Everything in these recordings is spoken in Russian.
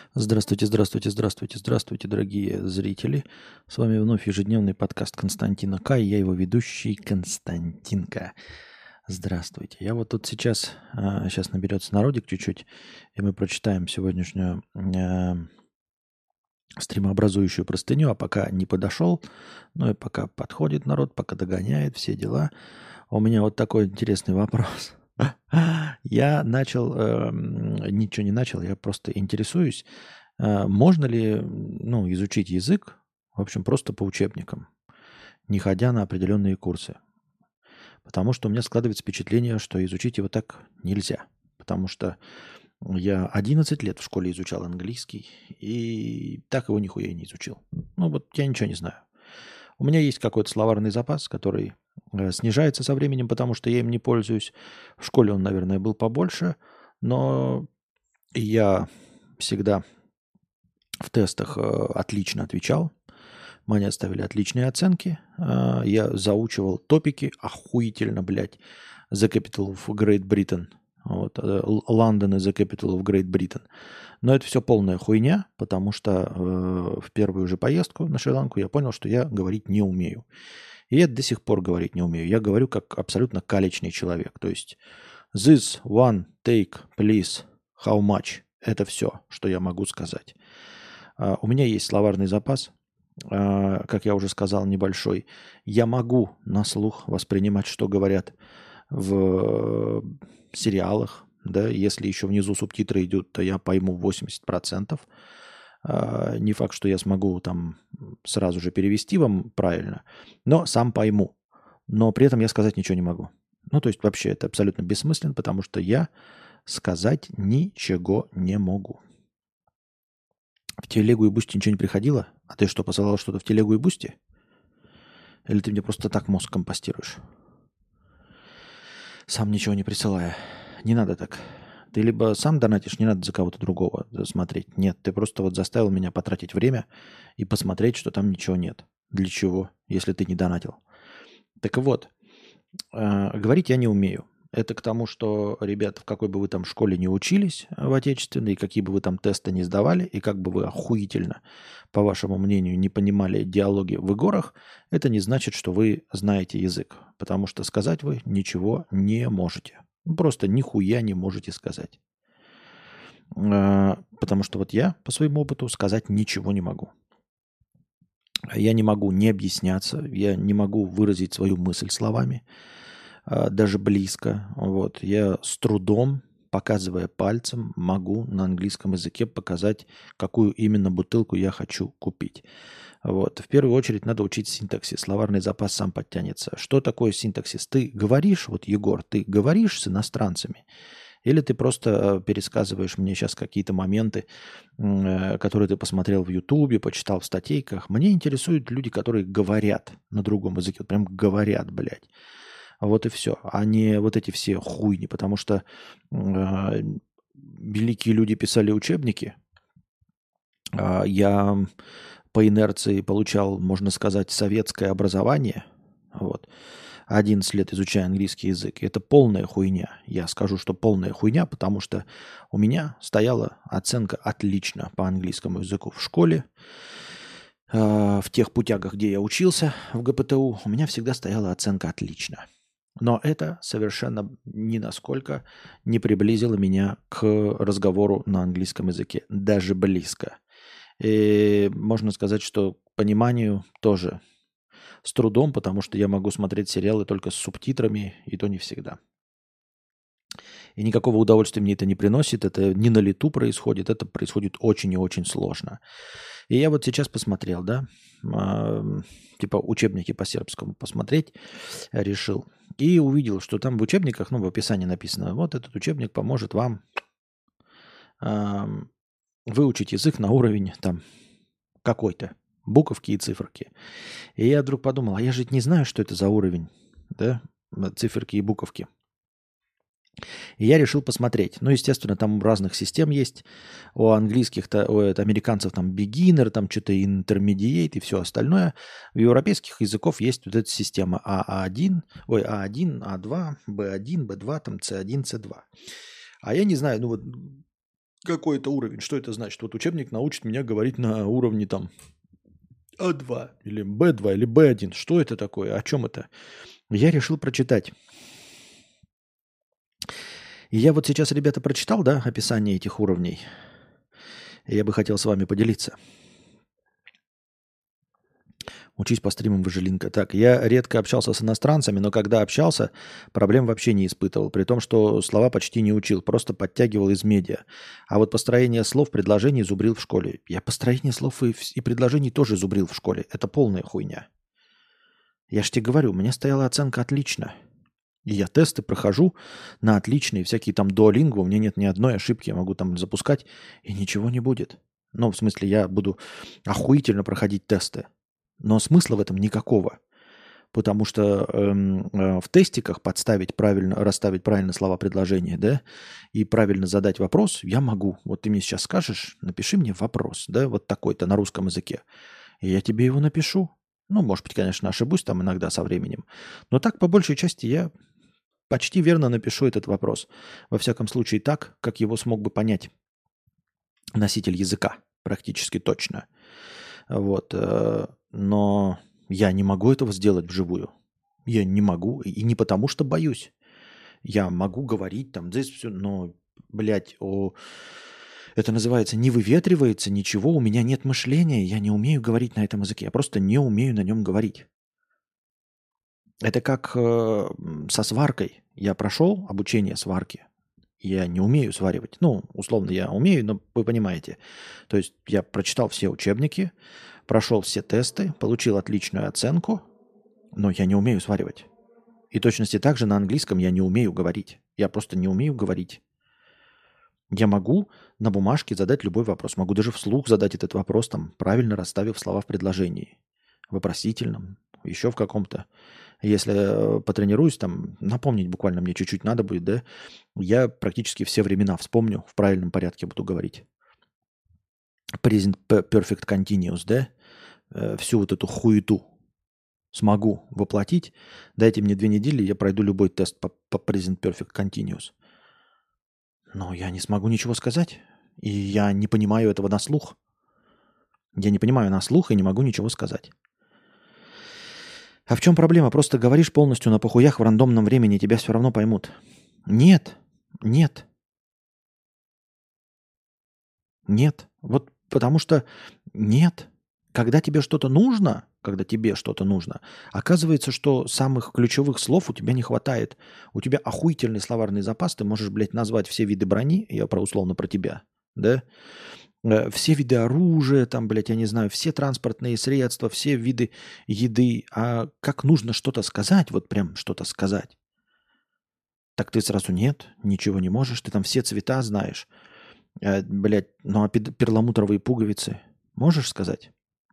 Здравствуйте, здравствуйте, здравствуйте, здравствуйте, дорогие зрители. С вами вновь ежедневный подкаст Константина К. И я его ведущий Константинка. Здравствуйте. Я вот тут сейчас наберется народик чуть-чуть, и мы прочитаем сегодняшнюю стримообразующую простыню, а пока не подошел, ну и пока подходит народ, пока догоняет все дела, у меня вот такой интересный вопрос. Я ничего не начал, я просто интересуюсь, можно ли, изучить язык, в общем, просто по учебникам, не ходя на определенные курсы. Потому что у меня складывается впечатление, что изучить его так нельзя. Потому что я 11 лет в школе изучал английский, и так его нихуя и не изучил. Ну вот я ничего не знаю. У меня есть какой-то словарный запас, который снижается со временем, потому что я им не пользуюсь. В школе он, наверное, был побольше, но я всегда в тестах отлично отвечал. Мне ставили отличные оценки. Я заучивал топики охуительно, блядь. The capital of Great Britain. Вот, London is the capital of Great Britain. Но это все полная хуйня, потому что в первую же поездку на Шри-Ланку я понял, что я говорить не умею. И я до сих пор говорить не умею. Я говорю как абсолютно калечный человек. То есть this one, take, please, how much. Это все, что я могу сказать. У меня есть словарный запас, как я уже сказал, небольшой. Я могу на слух воспринимать, что говорят в сериалах. Да? Если еще внизу субтитры идут, то я пойму 80%. Не факт, что я смогу там сразу же перевести вам правильно, но сам пойму. Но при этом я сказать ничего не могу. Ну, то есть вообще это абсолютно бессмысленно, потому что я сказать ничего не могу. В телегу и бусти ничего не приходило? А ты что, посылал что-то в телегу и бусти? Или ты мне просто так мозг компостируешь? Сам ничего не присылая. Не надо так. Ты либо сам донатишь, не надо за кого-то другого смотреть. Нет, ты просто вот заставил меня потратить время и посмотреть, что там ничего нет. Для чего, если ты не донатил? Так вот, говорить я не умею. Это к тому, что, ребята, в какой бы вы там школе не учились в отечественной, и какие бы вы там тесты не сдавали, и как бы вы охуительно, по вашему мнению, не понимали диалоги в играх, это не значит, что вы знаете язык. Потому что сказать вы ничего не можете. Просто нихуя не можете сказать. Потому что вот я по своему опыту сказать ничего не могу. Я не могу не объясняться, я не могу выразить свою мысль словами, даже близко. Вот. Я с трудом, показывая пальцем, могу на английском языке показать, какую именно бутылку я хочу купить. Вот. В первую очередь надо учить синтаксис. Словарный запас сам подтянется. Что такое синтаксис? Ты говоришь, вот, Егор, ты говоришь с иностранцами, или ты просто пересказываешь мне сейчас какие-то моменты, которые ты посмотрел в Ютубе, почитал в статейках. Мне интересуют люди, которые говорят на другом языке. Вот прям говорят, блядь. Вот и все. А не вот эти все хуйни. Потому что великие люди писали учебники. Я по инерции получал, можно сказать, советское образование. Вот. 11 лет изучая английский язык. Это полная хуйня. Я скажу, что полная хуйня, потому что у меня стояла оценка «отлично» по английскому языку в школе. В тех путягах, где я учился в ГПТУ, у меня всегда стояла оценка «отлично». Но это совершенно ни насколько не приблизило меня к разговору на английском языке. Даже близко. И можно сказать, что к пониманию тоже с трудом, потому что я могу смотреть сериалы только с субтитрами, и то не всегда. И никакого удовольствия мне это не приносит, это не на лету происходит, это происходит очень и очень сложно. И я вот сейчас посмотрел, да, типа учебники по сербскому посмотреть решил. И увидел, что там в учебниках, в описании написано, вот этот учебник поможет вам выучить язык на уровень там какой-то, буковки и циферки. И я вдруг подумал, а я же не знаю, что это за уровень, да, циферки и буковки. И я решил посмотреть. Ну, естественно, там разных систем есть. У английских-то, у американцев там beginner, там что-то intermediate и все остальное. У европейских языков есть вот эта система А1, А1, А2, Б1, Б2, там С1, С2. А я не знаю, какой-то уровень. Что это значит? Вот учебник научит меня говорить на уровне там А2 или Б2 или Б1. Что это такое? О чем это? Я решил прочитать. И я вот сейчас, ребята, прочитал, да, описание этих уровней. И я бы хотел с вами поделиться. Учись по стримам, Выжилинка. Так, я редко общался с иностранцами, но когда общался, проблем вообще не испытывал. При том, что слова почти не учил, просто подтягивал из медиа. А вот построение слов, предложений зубрил в школе. Я построение слов и предложений тоже зубрил в школе. Это полная хуйня. Я ж тебе говорю, у меня стояла оценка «отлично». И я тесты прохожу на отличные, всякие там дуолингвы, у меня нет ни одной ошибки, я могу там запускать, и ничего не будет. Ну, в смысле, я буду охуительно проходить тесты. Но смысла в этом никакого. Потому что в тестиках подставить правильно, расставить правильно слова предложения, да, и правильно задать вопрос я могу. Вот ты мне сейчас скажешь, напиши мне вопрос, да, вот такой-то на русском языке. И я тебе его напишу. Ну, может быть, конечно, ошибусь там иногда со временем. Но так, по большей части, я почти верно напишу этот вопрос. Во всяком случае, так, как его смог бы понять носитель языка. Практически точно. Вот. Но я не могу этого сделать вживую. Я не могу. И не потому, что боюсь. Я могу говорить там здесь все, но, блядь, это называется не выветривается ничего, у меня нет мышления, я не умею говорить на этом языке. Я просто не умею на нем говорить. Это как со сваркой. Я прошел обучение сварки. Я не умею сваривать. Ну, условно, я умею, но вы понимаете. То есть я прочитал все учебники, прошел все тесты, получил отличную оценку, но я не умею сваривать. И точности так же на английском я не умею говорить. Я просто не умею говорить. Я могу на бумажке задать любой вопрос. Могу даже вслух задать этот вопрос, там, правильно расставив слова в предложении. Вопросительном, еще в каком-то. Если потренируюсь, там, напомнить буквально мне чуть-чуть надо будет, да, я практически все времена вспомню, в правильном порядке буду говорить. Present Perfect Continuous, да, всю вот эту хуету смогу воплотить. Дайте мне 2 недели, я пройду любой тест по Present Perfect Continuous. Но я не смогу ничего сказать. И я не понимаю этого на слух. Я не понимаю на слух и не могу ничего сказать. А в чем проблема? Просто говоришь полностью на похуях в рандомном времени, тебя все равно поймут. Нет. Нет. Нет. Вот потому что нет. Когда тебе что-то нужно, оказывается, что самых ключевых слов у тебя не хватает. У тебя охуительный словарный запас, ты можешь, блядь, назвать все виды брони, я условно про тебя, да? Все виды оружия, там, блядь, я не знаю, все транспортные средства, все виды еды. А как нужно что-то сказать, вот прям что-то сказать, так ты сразу нет, ничего не можешь, ты там все цвета знаешь. Блядь, ну а перламутровые пуговицы можешь сказать?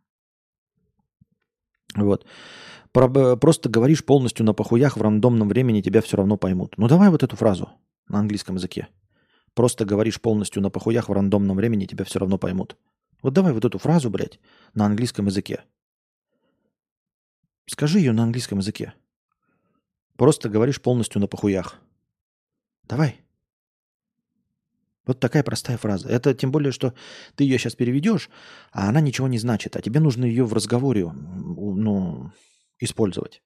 Вот. Просто говоришь полностью на похуях в рандомном времени, тебя все равно поймут. Ну давай вот эту фразу на английском языке. Просто говоришь полностью на похуях в рандомном времени, тебя все равно поймут. Вот давай вот эту фразу, блядь, на английском языке. Скажи ее на английском языке. Просто говоришь полностью на похуях. Давай. Вот такая простая фраза. Это тем более, что ты ее сейчас переведешь, а она ничего не значит. А тебе нужно ее в разговоре использовать.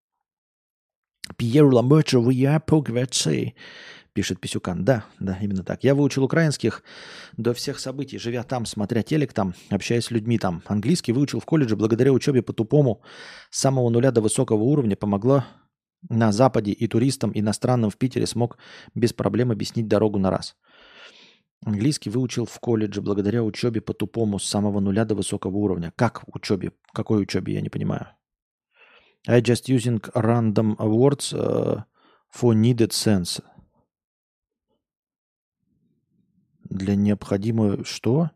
Пьер Ламберчо, вы пишет Писюкан. Да, именно так. Я выучил украинских до всех событий, живя там, смотря телек там, общаясь с людьми там. Английский выучил в колледже благодаря учебе по-тупому с самого нуля до высокого уровня. Помогло на Западе и туристам иностранным в Питере смог без проблем объяснить дорогу на раз. Английский выучил в колледже благодаря учебе по-тупому с самого нуля до высокого уровня. Как учебе? Какой учебе? Я не понимаю. I just using random words for needed sense. Для необходимого что?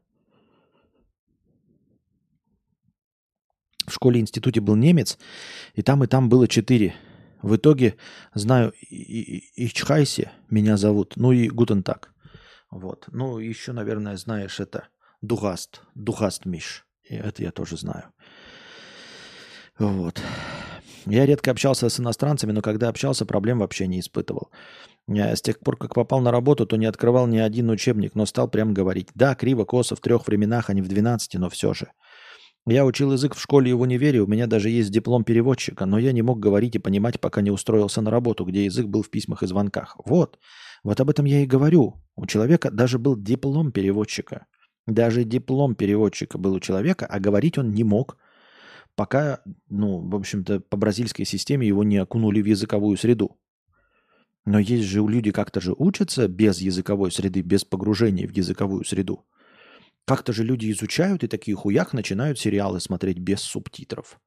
В школе-институте был немец, и там было 4. В итоге знаю Ичхайси, меня зовут, ну и Гутен так. Вот. Ну, еще, наверное, знаешь это Дугаст Миш. И это я тоже знаю. Вот. Я редко общался с иностранцами, но когда общался, проблем вообще не испытывал. С тех пор, как попал на работу, то не открывал ни один учебник, но стал прям говорить. Да, криво, косо, в 3 временах, а не в 12, но все же. Я учил язык в школе и в универе, у меня даже есть диплом переводчика, но я не мог говорить и понимать, пока не устроился на работу, где язык был в письмах и звонках. Вот об этом я и говорю. У человека даже был диплом переводчика. Даже диплом переводчика был у человека, а говорить он не мог, пока, в общем-то, по бразильской системе его не окунули в языковую среду. Но есть же люди как-то же учатся без языковой среды, без погружения в языковую среду. Как-то же люди изучают и такие хуяк начинают сериалы смотреть без субтитров.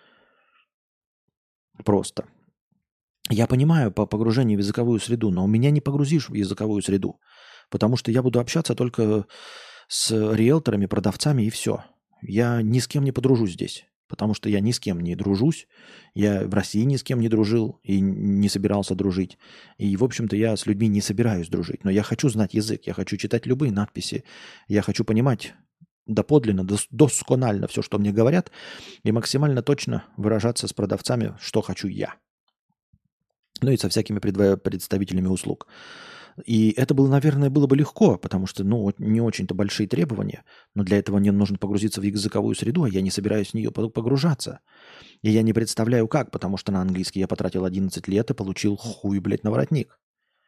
Просто. Я понимаю по погружению в языковую среду, но меня не погрузишь в языковую среду, потому что я буду общаться только с риэлторами, продавцами и все. Я ни с кем не подружусь здесь, потому что я ни с кем не дружусь. Я в России ни с кем не дружил и не собирался дружить. И, в общем-то, я с людьми не собираюсь дружить. Но я хочу знать язык, я хочу читать любые надписи, я хочу понимать доподлинно, досконально все, что мне говорят, и максимально точно выражаться с продавцами, что хочу я. Ну и со всякими представителями услуг. И это было, наверное, было бы легко, потому что, не очень-то большие требования, но для этого мне нужно погрузиться в языковую среду, а я не собираюсь в нее погружаться. И я не представляю как, потому что на английский я потратил 11 лет и получил хуй, блядь, на воротник.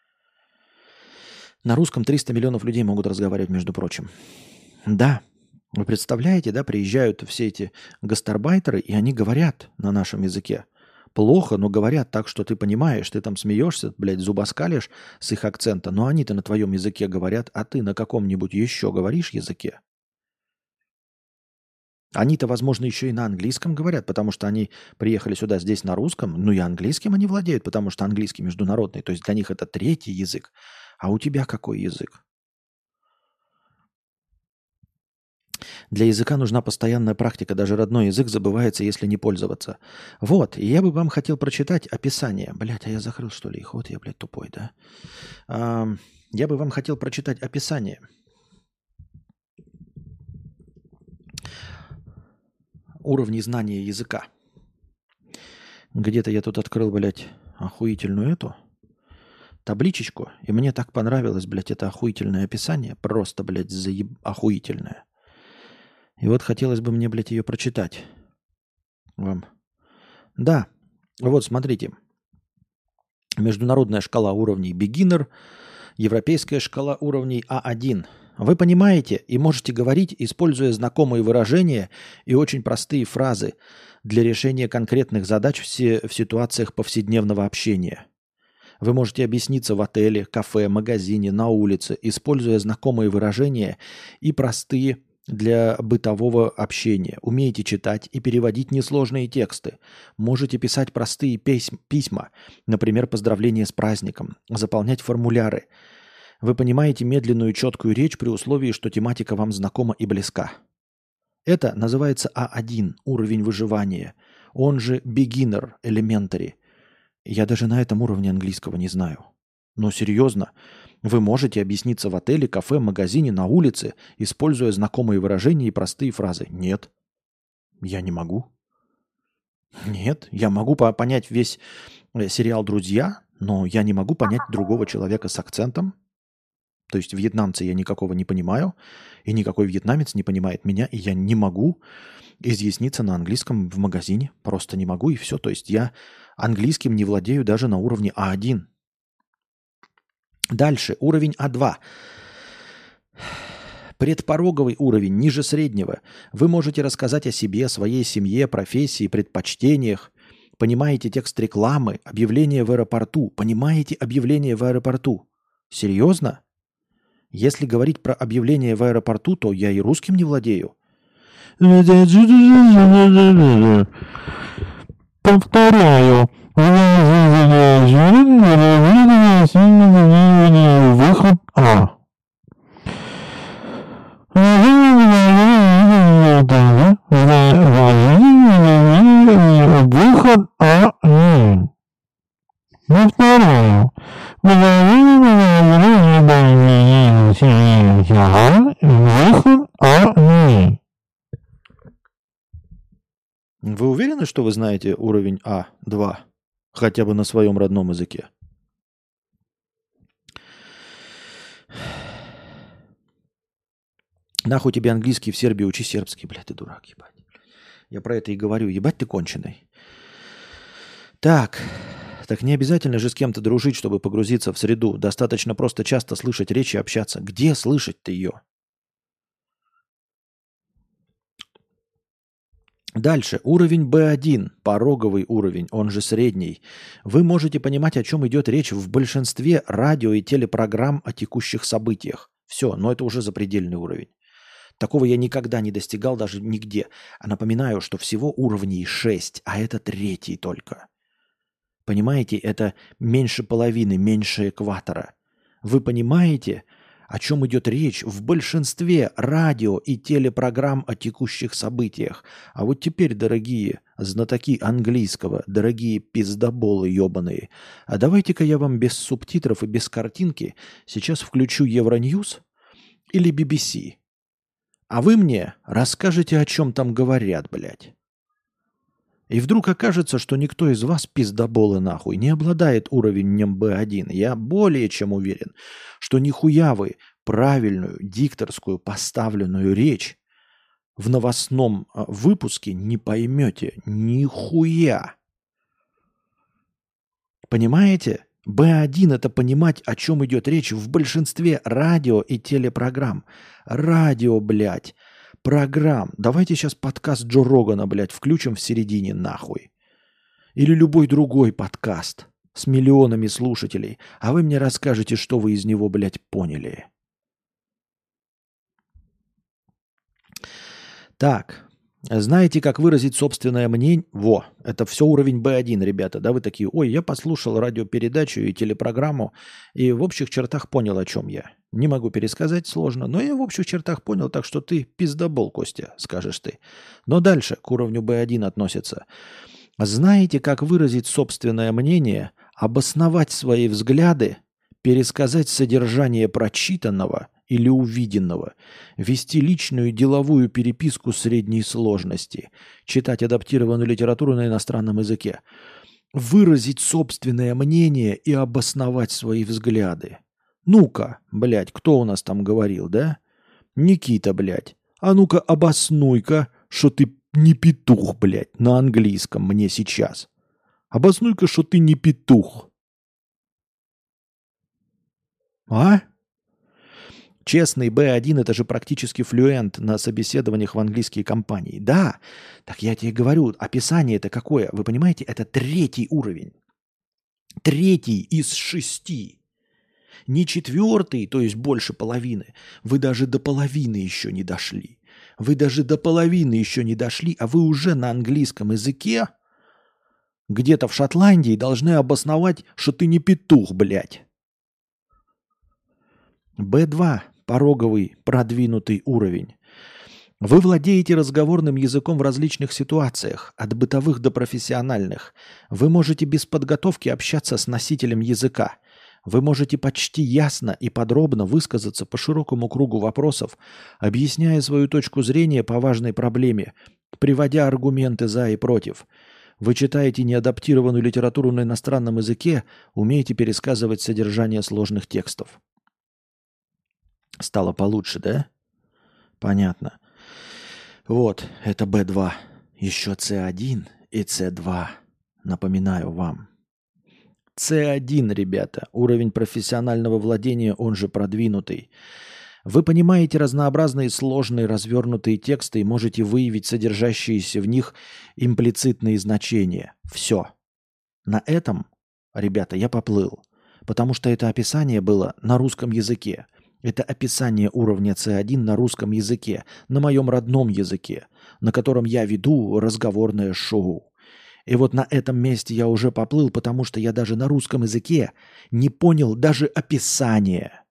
На русском 300 миллионов людей могут разговаривать, между прочим. Да, вы представляете, да, приезжают все эти гастарбайтеры, и они говорят на нашем языке. Плохо, но говорят так, что ты понимаешь, ты там смеешься, блядь, зубоскалишь с их акцента, но они-то на твоем языке говорят, а ты на каком-нибудь еще говоришь языке? Они-то, возможно, еще и на английском говорят, потому что они приехали сюда здесь на русском, и английским они владеют, потому что английский международный, то есть для них это 3-й язык. А у тебя какой язык? Для языка нужна постоянная практика. Даже родной язык забывается, если не пользоваться. И я бы вам хотел прочитать описание. Блядь, а я закрыл, что ли, их? Вот я, блядь, тупой, да? Я бы вам хотел прочитать описание. Уровней знания языка. Где-то я тут открыл, блядь, охуительную эту табличечку. И мне так понравилось, блядь, это охуительное описание. Просто, блядь, охуительное. И вот хотелось бы мне, блядь, ее прочитать вам. Да, вот смотрите. Международная шкала уровней beginner, европейская шкала уровней А1. Вы понимаете и можете говорить, используя знакомые выражения и очень простые фразы для решения конкретных задач в ситуациях повседневного общения. Вы можете объясниться в отеле, кафе, магазине, на улице, используя знакомые выражения и простые для бытового общения. Умеете читать и переводить несложные тексты. Можете писать простые письма, например, поздравления с праздником, заполнять формуляры. Вы понимаете медленную четкую речь при условии, что тематика вам знакома и близка. Это называется А1, уровень выживания. Он же beginner, elementary. Я даже на этом уровне английского не знаю. Но серьезно, вы можете объясниться в отеле, кафе, магазине, на улице, используя знакомые выражения и простые фразы. Нет, я не могу. Нет, я могу понять весь сериал «Друзья», но я не могу понять другого человека с акцентом. То есть вьетнамца я никакого не понимаю, и никакой вьетнамец не понимает меня, и я не могу изъясниться на английском в магазине. Просто не могу, и все. То есть я английским не владею даже на уровне А1. Дальше, уровень А2. Предпороговый уровень, ниже среднего. Вы можете рассказать о себе, своей семье, профессии, предпочтениях. Понимаете текст рекламы, объявление в аэропорту. Понимаете объявление в аэропорту? Серьезно? Если говорить про объявление в аэропорту, то я и русским не владею. Повторяю. Выход А. Выход А. Повторяю. Выход А. Вы уверены, что вы знаете уровень А2 хотя бы на своем родном языке? Нахуй тебе английский в Сербии, учи сербский, блядь, ты дурак, ебать. Я про это и говорю, ебать ты конченый. Так не обязательно же с кем-то дружить, чтобы погрузиться в среду. Достаточно просто часто слышать речь и общаться. Где слышать-то ее? Дальше. Уровень B1, пороговый уровень, он же средний. Вы можете понимать, о чем идет речь в большинстве радио и телепрограмм о текущих событиях. Все, но это уже запредельный уровень. Такого я никогда не достигал даже нигде. А напоминаю, что всего уровней 6, а это третий только. Понимаете, это меньше половины, меньше экватора. Вы понимаете, о чем идет речь в большинстве радио и телепрограмм о текущих событиях? А вот теперь, дорогие знатоки английского, дорогие пиздоболы ебаные, а давайте-ка я вам без субтитров и без картинки сейчас включу Евроньюз или BBC. А вы мне расскажете, о чем там говорят, блядь. И вдруг окажется, что никто из вас, пиздоболы нахуй, не обладает уровнем B1. Я более чем уверен, что нихуя вы правильную дикторскую поставленную речь в новостном выпуске не поймете. Нихуя. Понимаете? B1 – это понимать, о чем идет речь в большинстве радио и телепрограмм. Радио, блядь. Программ. Давайте сейчас подкаст Джо Рогана, блядь, включим в середине нахуй. Или любой другой подкаст с миллионами слушателей. А вы мне расскажете, что вы из него, блядь, поняли. Так. Знаете, как выразить собственное мнение? Во, это все уровень B1, ребята. Да, вы такие, ой, я послушал радиопередачу и телепрограмму, и в общих чертах понял, о чем я. Не могу пересказать, сложно, но я в общих чертах понял, так что ты пиздобол, Костя, скажешь ты. Но дальше к уровню B1 относится. Знаете, как выразить собственное мнение, обосновать свои взгляды, пересказать содержание прочитанного или увиденного, вести личную деловую переписку средней сложности, читать адаптированную литературу на иностранном языке, выразить собственное мнение и обосновать свои взгляды. Ну-ка, блядь, кто у нас там говорил, да? Никита, блядь. А ну-ка обоснуй-ка, что ты не петух, блядь, на английском мне сейчас. Обоснуй-ка, что ты не петух. А? Честный B1 – это же практически флюент на собеседованиях в английские компании. Да, так я тебе говорю, описание это какое? Вы понимаете, это третий уровень. Третий из 6. Не четвертый, то есть больше половины. Вы даже до половины еще не дошли. Вы даже до половины еще не дошли, а вы уже на английском языке где-то в Шотландии должны обосновать, что ты не петух, блядь. B2 – пороговый продвинутый уровень. Вы владеете разговорным языком в различных ситуациях, от бытовых до профессиональных. Вы можете без подготовки общаться с носителем языка. Вы можете почти ясно и подробно высказаться по широкому кругу вопросов, объясняя свою точку зрения по важной проблеме, приводя аргументы за и против. Вы читаете неадаптированную литературу на иностранном языке, умеете пересказывать содержание сложных текстов. Стало получше, да? Понятно. Вот, это B2. Еще C1 и C2. Напоминаю вам. C1, ребята, уровень профессионального владения, он же продвинутый. Вы понимаете разнообразные сложные развернутые тексты и можете выявить содержащиеся в них имплицитные значения. Все. На этом, ребята, я поплыл. Потому что это описание было на русском языке. Это описание уровня C1 на русском языке, на моем родном языке, на котором я веду разговорное шоу. И вот на этом месте я уже поплыл, потому что я даже на русском языке не понял даже описание.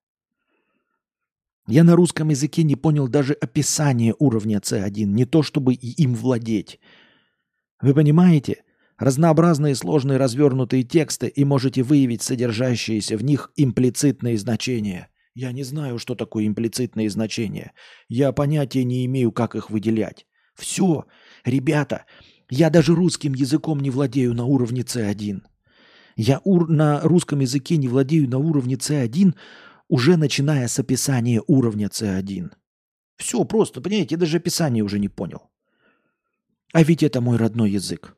Я на русском языке не понял даже описание уровня C1, не то чтобы и им владеть. Вы понимаете? Разнообразные сложные развернутые тексты, и можете выявить содержащиеся в них имплицитные значения. Я не знаю, что такое имплицитные значения. Я понятия не имею, как их выделять. Все, ребята, Я даже русским языком не владею на уровне C1. Я на русском языке не владею на уровне C1, уже начиная с описания уровня C1. Все просто, понимаете, я даже описание уже не понял. А ведь это мой родной язык.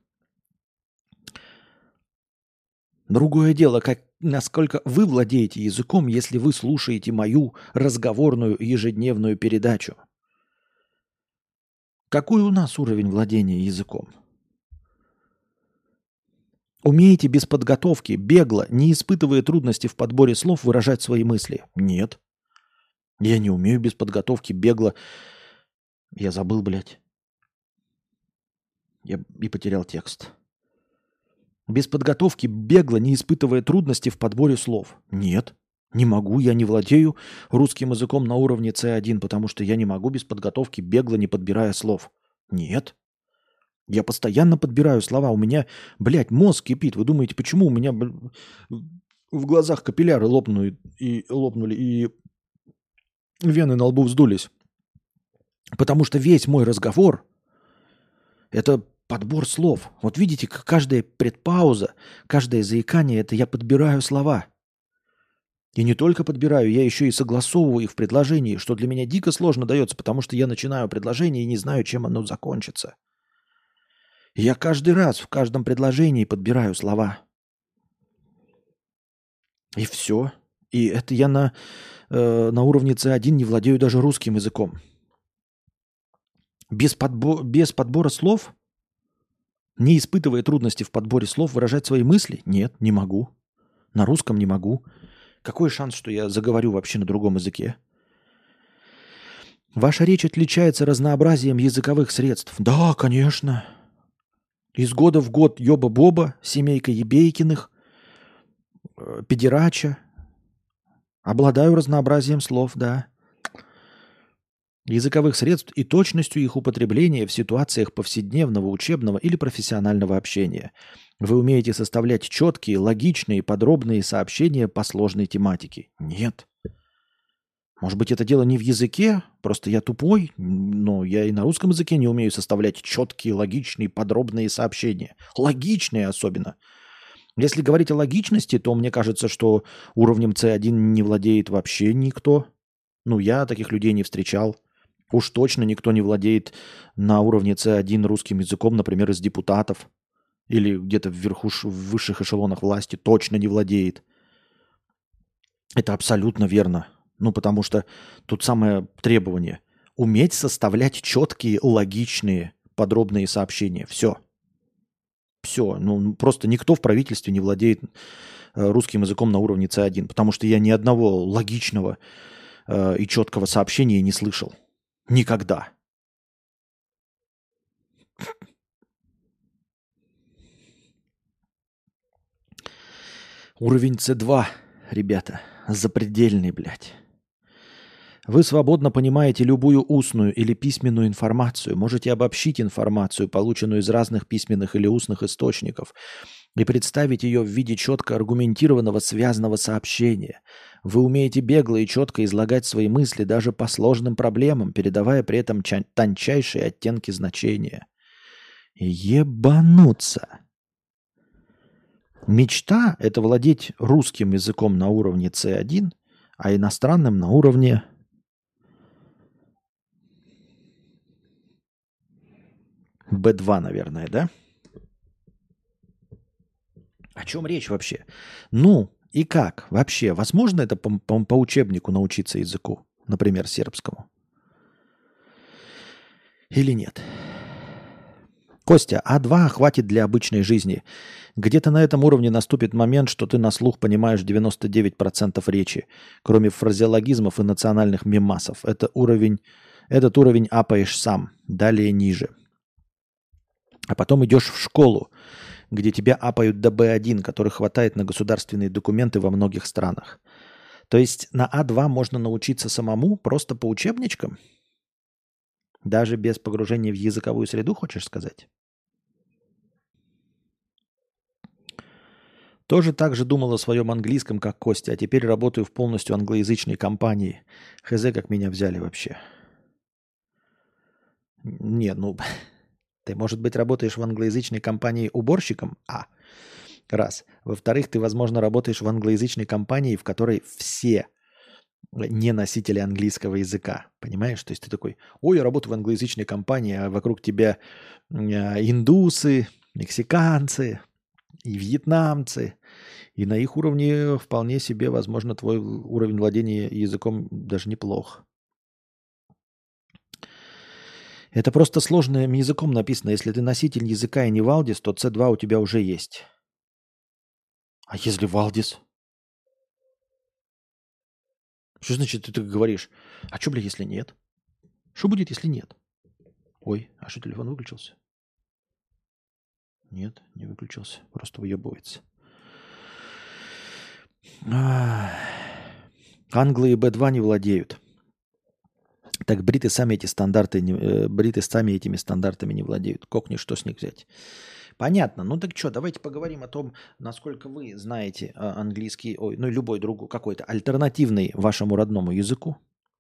Другое дело, насколько вы владеете языком, если вы слушаете мою разговорную ежедневную передачу. Какой у нас уровень владения языком? Умеете без подготовки, бегло, не испытывая трудности в подборе слов, выражать свои мысли? Нет. Я не умею без подготовки, бегло. Я забыл, блядь. Я и потерял текст. Без подготовки, бегло, не испытывая трудности в подборе слов? Нет. Не могу, я не владею русским языком на уровне C1, потому что я не могу без подготовки, бегло, не подбирая слов. Нет. Я постоянно подбираю слова. У меня, блядь, мозг кипит. Вы думаете, почему у меня в глазах капилляры лопнули и вены на лбу вздулись? Потому что весь мой разговор – это подбор слов. Вот видите, каждая предпауза, каждое заикание – это я подбираю слова. И не только подбираю, я еще и согласовываю их в предложении, что для меня дико сложно дается, потому что я начинаю предложение и не знаю, чем оно закончится. Я каждый раз в каждом предложении подбираю слова. И все. И это я на уровне C1 не владею даже русским языком. Без подбора слов, не испытывая трудности в подборе слов, выражать свои мысли? Нет, не могу. На русском не могу. Какой шанс, что я заговорю вообще на другом языке? Ваша речь отличается разнообразием языковых средств. Да, конечно. Из года в год Йоба-Боба, семейка Ебейкиных, Педерача. Обладаю разнообразием слов, да. Языковых средств и точностью их употребления в ситуациях повседневного, учебного или профессионального общения. Вы умеете составлять четкие, логичные, подробные сообщения по сложной тематике? Нет. Может быть, это дело не в языке, просто я тупой, но я и на русском языке не умею составлять четкие, логичные, подробные сообщения. Логичные особенно. Если говорить о логичности, то мне кажется, что уровнем C1 не владеет вообще никто. Ну, я таких людей не встречал. Уж точно никто не владеет на уровне C1 русским языком, например, из депутатов. Или где-то в высших эшелонах власти точно не владеет. Это абсолютно верно. Ну, потому что тут самое требование – уметь составлять четкие, логичные, подробные сообщения. Все. Все. Ну, просто никто в правительстве не владеет русским языком на уровне C1, потому что я ни одного логичного и четкого сообщения не слышал. Никогда. Уровень C2, ребята, запредельный, блядь. Вы свободно понимаете любую устную или письменную информацию, можете обобщить информацию, полученную из разных письменных или устных источников, и представить ее в виде четко аргументированного связанного сообщения. Вы умеете бегло и четко излагать свои мысли даже по сложным проблемам, передавая при этом тончайшие оттенки значения. Ебануться! Мечта – это владеть русским языком на уровне C1, а иностранным на уровне B2, наверное, да? О чем речь вообще? Ну, и как? Вообще, возможно это по учебнику научиться языку, например, сербскому? Или нет? Костя, А2 хватит для обычной жизни. Где-то на этом уровне наступит момент, что ты на слух понимаешь 99% речи, кроме фразеологизмов и национальных мемасов. Этот уровень апаешь сам, далее ниже. А потом идешь в школу, где тебя апают до B1, который хватает на государственные документы во многих странах. То есть на А2 можно научиться самому просто по учебничкам? Даже без погружения в языковую среду, хочешь сказать? Тоже так же думал о своем английском, как Костя, а теперь работаю в полностью англоязычной компании. Хз, как меня взяли вообще. Не, ну, Ты, может быть, работаешь в англоязычной компании уборщиком? Раз. Во-вторых, ты, возможно, работаешь в англоязычной компании, в которой все не носители английского языка. Понимаешь? То есть ты такой, ой, я работаю в англоязычной компании, а вокруг тебя индусы, мексиканцы и вьетнамцы. И на их уровне вполне себе, возможно, твой уровень владения языком даже неплох. Это просто сложным языком написано. Если ты носитель языка и не Валдис, то C2 у тебя уже есть. А если Валдис? Что значит ты так говоришь? А что, бля, если нет? Что будет, если нет? Ой, а что, телефон выключился? Нет, не выключился. Просто выебывается. Англы и B2 не владеют. Так бриты сами этими стандартами не владеют. Кокни, что с них взять? Понятно. Ну так что, давайте поговорим о том, насколько вы знаете английский, ну и любой другой, какой-то альтернативный вашему родному языку.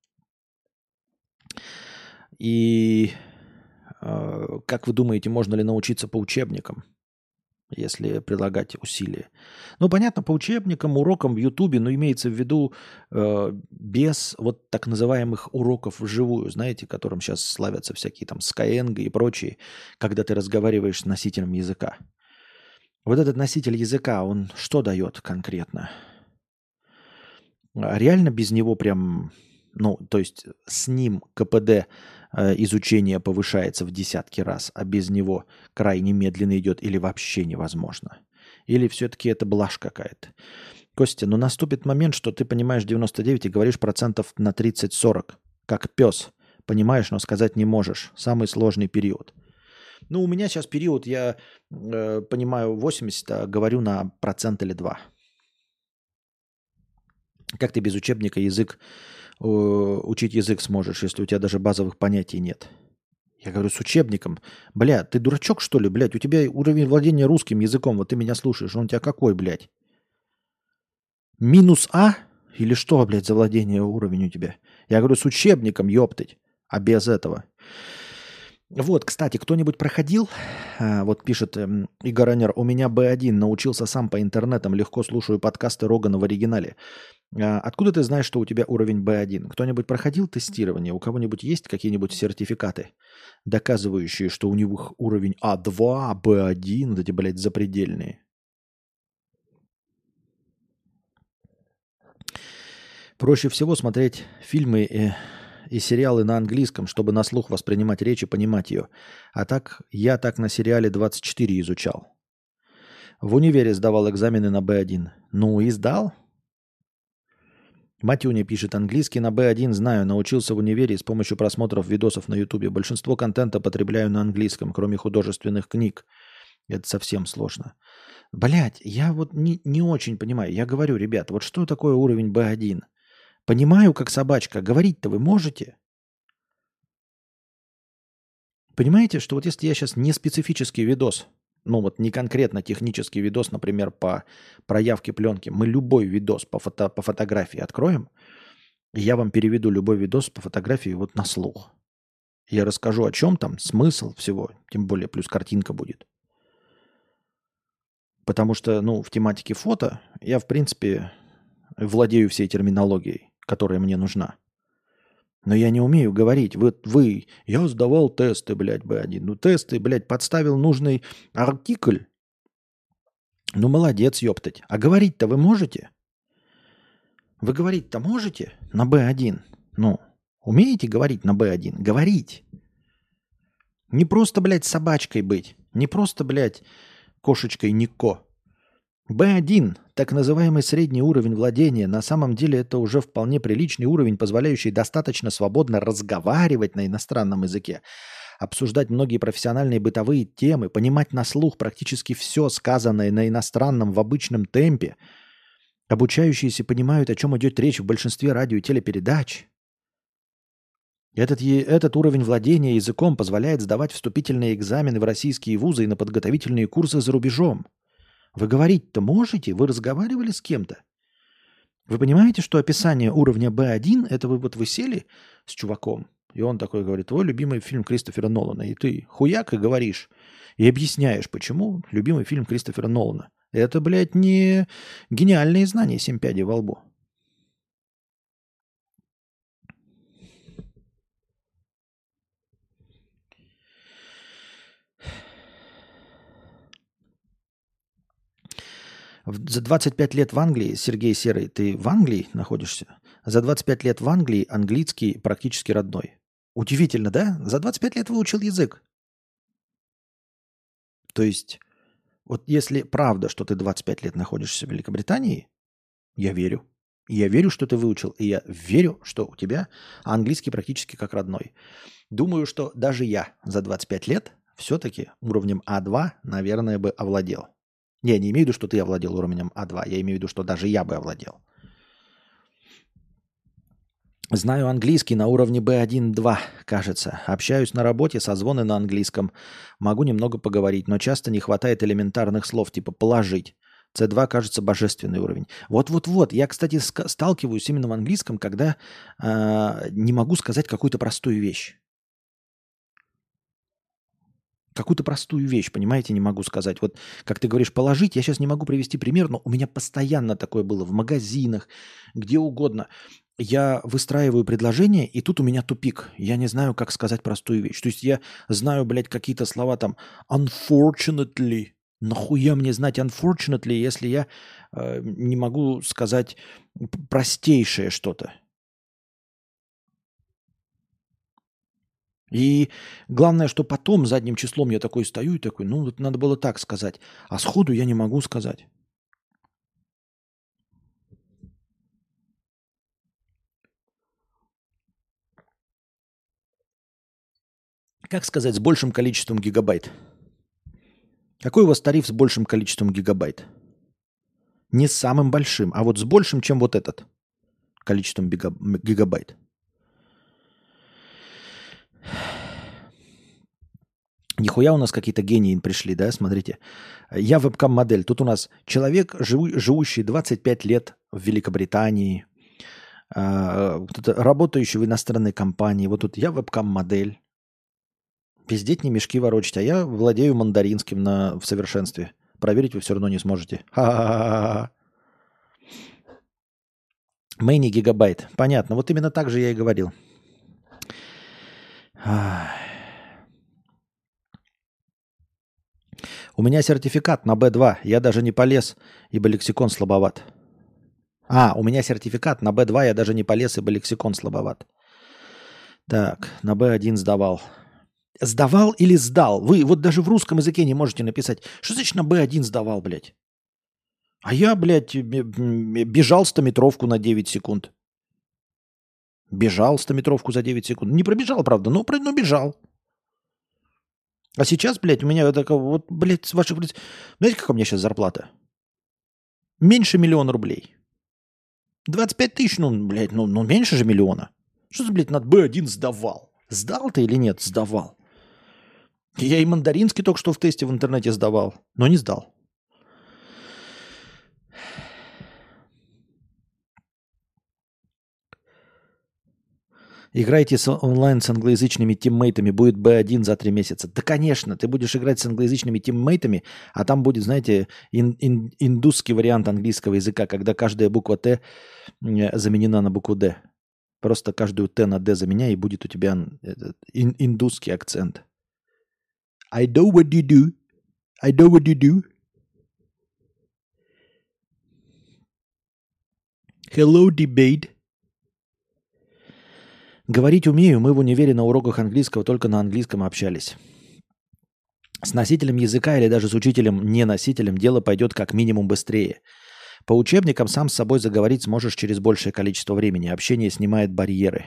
И как вы думаете, можно ли научиться по учебникам, если прилагать усилия? Ну, понятно, по учебникам, урокам в Ютубе, но имеется в виду без вот так называемых уроков вживую, знаете, которым сейчас славятся всякие там Skyeng и прочие, когда ты разговариваешь с носителем языка. Вот этот носитель языка, он что дает конкретно? Реально без него прям, ну, то есть с ним КПД изучения повышается в десятки раз, а без него крайне медленно идет или вообще невозможно? Или все-таки это блажь какая-то? Костя, ну наступит момент, что ты понимаешь 99 и говоришь процентов на 30-40, как пес. Понимаешь, но сказать не можешь. Самый сложный период. Ну, у меня сейчас период, я понимаю 80, а говорю на процент или 2. Как ты без учебника учить язык сможешь, если у тебя даже базовых понятий нет? Я говорю, с учебником. Бля, ты дурачок, что ли, блядь? У тебя уровень владения русским языком, вот ты меня слушаешь, он у тебя какой, блядь? Минус А? Или что, блядь, за владение уровень у тебя? Я говорю, с учебником, ёптать, а без этого. Вот, кстати, кто-нибудь проходил? Вот пишет Игорь Ранер, у меня B1, научился сам по интернетам, легко слушаю подкасты Рогана в оригинале. Откуда ты знаешь, что у тебя уровень B1? Кто-нибудь проходил тестирование? У кого-нибудь есть какие-нибудь сертификаты, доказывающие, что у них уровень А2, B1, вот эти, блядь, запредельные? Проще всего смотреть фильмы и сериалы на английском, чтобы на слух воспринимать речь и понимать ее. А так, я так на сериале 24 изучал. В универе сдавал экзамены на B1. Ну и сдал. Матюня пишет, английский на B1 знаю, научился в универе с помощью просмотров видосов на ютубе. Большинство контента потребляю на английском, кроме художественных книг. Это совсем сложно. Блять, я вот не очень понимаю. Я говорю, ребят, вот что такое уровень B1? Понимаю, как собачка. Говорить-то вы можете? Понимаете, что вот если я сейчас не специфический видос, ну вот не конкретно технический видос, например, по проявке пленки, мы любой видос по фотографии откроем, и я вам переведу любой видос по фотографии вот на слух. Я расскажу, о чем там, смысл всего, тем более плюс картинка будет. Потому что, ну, в тематике фото я, в принципе, владею всей терминологией, которая мне нужна. Но я не умею говорить. Я сдавал тесты, блядь, B1. Ну, тесты, блядь, подставил нужный артикль. Ну, молодец, ёптать. А говорить-то вы можете? Вы говорить-то можете на B1? Ну, умеете говорить на B1? Говорить. Не просто, блядь, собачкой быть. Не просто, блядь, кошечкой Нико. B1, так называемый средний уровень владения, на самом деле это уже вполне приличный уровень, позволяющий достаточно свободно разговаривать на иностранном языке, обсуждать многие профессиональные бытовые темы, понимать на слух практически все сказанное на иностранном в обычном темпе. Обучающиеся понимают, о чем идет речь в большинстве радио и телепередач. Этот уровень владения языком позволяет сдавать вступительные экзамены в российские вузы и на подготовительные курсы за рубежом. Вы говорить-то можете? Вы разговаривали с кем-то? Вы понимаете, что описание уровня B1, это вы сели с чуваком, И он такой говорит, твой любимый фильм Кристофера Нолана. И ты хуяк и говоришь, и объясняешь, почему любимый фильм Кристофера Нолана. Это, блядь, не гениальные знания «Семь пядей во лбу». За 25 лет в Англии, Сергей Серый, ты в Англии находишься? За 25 лет в Англии английский практически родной. Удивительно, да? За 25 лет выучил язык. То есть, вот если правда, что ты 25 лет находишься в Великобритании, я верю. Я верю, что ты выучил, и я верю, что у тебя английский практически как родной. Думаю, что даже я за 25 лет все-таки уровнем А2, наверное, бы овладел. Я не имею в виду, что ты овладел уровнем А2, я имею в виду, что даже я бы овладел. Знаю английский на уровне B1-2, кажется. Общаюсь на работе, созвоны на английском. Могу немного поговорить, но часто не хватает элементарных слов, типа «положить». C2, кажется, божественный уровень. Вот. Я, кстати, сталкиваюсь именно в английском, когда не могу сказать какую-то простую вещь. Какую-то простую вещь, понимаете, не могу сказать. Вот как ты говоришь, положить, я сейчас не могу привести пример, но у меня постоянно такое было в магазинах, где угодно. Я выстраиваю предложение, и тут у меня тупик. Я не знаю, как сказать простую вещь. То есть я знаю, блядь, какие-то слова там unfortunately. Нахуя мне знать unfortunately, если я не могу сказать простейшее что-то? И главное, что потом задним числом я такой стою и такой, ну, вот надо было так сказать. А сходу я не могу сказать. Как сказать с большим количеством гигабайт? Какой у вас тариф с большим количеством гигабайт? Не с самым большим, а вот с большим, чем вот этот количеством гигабайт. Нихуя у нас какие-то гении пришли, да, смотрите. Я вебкам-модель. Тут у нас человек, живущий 25 лет в Великобритании, работающий в иностранной компании. Вот тут я вебкам-модель. Пиздеть не мешки ворочать, а я владею мандаринским в совершенстве. Проверить вы все равно не сможете. Ха-ха-ха-ха. Мэйни гигабайт. Понятно. Вот именно так же я и говорил. У меня сертификат на B2. Я даже не полез, ибо лексикон слабоват. У меня сертификат на B2. Я даже не полез, ибо лексикон слабоват. Так, на B1 сдавал. Сдавал или сдал? Вы вот даже в русском языке не можете написать. Что значит на B1 сдавал, блядь? А я, блядь, бежал 100-метровку на 9 секунд. Бежал 100-метровку за 9 секунд. Не пробежал, правда, но бежал. А сейчас, блядь, у меня такая вот, блядь, с ваших... Знаете, какая у меня сейчас зарплата? Меньше 1 000 000 рублей. 25 тысяч, блядь, меньше же 1 000 000. Что за, блядь, над B1 сдавал? Сдал ты или нет? Сдавал. Я и мандаринский только что в тесте в интернете сдавал, но не сдал. Играйте онлайн с англоязычными тиммейтами, будет B1 за 3 месяца. Да, конечно, ты будешь играть с англоязычными тиммейтами, а там будет, знаете, индусский вариант английского языка, когда каждая буква Т заменена на букву Д. Просто каждую Т на Д заменяй, и будет у тебя индусский акцент. I know what you do. I know what you do. Hello, debate. Говорить умею, мы в универе на уроках английского только на английском общались. С носителем языка или даже с учителем не носителем дело пойдет как минимум быстрее. По учебникам сам с собой заговорить сможешь через большее количество времени. Общение снимает барьеры.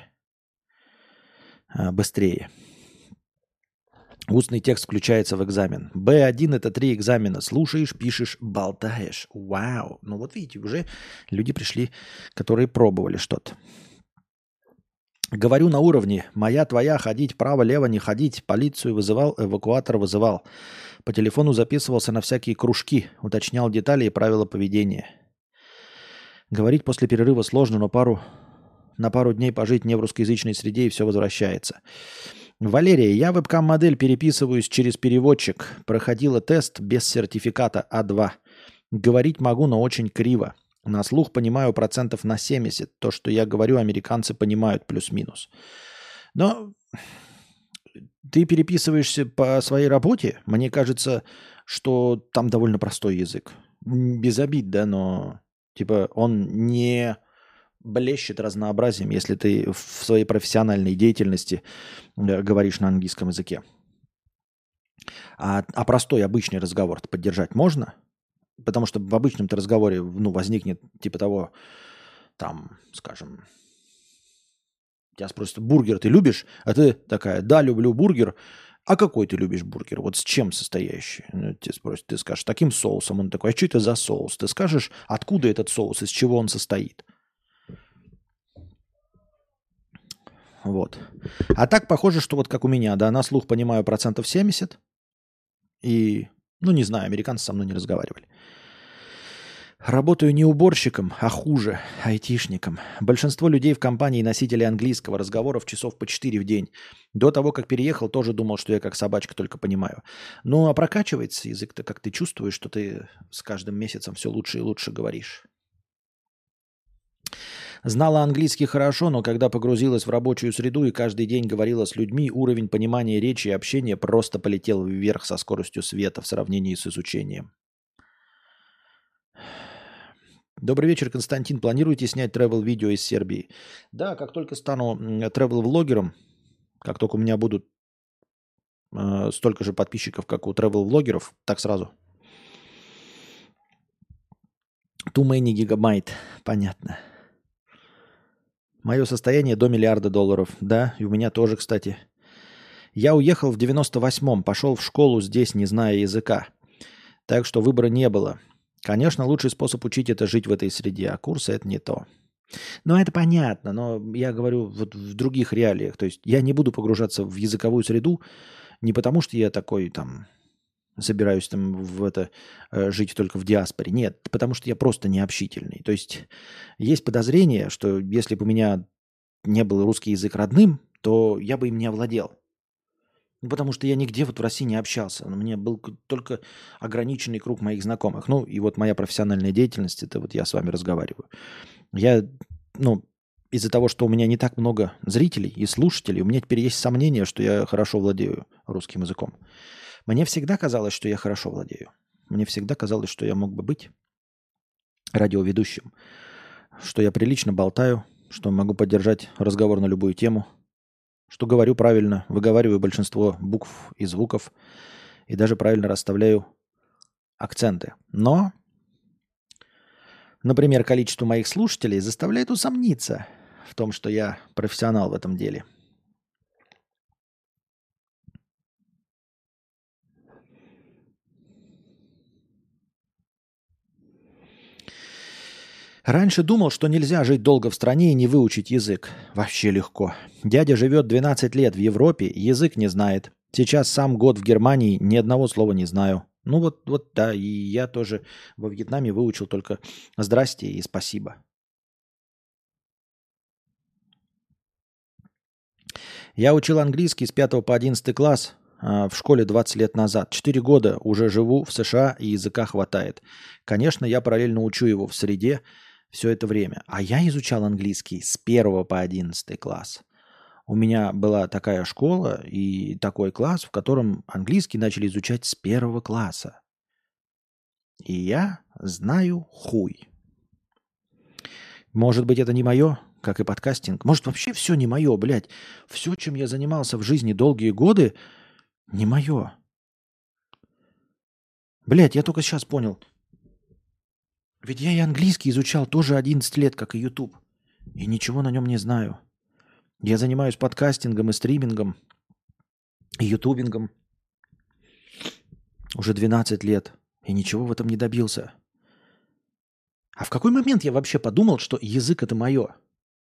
Быстрее. Устный текст включается в экзамен. B1 – это 3 экзамена. Слушаешь, пишешь, болтаешь. Вау. Ну вот видите, уже люди пришли, которые пробовали что-то. Говорю на уровне. Моя, твоя, ходить право-лево, не ходить. Полицию вызывал, эвакуатор вызывал. По телефону записывался на всякие кружки. Уточнял детали и правила поведения. Говорить после перерыва сложно, но пару на пару дней пожить не в русскоязычной среде, и все возвращается. Валерия, я вебкам-модель переписываюсь через переводчик. Проходила тест без сертификата А2. Говорить могу, но очень криво. На слух понимаю процентов на 70. То, что я говорю, американцы понимают плюс-минус. Но ты переписываешься по своей работе. Мне кажется, что там довольно простой язык. Без обид, да, но типа он не блещет разнообразием, если ты в своей профессиональной деятельности говоришь на английском языке. А простой обычный разговор поддержать можно? Потому что в обычном-то разговоре возникнет типа того, там, скажем, тебя спросят, бургер ты любишь? А ты такая, да, люблю бургер. А какой ты любишь бургер? Вот с чем состоящий? Тебя спросят, ты скажешь, таким соусом. Он такой, а что это за соус? Ты скажешь, откуда этот соус, из чего он состоит? Вот. А так похоже, что вот как у меня, да, на слух понимаю процентов 70. И, не знаю, американцы со мной не разговаривали. Работаю не уборщиком, а хуже, айтишником. Большинство людей в компании носители английского, разговоров часов по 4 в день. До того, как переехал, тоже думал, что я как собачка только понимаю. Ну, а прокачивается язык-то, как ты чувствуешь, что ты с каждым месяцем все лучше и лучше говоришь. Знала английский хорошо, но когда погрузилась в рабочую среду и каждый день говорила с людьми, уровень понимания речи и общения просто полетел вверх со скоростью света в сравнении с изучением. Добрый вечер, Константин. Планируете снять тревел-видео из Сербии? Да, как только стану тревел-влогером, как только у меня будут столько же подписчиков, как у тревел-влогеров, так сразу. Too many gigabyte. Понятно. Мое состояние до $1 миллиарда. Да, и у меня тоже, кстати. Я уехал в 98-м, пошел в школу здесь, не зная языка. Так что выбора не было. Конечно, лучший способ учить – это жить в этой среде, а курсы – это не то. Ну, это понятно, но я говорю вот в других реалиях. То есть я не буду погружаться в языковую среду не потому, что я такой там собираюсь там жить только в диаспоре. Нет, потому что я просто необщительный. То есть есть подозрение, что если бы у меня не был русский язык родным, то я бы им не овладел. Потому что я нигде вот в России не общался. У меня был только ограниченный круг моих знакомых. Ну, и вот моя профессиональная деятельность, это вот я с вами разговариваю. Я, из-за того, что у меня не так много зрителей и слушателей, у меня теперь есть сомнение, что я хорошо владею русским языком. Мне всегда казалось, что я хорошо владею. Мне всегда казалось, что я мог бы быть радиоведущим, что я прилично болтаю, что могу поддержать разговор на любую тему, что говорю правильно, выговариваю большинство букв и звуков и даже правильно расставляю акценты. Но, например, количество моих слушателей заставляет усомниться в том, что я профессионал в этом деле. Раньше думал, что нельзя жить долго в стране и не выучить язык. Вообще легко. Дядя живет 12 лет в Европе, язык не знает. Сейчас сам год в Германии, ни одного слова не знаю. Ну вот да, и я тоже во Вьетнаме выучил только «здрасте» и «спасибо». Я учил английский с 5 по 11 класс в школе 20 лет назад. 4 года уже живу в США и языка хватает. Конечно, я параллельно учу его в среде, все это время. А я изучал английский с 1 по 11 класс. У меня была такая школа и такой класс, в котором английский начали изучать с 1 класса. И я знаю хуй. Может быть, это не мое, как и подкастинг. Может, вообще все не мое, блядь. Все, чем я занимался в жизни долгие годы, не мое. Блядь, я только сейчас понял. Ведь я и английский изучал тоже 11 лет, как и YouTube. И ничего на нем не знаю. Я занимаюсь подкастингом и стримингом, и ютубингом уже 12 лет. И ничего в этом не добился. А в какой момент я вообще подумал, что язык это мое?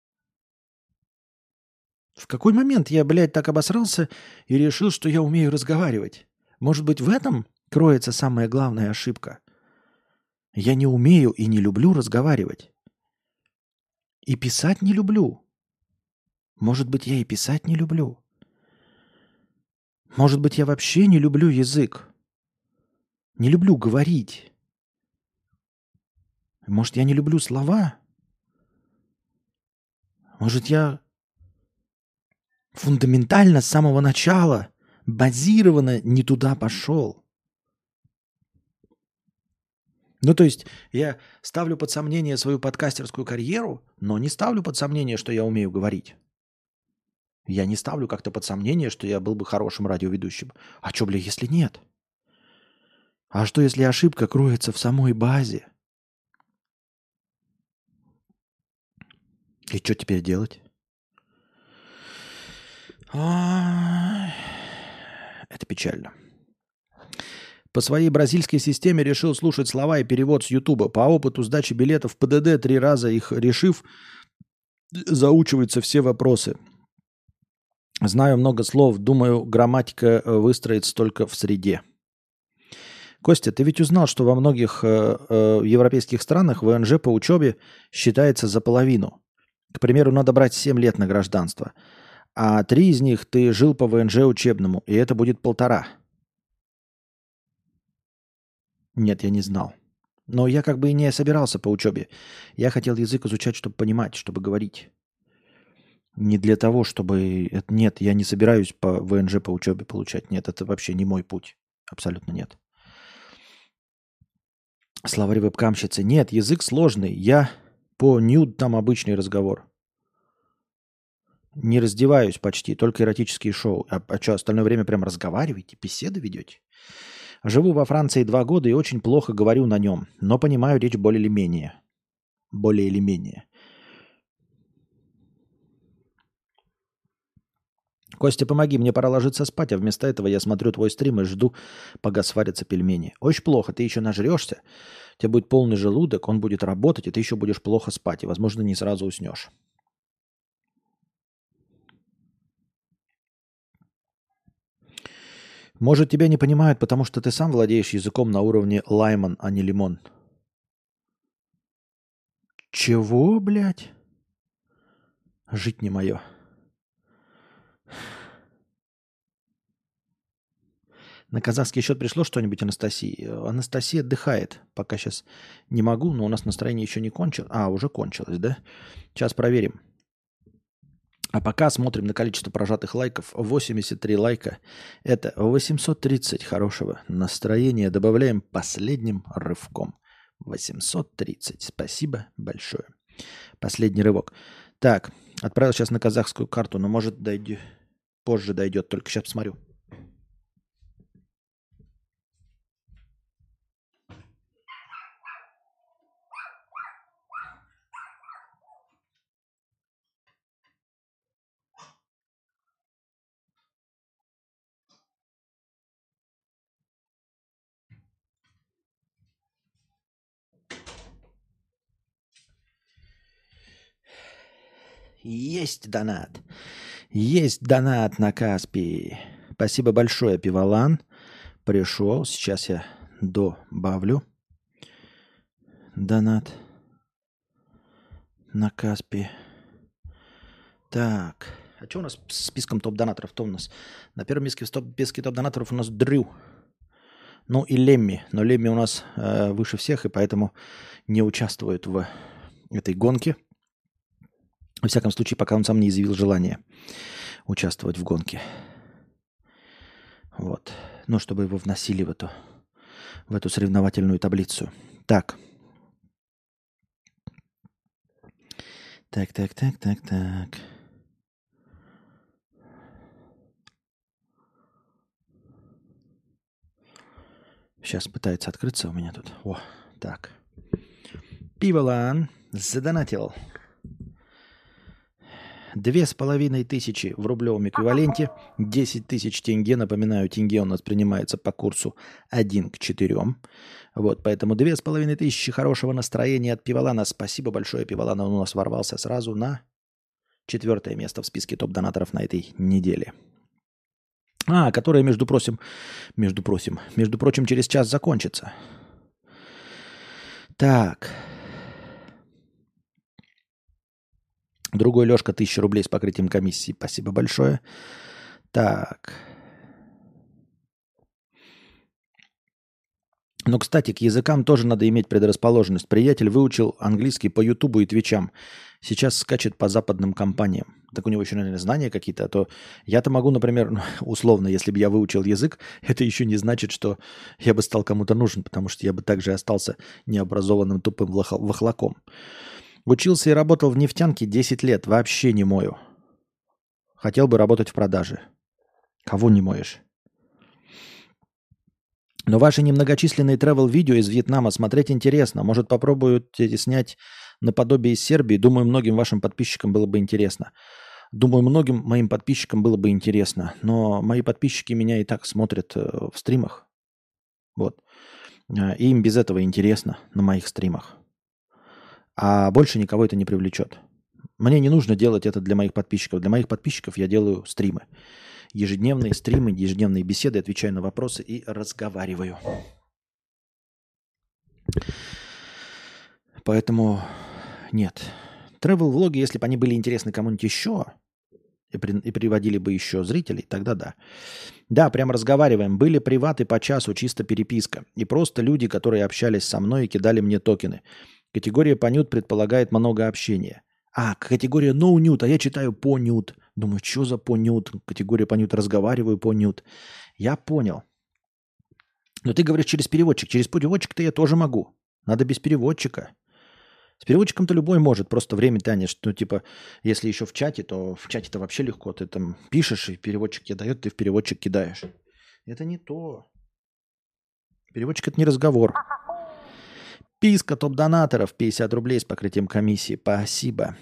В какой момент я, блядь, так обосрался и решил, что я умею разговаривать? Может быть, в этом кроется самая главная ошибка? Я не умею и не люблю разговаривать. И писать не люблю. Может быть, я и писать не люблю. Может быть, я вообще не люблю язык. Не люблю говорить. Может, я не люблю слова? Может, я фундаментально с самого начала, базированно не туда пошел? Ну, то есть я ставлю под сомнение свою подкастерскую карьеру, но не ставлю под сомнение, что я умею говорить. Я не ставлю как-то под сомнение, что я был бы хорошим радиоведущим. А что, бля, если нет? А что, если ошибка кроется в самой базе? И что теперь делать? Ай, это печально. По своей бразильской системе решил слушать слова и перевод с Ютуба. По опыту сдачи билетов в ПДД 3 раза их решив, заучиваются все вопросы. Знаю много слов, думаю, грамматика выстроится только в среде. Костя, ты ведь узнал, что во многих европейских странах ВНЖ по учебе считается за половину. К примеру, надо брать 7 лет на гражданство. А 3 из них ты жил по ВНЖ учебному, и это будет 1,5. Нет, я не знал. Но я как бы и не собирался по учебе. Я хотел язык изучать, чтобы понимать, чтобы говорить. Не для того, чтобы... Нет, я не собираюсь по ВНЖ по учебе получать. Нет, это вообще не мой путь. Абсолютно нет. Словарь вебкамщицы. Нет, язык сложный. Я по нюд там обычный разговор. Не раздеваюсь почти, только эротические шоу. А что, остальное время прям разговариваете, беседы ведете? Живу во Франции 2 года и очень плохо говорю на нем, но понимаю речь более или менее. Более или менее. Костя, помоги, мне пора ложиться спать, а вместо этого я смотрю твой стрим и жду, пока сварятся пельмени. Очень плохо, ты еще нажрешься, у тебя будет полный желудок, он будет работать, и ты еще будешь плохо спать, и, возможно, не сразу уснешь. Может, тебя не понимают, потому что ты сам владеешь языком на уровне лаймон, а не лимон. Чего, блядь? Жить не мое. На казахский счет пришло что-нибудь Анастасии? Анастасия отдыхает. Пока сейчас не могу, но у нас настроение еще не кончилось. А, уже кончилось, да? Сейчас проверим. А пока смотрим на количество прожатых лайков. 83 лайка. Это 830 хорошего настроения. Добавляем последним рывком. 830. Спасибо большое. Последний рывок. Так, отправил сейчас на казахскую карту, но может позже дойдет. Только сейчас посмотрю. Есть донат. Есть донат на Каспи. Спасибо большое, Пивалан. Пришел. Сейчас я добавлю донат на Каспи. Так. А что у нас с списком топ-донаторов-то у нас? На первом месте в списке топ-донаторов у нас Дрю. Ну и Лемми. Но Лемми у нас выше всех, и поэтому не участвует в этой гонке. Во всяком случае, пока он сам не изъявил желание участвовать в гонке. Вот. Ну, чтобы его вносили в эту соревновательную таблицу. Так. Так. Сейчас пытается открыться у меня тут. О, так. Пиволан задонатил 2500 в рублевом эквиваленте, 10 тысяч тенге. Напоминаю, тенге у нас принимается по курсу 1:4. Вот, поэтому 2500 хорошего настроения от Пиволана. Спасибо большое, Пиволан. Он у нас ворвался сразу на 4 место в списке топ-донаторов на этой неделе. Которая, между прочим, через час закончится. Так. Другой Лешка 1000 рублей с покрытием комиссии. Спасибо большое. Так. Ну, кстати, к языкам тоже надо иметь предрасположенность. Приятель выучил английский по Ютубу и Твичам. Сейчас скачет по западным компаниям. Так у него еще, наверное, знания какие-то. А то я-то могу, например, условно, если бы я выучил язык, это еще не значит, что я бы стал кому-то нужен, потому что я бы также остался необразованным тупым вахлаком. Учился и работал в нефтянке 10 лет. Вообще не мою. Хотел бы работать в продаже. Кого не моешь? Но ваши немногочисленные travel-видео из Вьетнама смотреть интересно. Может, попробуете снять наподобие из Сербии. Думаю, многим вашим подписчикам было бы интересно. Думаю, многим моим подписчикам было бы интересно. Но мои подписчики меня и так смотрят в стримах. Вот. И им без этого интересно на моих стримах. А больше никого это не привлечет. Мне не нужно делать это для моих подписчиков. Для моих подписчиков я делаю стримы. Ежедневные стримы, ежедневные беседы, отвечаю на вопросы и разговариваю. Поэтому нет. Travel-влоги, если бы они были интересны кому-нибудь еще и приводили бы еще зрителей, тогда да. Да, прям разговариваем. Были приваты по часу, чисто переписка. И просто люди, которые общались со мной и кидали мне токены. Категория понют предполагает много общения. А, категория no nude, а я читаю по nude. Думаю, что за по nude? Категория по nude, разговариваю по nude. Я понял. Но ты говоришь через переводчик. Через переводчик-то я тоже могу. Надо без переводчика. С переводчиком-то любой может, просто время тянешь. Ну, типа, если еще в чате, то в чате-то вообще легко. Ты там пишешь, и переводчик тебе дает, ты в переводчик кидаешь. Это не то. Переводчик – это не разговор. Писка топ-донаторов, 50 рублей с покрытием комиссии. Спасибо.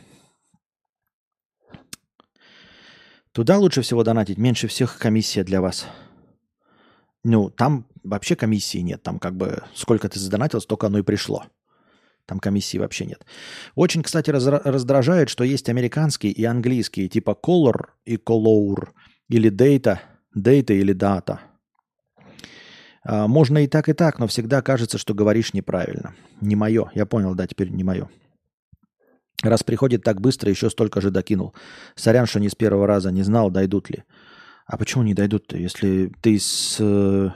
Туда лучше всего донатить, меньше всех комиссия для вас. Ну, там вообще комиссии нет. Там как бы сколько ты задонатил, столько оно и пришло. Там комиссии вообще нет. Очень, кстати, раздражает, что есть американские и английские, типа color и color, или data или data. Можно и так, но всегда кажется, что говоришь неправильно. Не мое. Я понял, да, теперь не мое. Раз приходит так быстро, еще столько же докинул. Сорян, что не с первого раза не знал, дойдут ли. А почему не дойдут-то, если ты с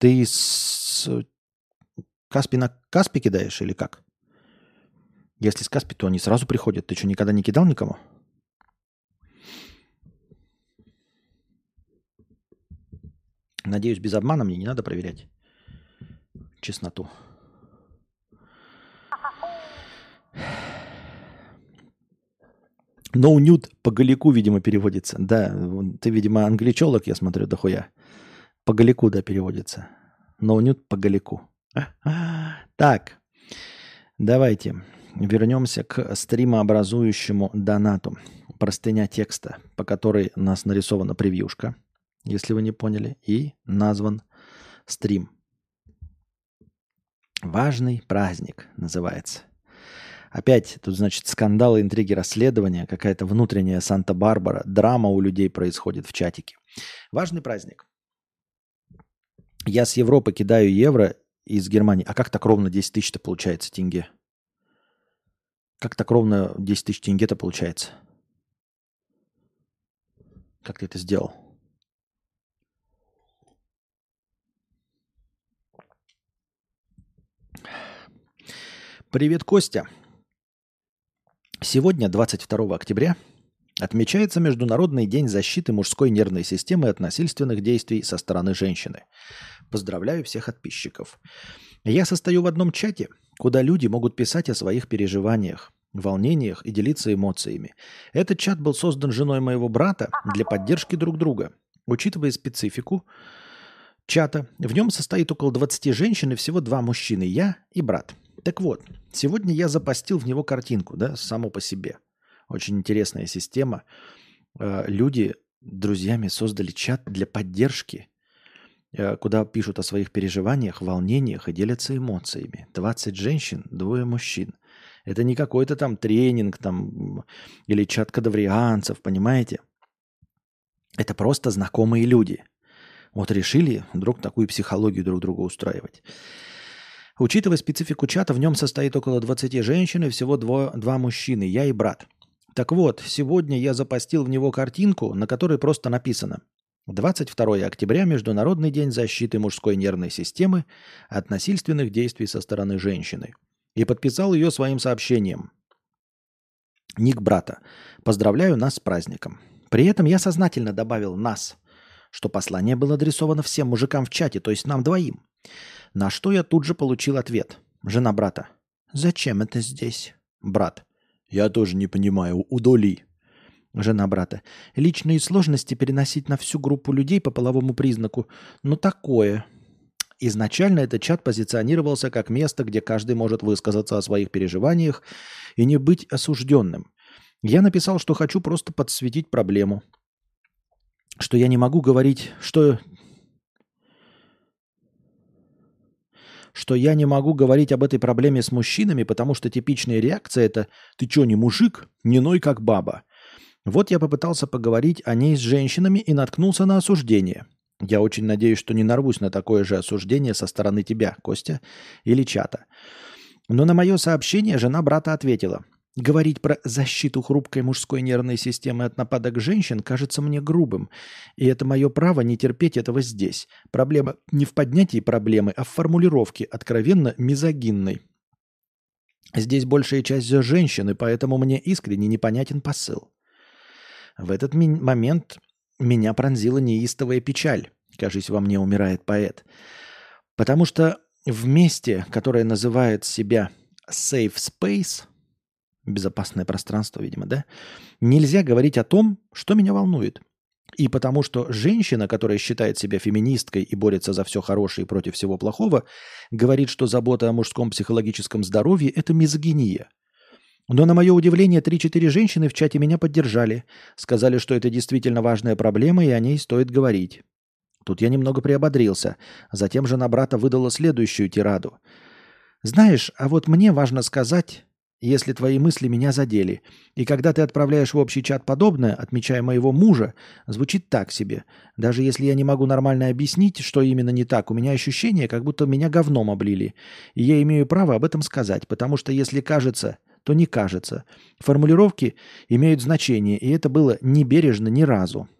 Каспи на Каспи кидаешь или как? Если с Каспи, то они сразу приходят. Ты что, никогда не кидал никому? Надеюсь, без обмана мне не надо проверять честноту. No nude по галику, видимо, переводится. Да, ты, видимо, англичолог, я смотрю, дохуя. По галику, да, переводится. No nude по галику. Так, давайте вернемся к стримообразующему донату. Простыня текста, по которой у нас нарисована превьюшка, если вы не поняли, и назван стрим. Важный праздник называется. Опять тут, значит, скандалы, интриги, расследования, какая-то внутренняя Санта-Барбара, драма у людей происходит в чатике. Важный праздник. Я с Европы кидаю евро из Германии. А как так ровно 10 тысяч-то получается тенге? Как так ровно 10 тысяч тенге-то получается? Как ты это сделал? Привет, Костя. Сегодня, 22 октября, отмечается Международный день защиты мужской нервной системы от насильственных действий со стороны женщины. Поздравляю всех подписчиков. Я состою в одном чате, куда люди могут писать о своих переживаниях, волнениях и делиться эмоциями. Этот чат был создан женой моего брата для поддержки друг друга. Учитывая специфику чата, в нем состоит около 20 женщин и всего 2 мужчины, я и брат. Так вот, сегодня я запостил в него картинку, да, само по себе. Очень интересная система. Люди друзьями создали чат для поддержки, куда пишут о своих переживаниях, волнениях и делятся эмоциями. 20 женщин, 2 мужчин. Это не какой-то там тренинг там, или чат кадаврианцев, понимаете? Это просто знакомые люди. Вот решили вдруг такую психологию друг другу устраивать. Учитывая специфику чата, в нем состоит около 20 женщин и всего 2 мужчины, я и брат. Так вот, сегодня я запостил в него картинку, на которой просто написано: 22 октября – Международный день защиты мужской нервной системы от насильственных действий со стороны женщины. И подписал ее своим сообщением. Ник брата. Поздравляю нас с праздником. При этом я сознательно добавил «нас», что послание было адресовано всем мужикам в чате, то есть нам двоим. На что я тут же получил ответ. Жена брата. «Зачем это здесь?» Брат. «Я тоже не понимаю. Удали». Жена брата. «Личные сложности переносить на всю группу людей по половому признаку. Ну такое». Изначально этот чат позиционировался как место, где каждый может высказаться о своих переживаниях и не быть осужденным. Я написал, что хочу просто подсветить проблему. Что я не могу говорить, что я не могу говорить об этой проблеме с мужчинами, потому что типичная реакция – это «ты чё, не мужик? Не ной, как баба». Вот я попытался поговорить о ней с женщинами и наткнулся на осуждение. Я очень надеюсь, что не нарвусь на такое же осуждение со стороны тебя, Костя, или чата. Но на мое сообщение жена брата ответила: «Говорить про защиту хрупкой мужской нервной системы от нападок женщин кажется мне грубым, и это мое право не терпеть этого здесь. Проблема не в поднятии проблемы, а в формулировке, откровенно мизогинной. Здесь большая часть женщин, и поэтому мне искренне непонятен посыл». В этот момент меня пронзила неистовая печаль. Кажись, во мне умирает поэт. Потому что в месте, которое называет себя safe space, безопасное пространство, видимо, да, нельзя говорить о том, что меня волнует. И потому что женщина, которая считает себя феминисткой и борется за все хорошее и против всего плохого, говорит, что забота о мужском психологическом здоровье – это мизогиния. Но на мое удивление 3-4 женщины в чате меня поддержали. Сказали, что это действительно важная проблема и о ней стоит говорить. Тут я немного приободрился. Затем жена брата выдала следующую тираду. «Знаешь, а вот мне важно сказать, если твои мысли меня задели. И когда ты отправляешь в общий чат подобное, отмечая моего мужа, звучит так себе. Даже если я не могу нормально объяснить, что именно не так, у меня ощущение, как будто меня говном облили. И я имею право об этом сказать, потому что если кажется, то не кажется. Формулировки имеют значение, и это было не бережно ни разу.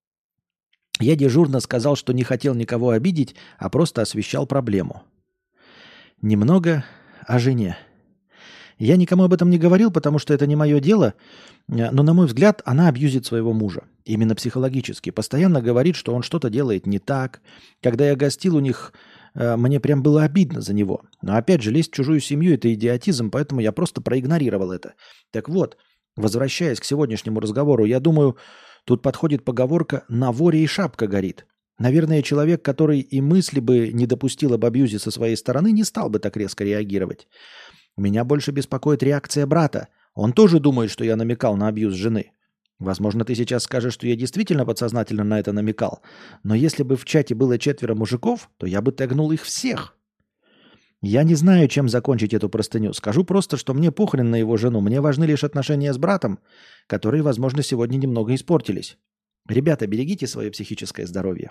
Я дежурно сказал, что не хотел никого обидеть, а просто освещал проблему. Немного о жене. Я никому об этом не говорил, потому что это не мое дело, но, на мой взгляд, она абьюзит своего мужа. Именно психологически. Постоянно говорит, что он что-то делает не так. Когда я гостил у них, мне прям было обидно за него. Но опять же, лезть в чужую семью – это идиотизм, поэтому я просто проигнорировал это. Так вот, возвращаясь к сегодняшнему разговору, я думаю, тут подходит поговорка «на воре и шапка горит». Наверное, человек, который и мысли бы не допустил об абьюзе со своей стороны, не стал бы так резко реагировать. Меня больше беспокоит реакция брата. Он тоже думает, что я намекал на абьюз жены. Возможно, ты сейчас скажешь, что я действительно подсознательно на это намекал. Но если бы в чате было 4 мужиков, то я бы тегнул их всех. Я не знаю, чем закончить эту простыню. Скажу просто, что мне похрен на его жену. Мне важны лишь отношения с братом, которые, возможно, сегодня немного испортились. Ребята, берегите свое психическое здоровье.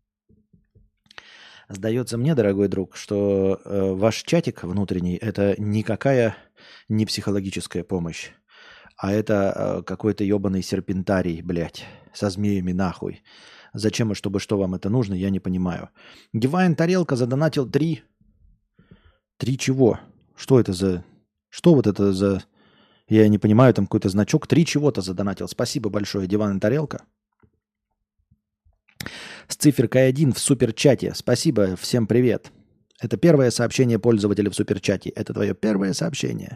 Сдается мне, дорогой друг, что ваш чатик внутренний – это никакая не психологическая помощь, а это какой-то ебаный серпентарий, блядь, со змеями нахуй. Зачем и чтобы что вам это нужно, я не понимаю. Divine Тарелка задонатил 3. 3 чего? Что это за... Что вот это за... Я не понимаю, там какой-то значок. 3 чего-то задонатил. Спасибо большое, Divine Тарелка. С циферкой 1 в суперчате. Спасибо, всем привет. Это первое сообщение пользователя в суперчате. Это твое первое сообщение.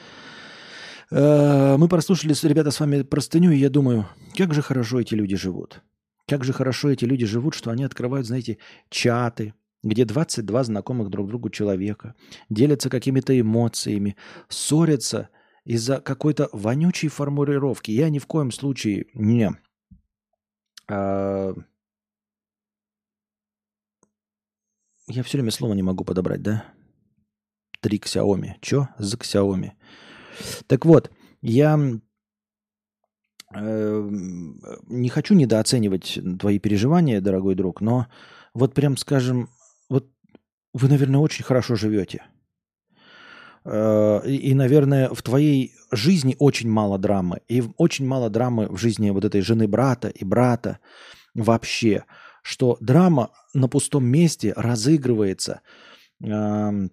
Мы прослушали, ребята, с вами простыню, и я думаю, как же хорошо эти люди живут. Как же хорошо эти люди живут, что они открывают, знаете, чаты, где 22 знакомых друг другу человека, делятся какими-то эмоциями, ссорятся из-за какой-то вонючей формулировки. Я ни в коем случае не... Я все время слово не могу подобрать, да? 3 Xiaomi. Чё за Xiaomi? Так вот, я не хочу недооценивать твои переживания, дорогой друг, но вот прям скажем, вот вы, наверное, очень хорошо живете. наверное, в твоей жизни очень мало драмы. И очень мало драмы в жизни вот этой жены брата и брата вообще. Что драма на пустом месте разыгрывается на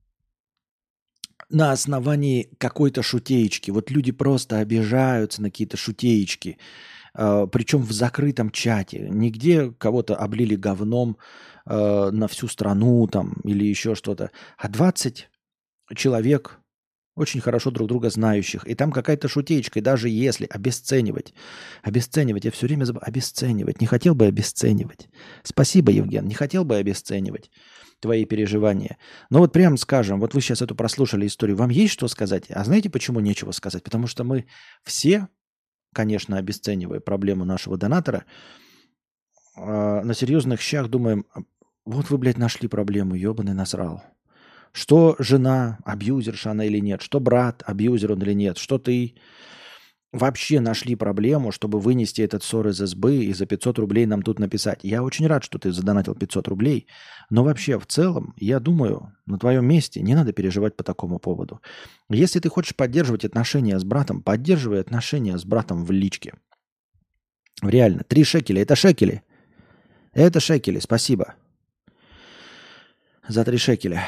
основании какой-то шутеечки. Вот люди просто обижаются на какие-то шутеечки. Причем в закрытом чате. Нигде кого-то облили говном на всю страну там или еще что-то. А 20 человек, очень хорошо друг друга знающих, и там какая-то шутеечка, и даже если обесценивать, я все время забываю, обесценивать, не хотел бы обесценивать. Спасибо, Евген, не хотел бы обесценивать твои переживания. Но вот прямо скажем, вот вы сейчас эту прослушали историю, вам есть что сказать? А знаете, почему нечего сказать? Потому что мы все, конечно, обесценивая проблему нашего донатора, на серьезных щах думаем, вот вы, блядь, нашли проблему, ебаный насрал. Что жена, абьюзерша она или нет, что брат, абьюзер он или нет, что ты вообще нашли проблему, чтобы вынести этот ссор из СБ и за 500 рублей нам тут написать. Я очень рад, что ты задонатил 500 рублей, но вообще в целом, я думаю, на твоем месте не надо переживать по такому поводу. Если ты хочешь поддерживать отношения с братом, поддерживай отношения с братом в личке. Реально, 3 шекеля, это шекели. Это шекели, спасибо. За 3 шекеля.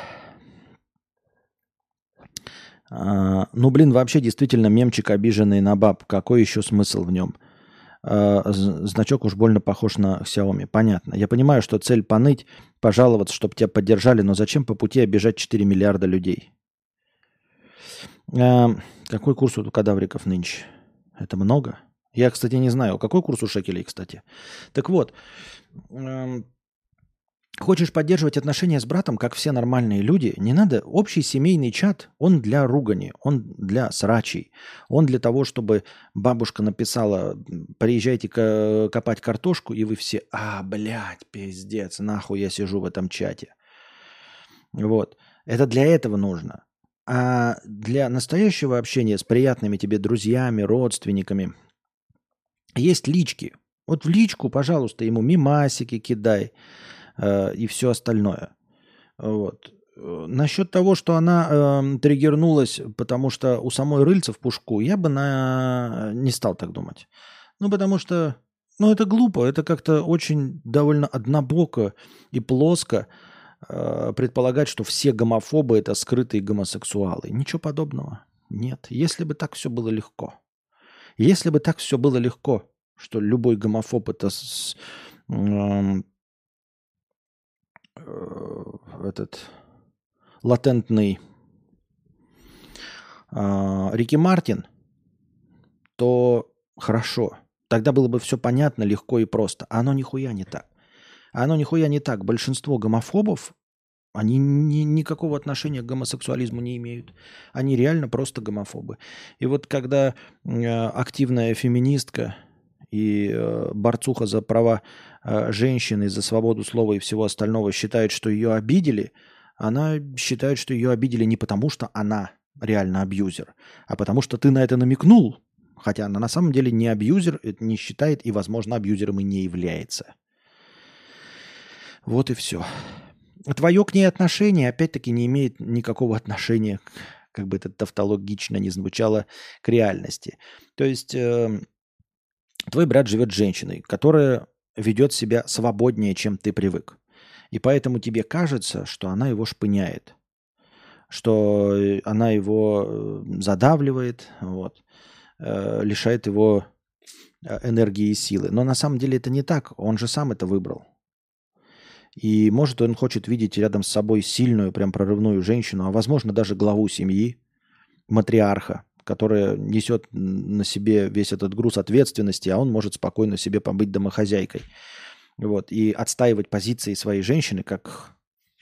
Ну, блин, вообще действительно мемчик, обиженный на баб. Какой еще смысл в нем? Значок уж больно похож на Xiaomi. Понятно. Я понимаю, что цель поныть, пожаловаться, чтобы тебя поддержали, но зачем по пути обижать 4 миллиарда людей? Какой курс у кадавриков нынче? Это много? Я, кстати, не знаю. Какой курс у шекелей, кстати? Так вот, хочешь поддерживать отношения с братом, как все нормальные люди, не надо. Общий семейный чат, он для ругани, он для срачей, он для того, чтобы бабушка написала, приезжайте копать картошку, и вы все, блядь, пиздец, нахуй я сижу в этом чате. Вот. Это для этого нужно. А для настоящего общения с приятными тебе друзьями, родственниками есть лички. Вот в личку, пожалуйста, ему мимасики кидай, и все остальное. Вот. Насчет того, что она триггернулась, потому что у самой рыльца в пушку, я бы не стал так думать. Ну, потому что это глупо, это как-то очень довольно однобоко и плоско предполагать, что все гомофобы – это скрытые гомосексуалы. Ничего подобного. Нет. Если бы так все было легко. Если бы так все было легко, что любой гомофоб – это этот латентный Рики Мартин, то хорошо. Тогда было бы все понятно, легко и просто. А оно нихуя не так. Большинство гомофобов, они никакого отношения к гомосексуализму не имеют. Они реально просто гомофобы. И вот когда активная феминистка и борцуха за права женщины, за свободу слова и всего остального считает, что ее обидели, она считает, что ее обидели не потому, что она реально абьюзер, а потому что ты на это намекнул, хотя она на самом деле не абьюзер, это не считает и, возможно, абьюзером и не является. Вот и все. Твое к ней отношение, опять-таки, не имеет никакого отношения, как бы это тавтологично не звучало, к реальности. То есть твой брат живет с женщиной, которая ведет себя свободнее, чем ты привык. И поэтому тебе кажется, что она его шпыняет, что она его задавливает, лишает его энергии и силы. Но на самом деле это не так, он же сам это выбрал. И может он хочет видеть рядом с собой сильную, прям прорывную женщину, а возможно даже главу семьи, матриарха, которая несет на себе весь этот груз ответственности, а он может спокойно себе побыть домохозяйкой. Вот, и отстаивать позиции своей женщины как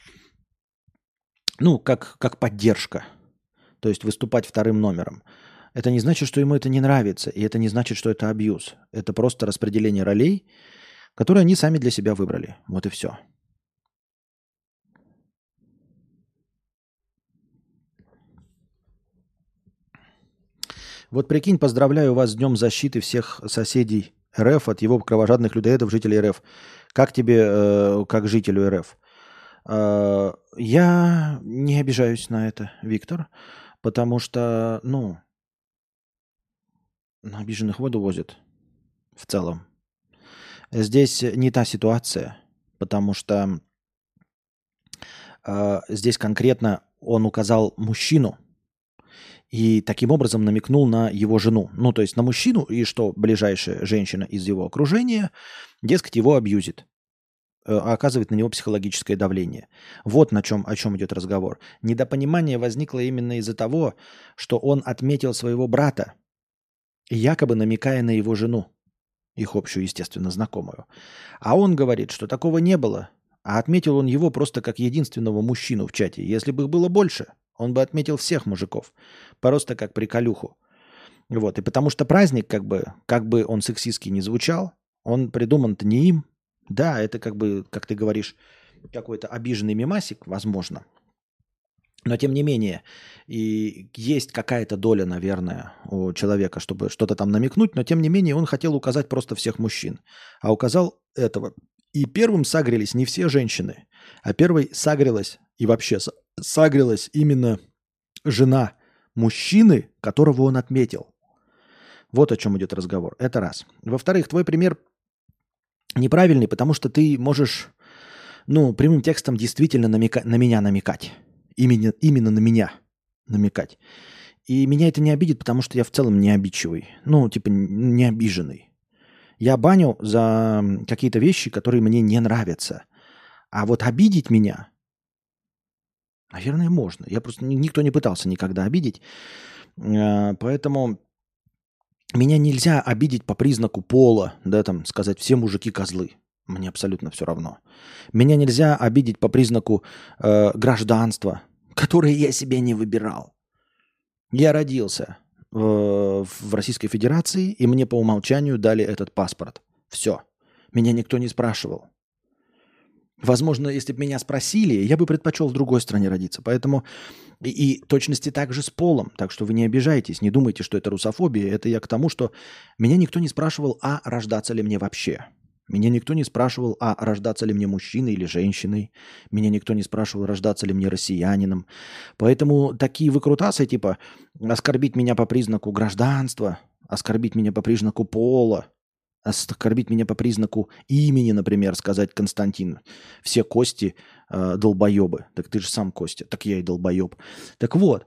поддержка. То есть выступать вторым номером. Это не значит, что ему это не нравится, и это не значит, что это абьюз. Это просто распределение ролей, которые они сами для себя выбрали. Вот и все. Вот прикинь, поздравляю вас с Днем защиты всех соседей РФ от его кровожадных людоедов, жителей РФ. Как тебе, как жителю РФ? Я не обижаюсь на это, Виктор, потому что, ну, на обиженных воду возят в целом. Здесь не та ситуация, потому что здесь конкретно он указал мужчину и таким образом намекнул на его жену. Ну, то есть на мужчину, и что ближайшая женщина из его окружения, дескать, его абьюзит, оказывает на него психологическое давление. Вот о чем идет разговор. Недопонимание возникло именно из-за того, что он отметил своего брата, якобы намекая на его жену, их общую, естественно, знакомую. А он говорит, что такого не было, а отметил он его просто как единственного мужчину в чате. Если бы их было больше, он бы отметил всех мужиков, просто как приколюху. Вот. И потому что праздник, как бы он сексистски не звучал, он придуман-то не им. Да, это как бы, как ты говоришь, какой-то обиженный мемасик, возможно. Но тем не менее, и есть какая-то доля, наверное, у человека, чтобы что-то там намекнуть, но тем не менее он хотел указать просто всех мужчин. А указал этого. И первым сагрились не все женщины, а первой сагрилась и вообще сагрилась именно жена мужчины, которого он отметил. Вот о чем идет разговор. Это раз. Во-вторых, твой пример неправильный, потому что ты можешь, ну, прямым текстом действительно на меня намекать. Именно на меня намекать. И меня это не обидит, потому что я в целом не обидчивый. Ну, типа, не обиженный. Я баню за какие-то вещи, которые мне не нравятся. А вот обидеть меня, наверное, можно. Я просто никто не пытался никогда обидеть. Поэтому меня нельзя обидеть по признаку пола, да, там, сказать, все мужики козлы. Мне абсолютно все равно. Меня нельзя обидеть по признаку гражданства, которое я себе не выбирал. Я родился в Российской Федерации, и мне по умолчанию дали этот паспорт. Все. Меня никто не спрашивал. Возможно, если бы меня спросили, я бы предпочел в другой стране родиться. Поэтому и точности так же с полом. Так что вы не обижайтесь, не думайте, что это русофобия. Это я к тому, что меня никто не спрашивал, а рождаться ли мне вообще. Меня никто не спрашивал, а рождаться ли мне мужчиной или женщиной. Меня никто не спрашивал, рождаться ли мне россиянином. Поэтому такие выкрутасы, типа оскорбить меня по признаку гражданства, оскорбить меня по признаку пола, оскорбить меня по признаку имени, например, сказать Константин. Все Кости долбоебы. Так ты же сам Костя. Так я и долбоеб. Так вот.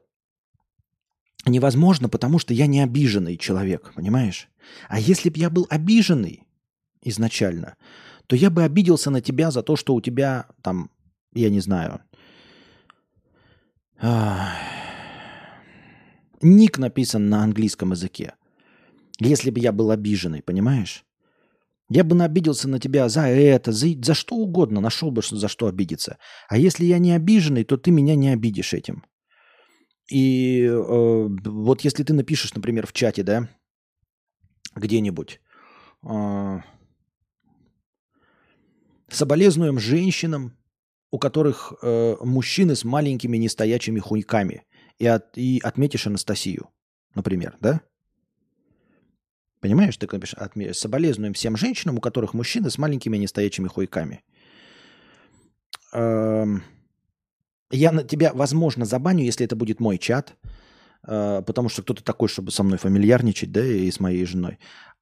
Невозможно, потому что я не обиженный человек, понимаешь? А если бы я был обиженный изначально, то я бы обиделся на тебя за то, что у тебя там, я не знаю, ник написан на английском языке. Если бы я был обиженный, понимаешь? Я бы обиделся на тебя за это, за что угодно, нашел бы, за что обидеться. А если я не обиженный, то ты меня не обидишь этим. И вот если ты напишешь, например, в чате, да, где-нибудь, соболезнуем женщинам, у которых мужчины с маленькими нестоячими хуйками, и отметишь Анастасию, например, да? Понимаешь, ты напишешь, соболезнуем всем женщинам, у которых мужчины с маленькими нестоячими хуйками. Я на тебя, возможно, забаню, если это будет мой чат, потому что кто-то такой, чтобы со мной фамильярничать, да, и с моей женой.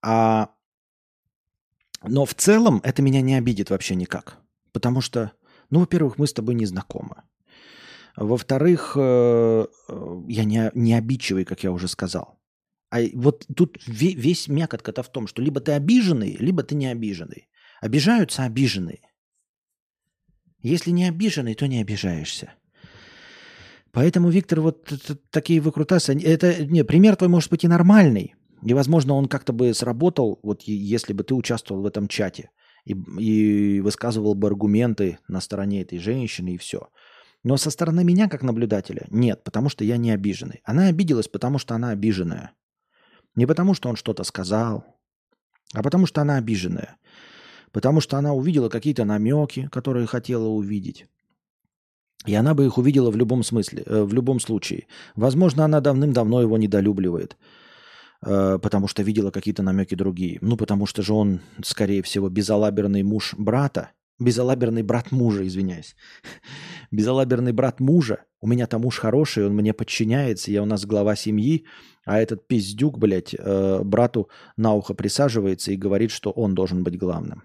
Но в целом это меня не обидит вообще никак. Потому что, ну, во-первых, мы с тобой не знакомы. Во-вторых, я не обидчивый, как я уже сказал. А вот тут весь мякотка-то в том, что либо ты обиженный, либо ты не обиженный. Обижаются обиженные. Если не обиженный, то не обижаешься. Поэтому, Виктор, вот такие выкрутасы, пример твой может быть и нормальный. И, возможно, он как-то бы сработал, вот если бы ты участвовал в этом чате и высказывал бы аргументы на стороне этой женщины и все. Но со стороны меня, как наблюдателя, нет, потому что я не обиженный. Она обиделась, потому что она обиженная. Не потому, что он что-то сказал, а потому, что она обиженная. Потому что она увидела какие-то намеки, которые хотела увидеть. И она бы их увидела в любом смысле, в любом случае. Возможно, она давным-давно его недолюбливает, потому что видела какие-то намеки другие. Ну, потому что же он, скорее всего, безалаберный муж брата, безалаберный брат мужа, извиняюсь. Безалаберный брат мужа. У меня-то муж хороший, он мне подчиняется, я у нас глава семьи, а этот пиздюк, блядь, брату на ухо присаживается и говорит, что он должен быть главным.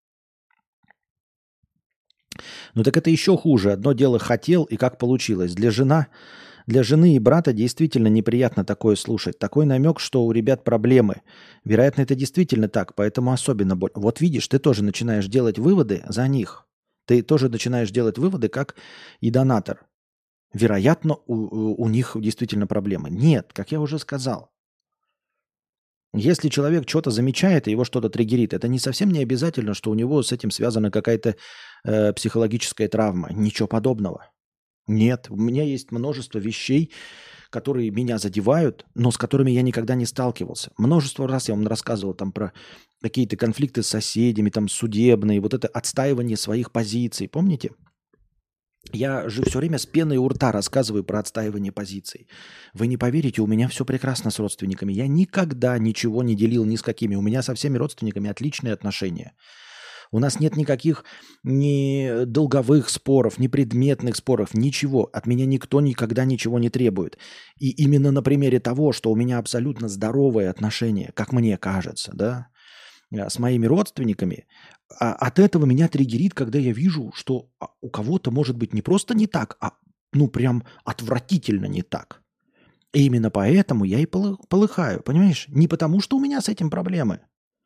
Ну так это еще хуже. Одно дело хотел и как получилось. Для жены и брата действительно неприятно такое слушать. Такой намек, что у ребят проблемы. Вероятно, это действительно так, поэтому особенно больно. Вот видишь, ты тоже начинаешь делать выводы за них. Ты тоже начинаешь делать выводы как и донатор. Вероятно, у них действительно проблемы. Нет, как я уже сказал. Если человек что-то замечает и его что-то триггерит, это не совсем не обязательно, что у него с этим связана какая-то психологическая травма. Ничего подобного. Нет, у меня есть множество вещей, которые меня задевают, но с которыми я никогда не сталкивался. Множество раз я вам рассказывал там про какие-то конфликты с соседями, там судебные, вот это отстаивание своих позиций. Помните? Я же все время с пеной у рта рассказываю про отстаивание позиций. Вы не поверите, у меня все прекрасно с родственниками. Я никогда ничего не делил ни с какими. У меня со всеми родственниками отличные отношения. У нас нет никаких ни долговых споров, ни предметных споров, ничего. От меня никто никогда ничего не требует. И именно на примере того, что у меня абсолютно здоровые отношения, как мне кажется, да, с моими родственниками, от этого меня триггерит, когда я вижу, что у кого-то может быть не просто не так, а ну прям отвратительно не так. И именно поэтому я и полыхаю, понимаешь? Не потому, что у меня с этим проблемы.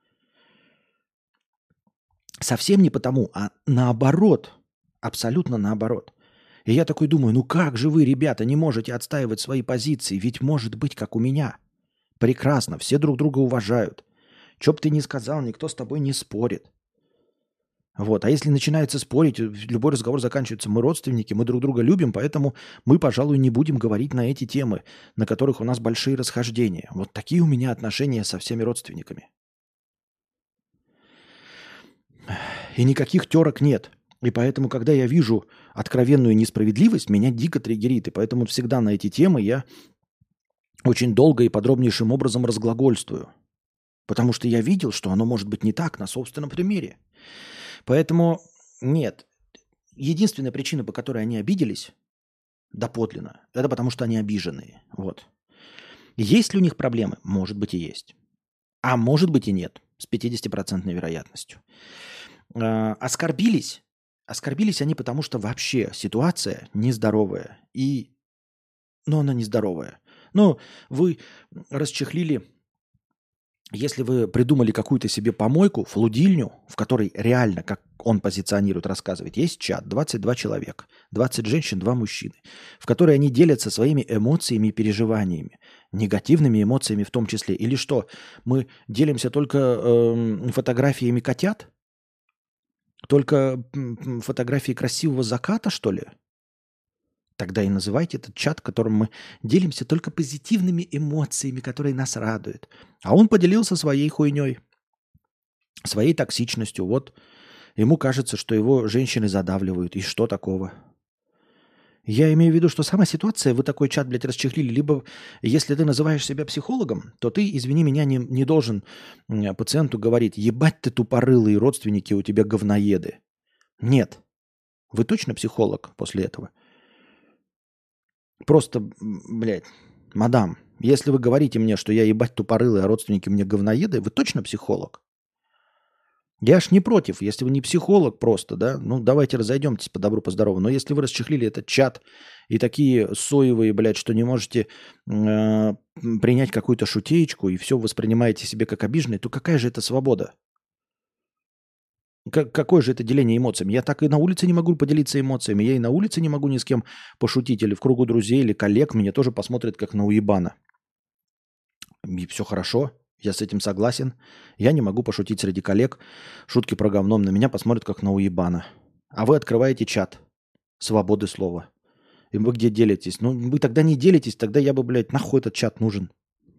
Совсем не потому, а наоборот. Абсолютно наоборот. И я такой думаю, ну как же вы, ребята, не можете отстаивать свои позиции? Ведь может быть, как у меня. Прекрасно, все друг друга уважают. Что бы ты ни сказал, никто с тобой не спорит. Вот. А если начинается спорить, любой разговор заканчивается, мы родственники, мы друг друга любим, поэтому мы, пожалуй, не будем говорить на эти темы, на которых у нас большие расхождения. Вот такие у меня отношения со всеми родственниками. И никаких терок нет. И поэтому, когда я вижу откровенную несправедливость, меня дико триггерит. И поэтому всегда на эти темы я очень долго и подробнейшим образом разглагольствую. Потому что я видел, что оно может быть не так на собственном примере. Поэтому нет. Единственная причина, по которой они обиделись, доподлинно, это потому что они обиженные. Вот. Есть ли у них проблемы? Может быть и есть. А может быть и нет. С 50% вероятностью. Оскорбились? Оскорбились они потому, что вообще ситуация нездоровая. Но она нездоровая. Ну, вы расчехлили. Если вы придумали какую-то себе помойку, флудильню, в которой реально, как он позиционирует, рассказывает, есть чат, 22 человека, 20 женщин, 2 мужчины, в которой они делятся своими эмоциями и переживаниями, негативными эмоциями в том числе. Или что, мы делимся только фотографиями котят? Только фотографии красивого заката, что ли? Тогда и называйте этот чат, в котором мы делимся только позитивными эмоциями, которые нас радуют. А он поделился своей хуйней, своей токсичностью. Вот ему кажется, что его женщины задавливают. И что такого? Я имею в виду, что сама ситуация, вы такой чат, блядь, расчехлили. Либо если ты называешь себя психологом, то ты, извини меня, не должен пациенту говорить, ебать ты тупорылые родственники, у тебя говноеды. Нет. Вы точно психолог после этого? Просто, блядь, мадам, если вы говорите мне, что я ебать тупорылый, а родственники мне говноеды, вы точно психолог? Я ж не против, если вы не психолог просто, да, ну давайте разойдемтесь по добру, по здорову. Но если вы расчехлили этот чат и такие соевые, блядь, что не можете принять какую-то шутеечку и все воспринимаете себе как обиженное, то какая же это свобода? Какое же это деление эмоциями? Я так и на улице не могу поделиться эмоциями. Я и на улице не могу ни с кем пошутить. Или в кругу друзей, или коллег. Меня тоже посмотрят как на уебана. И все хорошо. Я с этим согласен. Я не могу пошутить среди коллег. Шутки про говно на меня посмотрят как на уебана. А вы открываете чат. Свободы слова. И вы где делитесь? Ну, вы тогда не делитесь. Тогда я бы, блядь, нахуй этот чат нужен?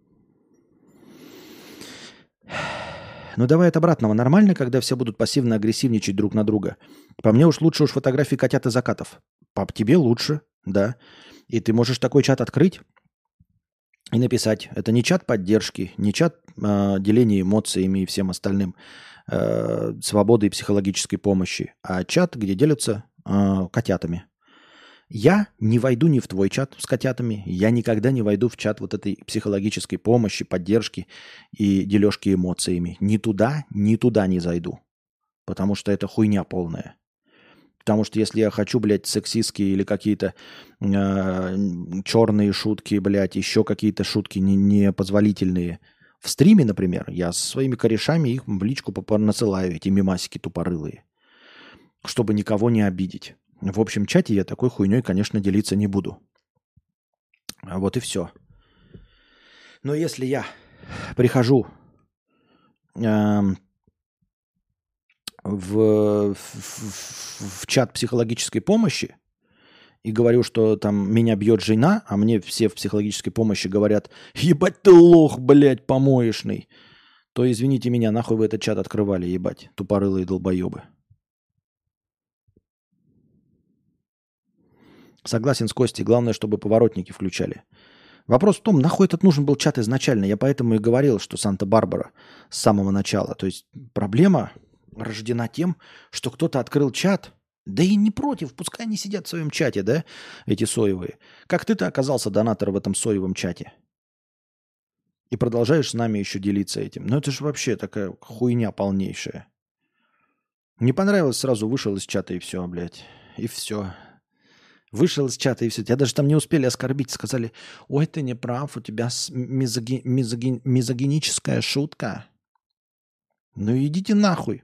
Ну давай от обратного. Нормально, когда все будут пассивно-агрессивничать друг на друга? По мне уж лучше фотографии котят и закатов. По тебе лучше, да. И ты можешь такой чат открыть и написать. Это не чат поддержки, не чат деления эмоциями и всем остальным. свободы и психологической помощи, а чат, где делятся котятами. Я не войду ни в твой чат с котятами, я никогда не войду в чат вот этой психологической помощи, поддержки и дележки эмоциями. Ни туда не зайду, потому что это хуйня полная. Потому что если я хочу, блядь, сексистские или какие-то черные шутки, блядь, еще какие-то шутки непозволительные в стриме, например, я со своими корешами их в личку насылаю, эти мемасики тупорылые, чтобы никого не обидеть. В общем чате я такой хуйней, конечно, делиться не буду. Вот и все. Но если я прихожу в чат психологической помощи и говорю, что там меня бьет жена, а мне все в психологической помощи говорят: ебать ты лох, блядь, помоечный, то извините меня, нахуй вы этот чат открывали, ебать, тупорылые долбоебы. Согласен с Костей, главное, чтобы поворотники включали. Вопрос в том, нахуй этот нужен был чат изначально. Я поэтому и говорил, что Санта-Барбара с самого начала. То есть проблема рождена тем, что кто-то открыл чат, да и не против, пускай они сидят в своем чате, да, эти соевые. Как ты-то оказался донатор в этом соевом чате? И продолжаешь с нами еще делиться этим. Ну это же вообще такая хуйня полнейшая. Не понравилось, сразу вышел из чата и все, блядь. И все. Вышел из чата и все. Тебя даже там не успели оскорбить. Сказали: ой, ты не прав, у тебя мизогиническая шутка. Ну идите нахуй.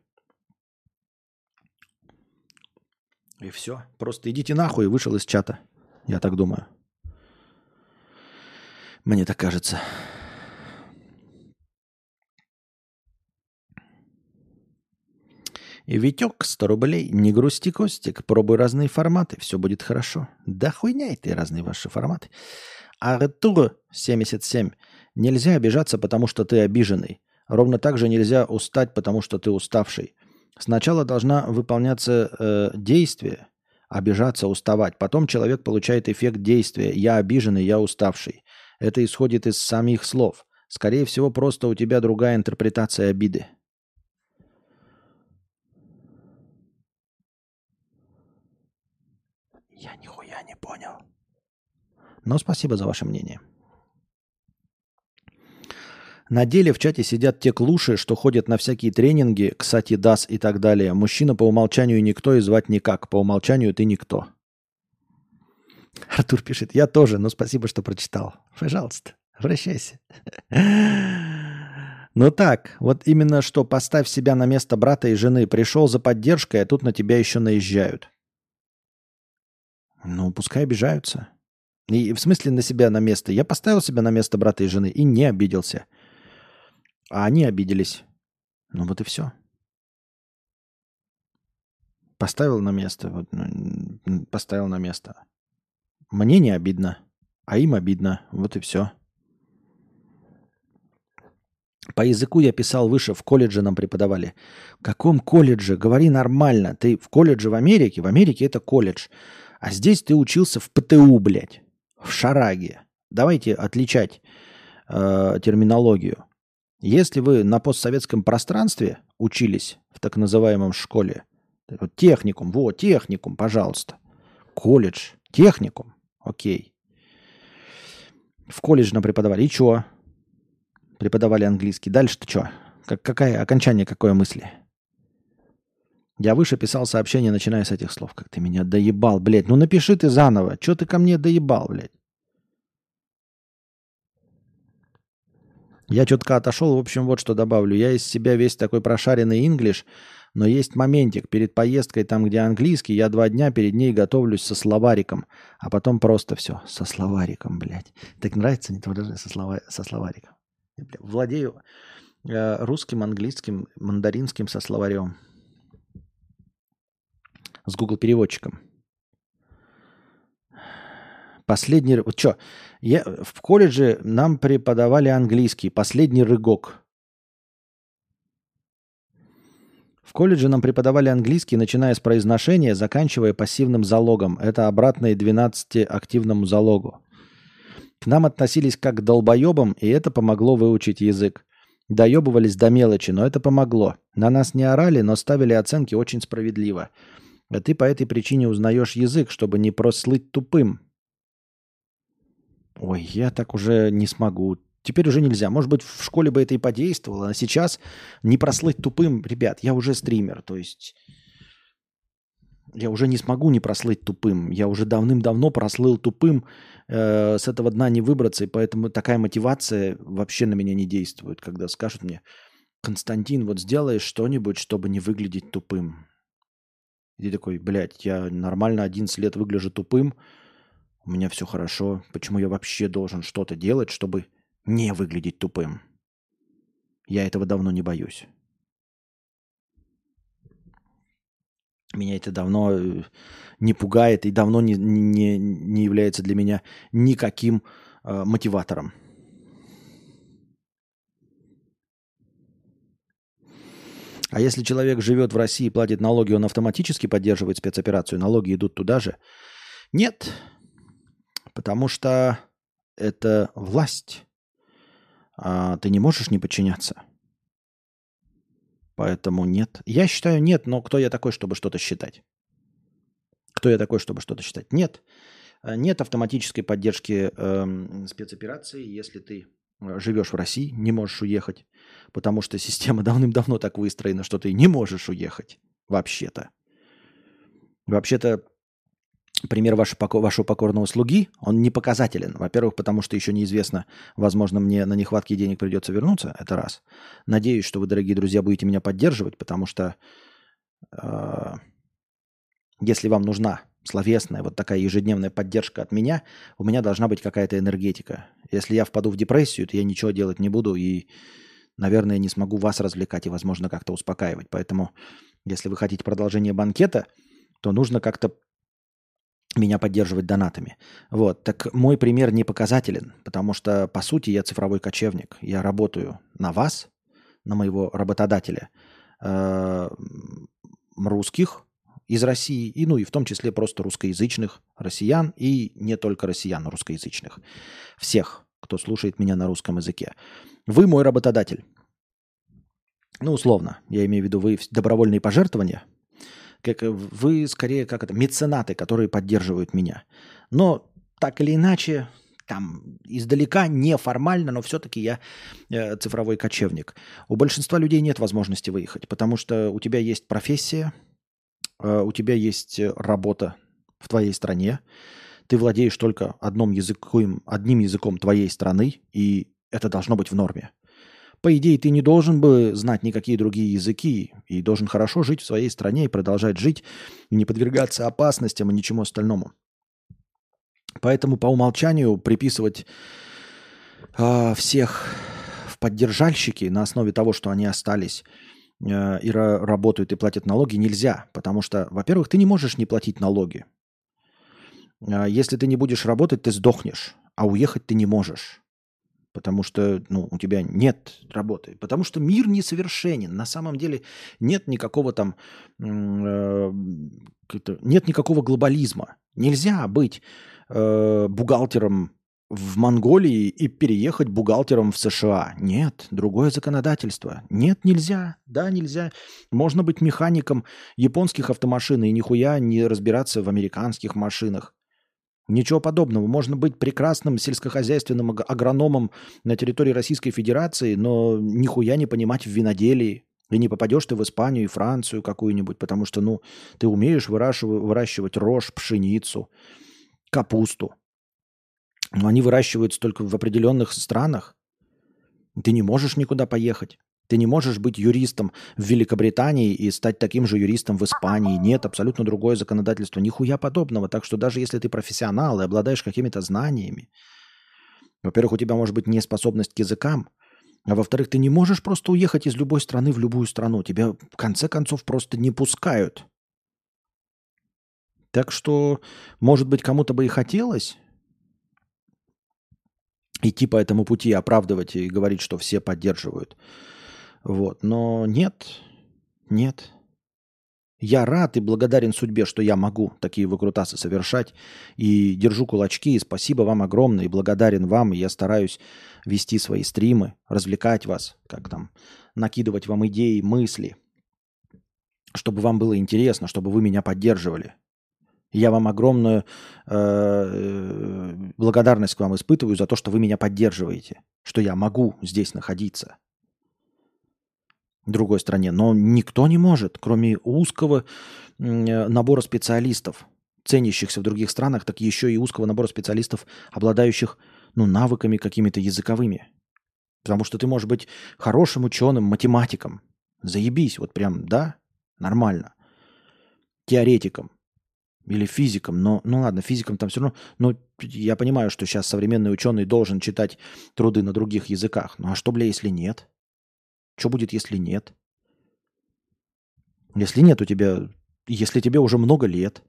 И все. Просто идите нахуй и вышел из чата. Я так думаю. Мне так кажется. И Витек, 100 рублей. Не грусти, Костик. Пробуй разные форматы. Все будет хорошо. Да хуйня ты разные ваши форматы. Артур 77. Нельзя обижаться, потому что ты обиженный. Ровно так же нельзя устать, потому что ты уставший. Сначала должна выполняться действие. Обижаться, уставать. Потом человек получает эффект действия. Я обиженный, я уставший. Это исходит из самих слов. Скорее всего, просто у тебя другая интерпретация обиды. Я нихуя не понял. Но спасибо за ваше мнение. На деле в чате сидят те клуши, что ходят на всякие тренинги, кстати, ДАС и так далее. Мужчина по умолчанию никто и звать никак. По умолчанию ты никто. Артур пишет: я тоже, но спасибо, что прочитал. Пожалуйста, обращайся. Ну так, вот именно что, поставь себя на место брата и жены. Пришел за поддержкой, а тут на тебя еще наезжают. Ну, пускай обижаются. И в смысле на себя на место. Я поставил себя на место брата и жены и не обиделся. А они обиделись. Ну вот и все. Поставил на место. Вот, поставил на место. Мне не обидно, а им обидно. Вот и все. По языку я писал выше, в колледже нам преподавали. В каком колледже? Говори нормально. Ты в колледже в Америке? В Америке это колледж. А здесь ты учился в ПТУ, блядь. В шараге. Давайте отличать терминологию. Если вы на постсоветском пространстве учились в так называемом школе, техникум, вот, техникум, пожалуйста. Колледж, техникум, окей. В колледж нам преподавали. И что? Преподавали английский. Дальше-то что? Какое окончание, какой мысли? Я выше писал сообщение, начиная с этих слов. Как ты меня доебал, блядь. Ну напиши ты заново. Что ты ко мне доебал, блядь? Я четко отошел. В общем, вот что добавлю. Я из себя весь такой прошаренный инглиш, но есть моментик. Перед поездкой там, где английский, я 2 дня перед ней готовлюсь со словариком. А потом просто все. Со словариком, блядь. Так нравится, не выражение со словариком. Я, блядь, владею русским, английским, мандаринским со словарем. С Google переводчиком. Последний... Вот что? В колледже нам преподавали английский. Последний рыгок. В колледже нам преподавали английский, начиная с произношения, заканчивая пассивным залогом. Это обратное 12-активному залогу. К нам относились как к долбоебам, и это помогло выучить язык. Доебывались до мелочи, но это помогло. На нас не орали, но ставили оценки очень справедливо. А ты по этой причине узнаешь язык, чтобы не прослыть тупым. Ой, я так уже не смогу. Теперь уже нельзя. Может быть, в школе бы это и подействовало, а сейчас не прослыть тупым. Ребят, я уже стример, то есть я уже не смогу не прослыть тупым. Я уже давным-давно прослыл тупым, с этого дна не выбраться, и поэтому такая мотивация вообще на меня не действует, когда скажут мне: Константин, вот сделай что-нибудь, чтобы не выглядеть тупым. И ты такой: блядь, я нормально 11 лет выгляжу тупым, у меня все хорошо. Почему я вообще должен что-то делать, чтобы не выглядеть тупым? Я этого давно не боюсь. Меня это давно не пугает и давно не является для меня никаким мотиватором. А если человек живет в России и платит налоги, он автоматически поддерживает спецоперацию? Налоги идут туда же? Нет, потому что это власть. А ты не можешь не подчиняться. Поэтому нет. Я считаю нет, но кто я такой, чтобы что-то считать? Кто я такой, чтобы что-то считать? Нет. Нет автоматической поддержки спецоперации, если ты живешь в России, не можешь уехать, потому что система давным-давно так выстроена, что ты не можешь уехать вообще-то. Вообще-то пример вашего покорного слуги, он не показателен. Во-первых, потому что еще неизвестно, возможно, мне на нехватке денег придется вернуться, это раз. Надеюсь, что вы, дорогие друзья, будете меня поддерживать, потому что если вам нужна словесная вот такая ежедневная поддержка от меня, у меня должна быть какая-то энергетика. Если я впаду в депрессию, то я ничего делать не буду и, наверное, не смогу вас развлекать и, возможно, как-то успокаивать. Поэтому, если вы хотите продолжение банкета, то нужно как-то меня поддерживать донатами. Вот. Так мой пример не показателен, потому что, по сути, я цифровой кочевник. Я работаю на вас, на моего работодателя, русских из России, и, ну и в том числе просто русскоязычных россиян, и не только россиян, но русскоязычных. Всех, кто слушает меня на русском языке. Вы мой работодатель. Ну, условно, я имею в виду, вы добровольные пожертвования, как вы скорее как это, меценаты, которые поддерживают меня. Но так или иначе, там издалека, неформально, но все-таки я цифровой кочевник. У большинства людей нет возможности выехать, потому что у тебя есть профессия, у тебя есть работа в твоей стране, ты владеешь только одним языком твоей страны, и это должно быть в норме. По идее, ты не должен бы знать никакие другие языки и должен хорошо жить в своей стране и продолжать жить, и не подвергаться опасностям и ничему остальному. Поэтому по умолчанию приписывать всех в поддержальщики на основе того, что они остались и работают и платят налоги, нельзя. Потому что, во-первых, ты не можешь не платить налоги. Если ты не будешь работать, ты сдохнешь, а уехать ты не можешь. Потому что у тебя нет работы. Потому что мир несовершенен. На самом деле нет никакого там, нет никакого глобализма. Нельзя быть бухгалтером в Монголии и переехать бухгалтером в США. Нет, другое законодательство. Нет, нельзя. Да, нельзя. Можно быть механиком японских автомашин и нихуя не разбираться в американских машинах. Ничего подобного. Можно быть прекрасным сельскохозяйственным агрономом на территории Российской Федерации, но нихуя не понимать в виноделии. И не попадешь ты в Испанию и Францию какую-нибудь, потому что, ты умеешь выращивать рожь, пшеницу, капусту. Но они выращиваются только в определенных странах. Ты не можешь никуда поехать. Ты не можешь быть юристом в Великобритании и стать таким же юристом в Испании. Нет, абсолютно другое законодательство. Нихуя подобного. Так что даже если ты профессионал и обладаешь какими-то знаниями, во-первых, у тебя может быть неспособность к языкам, а во-вторых, ты не можешь просто уехать из любой страны в любую страну. Тебя в конце концов просто не пускают. Так что, может быть, кому-то бы и хотелось идти по этому пути, оправдывать и говорить, что все поддерживают. Вот. Но нет, нет. Я рад и благодарен судьбе, что я могу такие выкрутасы совершать. И держу кулачки. И спасибо вам огромное. И благодарен вам. И я стараюсь вести свои стримы, развлекать вас, как там, накидывать вам идеи, мысли, чтобы вам было интересно, чтобы вы меня поддерживали. Я вам огромную благодарность к вам испытываю за то, что вы меня поддерживаете, что я могу здесь находиться, в другой стране. Но никто не может, кроме узкого набора специалистов, ценящихся в других странах, так еще и узкого набора специалистов, обладающих навыками какими-то языковыми. Потому что ты можешь быть хорошим ученым, математиком. Заебись, вот прям, да, нормально. Теоретиком. Или физиком, но, ну ладно, физиком там все равно, но я понимаю, что сейчас современный ученый должен читать труды на других языках. Ну а что, бля, если нет? Что будет, если нет? Если нет у тебя, если тебе уже много лет.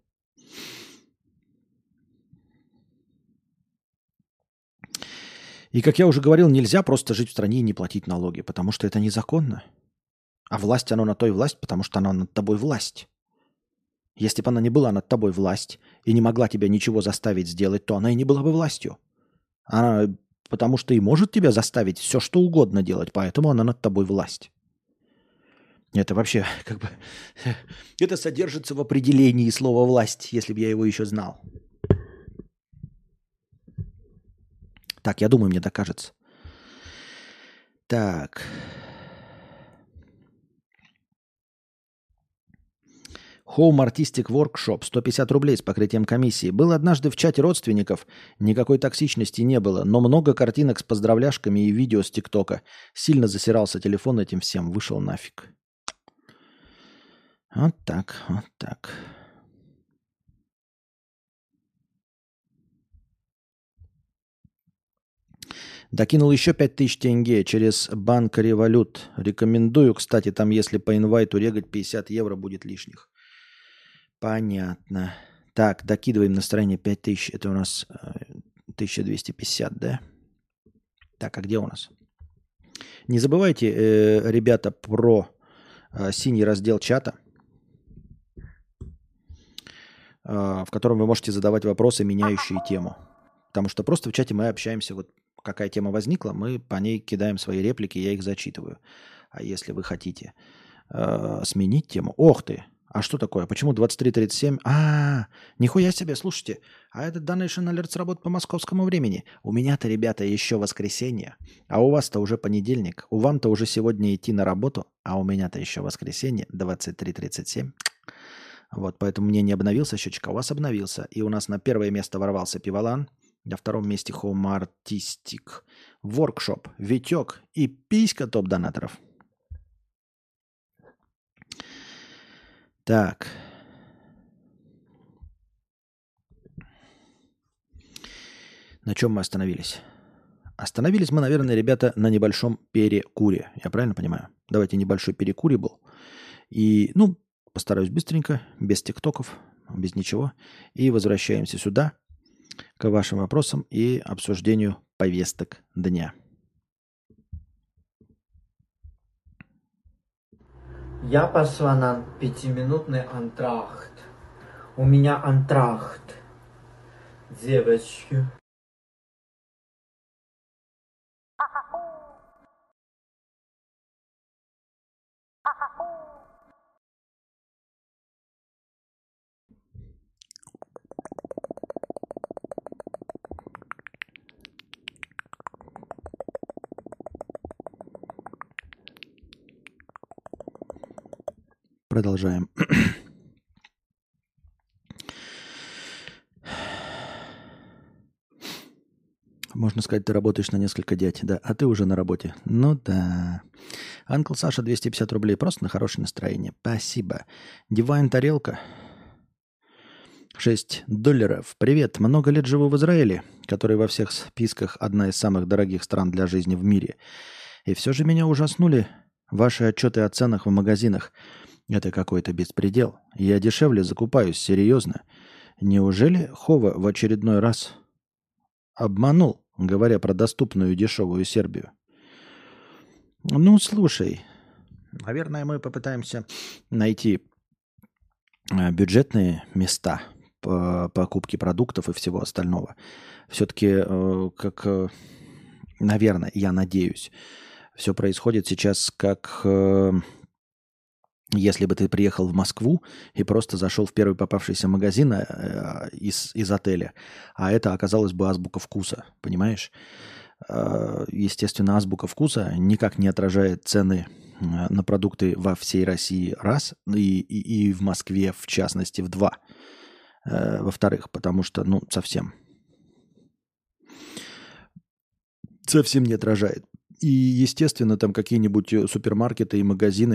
И, как я уже говорил, нельзя просто жить в стране и не платить налоги, потому что это незаконно. А власть, оно на то и власть, потому что она над тобой власть. Если бы она не была над тобой власть и не могла тебя ничего заставить сделать, то она и не была бы властью. Она, потому что и может тебя заставить все, что угодно делать, поэтому она над тобой власть. Это вообще как бы... Это содержится в определении слова «власть», если бы я его еще знал. Так, я думаю, мне так кажется. Так... Home Artistic Workshop, 150 рублей с покрытием комиссии. Был однажды в чате родственников, никакой токсичности не было, но много картинок с поздравляшками и видео с ТикТока. Сильно засирался телефон этим всем, вышел нафиг. Вот так, вот так. Докинул еще 5000 тенге через банк Револют. Рекомендую, кстати, там если по инвайту регать 50 евро будет лишних. Понятно. Так, докидываем настроение 5000. Это у нас 1250, да? Так, а где у нас? Не забывайте, ребята, про синий раздел чата, в котором вы можете задавать вопросы, меняющие тему. Потому что просто в чате мы общаемся, вот какая тема возникла, мы по ней кидаем свои реплики, я их зачитываю. А если вы хотите сменить тему... Ох ты! А что такое? Почему 23:37? Нихуя себе, слушайте. А этот Donation Alert работает по московскому времени. У меня-то, ребята, еще воскресенье. А у вас-то уже понедельник. У вам-то уже сегодня идти на работу. А у меня-то еще воскресенье, 23:37. Вот, поэтому мне не обновился счетчик, а у вас обновился. И у нас на первое место ворвался Пивалан. На втором месте Home Artistic Workshop, Витек и писька топ-донаторов. Так. На чем мы остановились? Остановились мы, наверное, ребята, на небольшом перекуре. Я правильно понимаю? Давайте небольшой перекуре был. И, постараюсь быстренько, без тиктоков, без ничего. И возвращаемся сюда, к вашим вопросам и обсуждению повесток дня. Я пошла на 5-минутный антрахт. У меня антрахт. Девочки. Продолжаем. Можно сказать, ты работаешь на несколько дядь, да, а ты уже на работе. Ну да. Анкл Саша, 250 рублей, просто на хорошее настроение. Спасибо. Дивайн тарелка, $6. Привет, много лет живу в Израиле, который во всех списках одна из самых дорогих стран для жизни в мире. И все же меня ужаснули ваши отчеты о ценах в магазинах. Это какой-то беспредел. Я дешевле закупаюсь, серьезно. Неужели Хова в очередной раз обманул, говоря про доступную дешевую Сербию? Ну, слушай, наверное, мы попытаемся найти бюджетные места по покупке продуктов и всего остального, все-таки, наверное, я надеюсь, все происходит сейчас как если бы ты приехал в Москву и просто зашел в первый попавшийся магазин из отеля, а это оказалось бы азбука вкуса, понимаешь? Естественно, азбука вкуса никак не отражает цены на продукты во всей России, раз, и в Москве, в частности, в два. Во-вторых, потому что, совсем не отражает. И, естественно, там какие-нибудь супермаркеты и магазины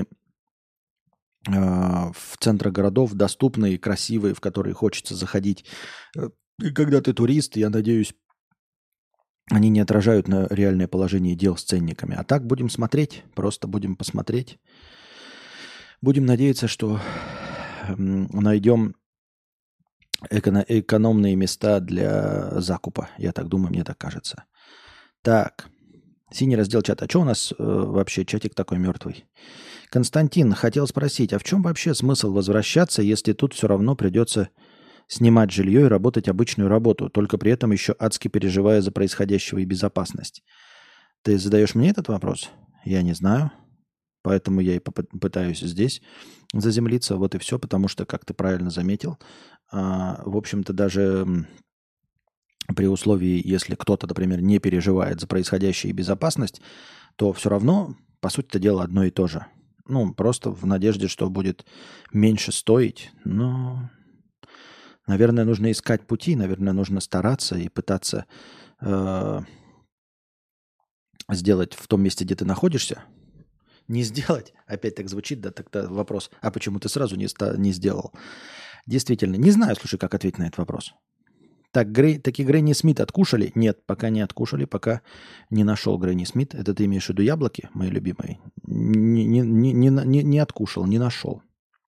в центрах городов доступные, красивые, в которые хочется заходить. И когда ты турист, я надеюсь, они не отражают на реальное положение дел с ценниками. А так будем смотреть, просто будем посмотреть. Будем надеяться, что найдем экономные места для закупа. Я так думаю, мне так кажется. Так, синий раздел чата. А что у нас вообще чатик такой мертвый? Константин хотел спросить, а в чем вообще смысл возвращаться, если тут все равно придется снимать жилье и работать обычную работу, только при этом еще адски переживая за происходящего и безопасность? Ты задаешь мне этот вопрос? Я не знаю. Поэтому я и пытаюсь здесь заземлиться. Вот и все, потому что, как ты правильно заметил, в общем-то, даже при условии, если кто-то, например, не переживает за происходящее и безопасность, то все равно, по сути дела, одно и то же. Просто в надежде, что будет меньше стоить. Но, наверное, нужно искать пути, наверное, нужно стараться и пытаться сделать в том месте, где ты находишься. Не сделать, опять так звучит, да, тогда вопрос, а почему ты сразу не сделал? Действительно, не знаю, слушай, как ответить на этот вопрос. Таки Грэнни Смит откушали? Нет, пока не откушали, пока не нашел Грэнни Смит. Это ты имеешь в виду яблоки, мои любимые? Не откушал, не нашел.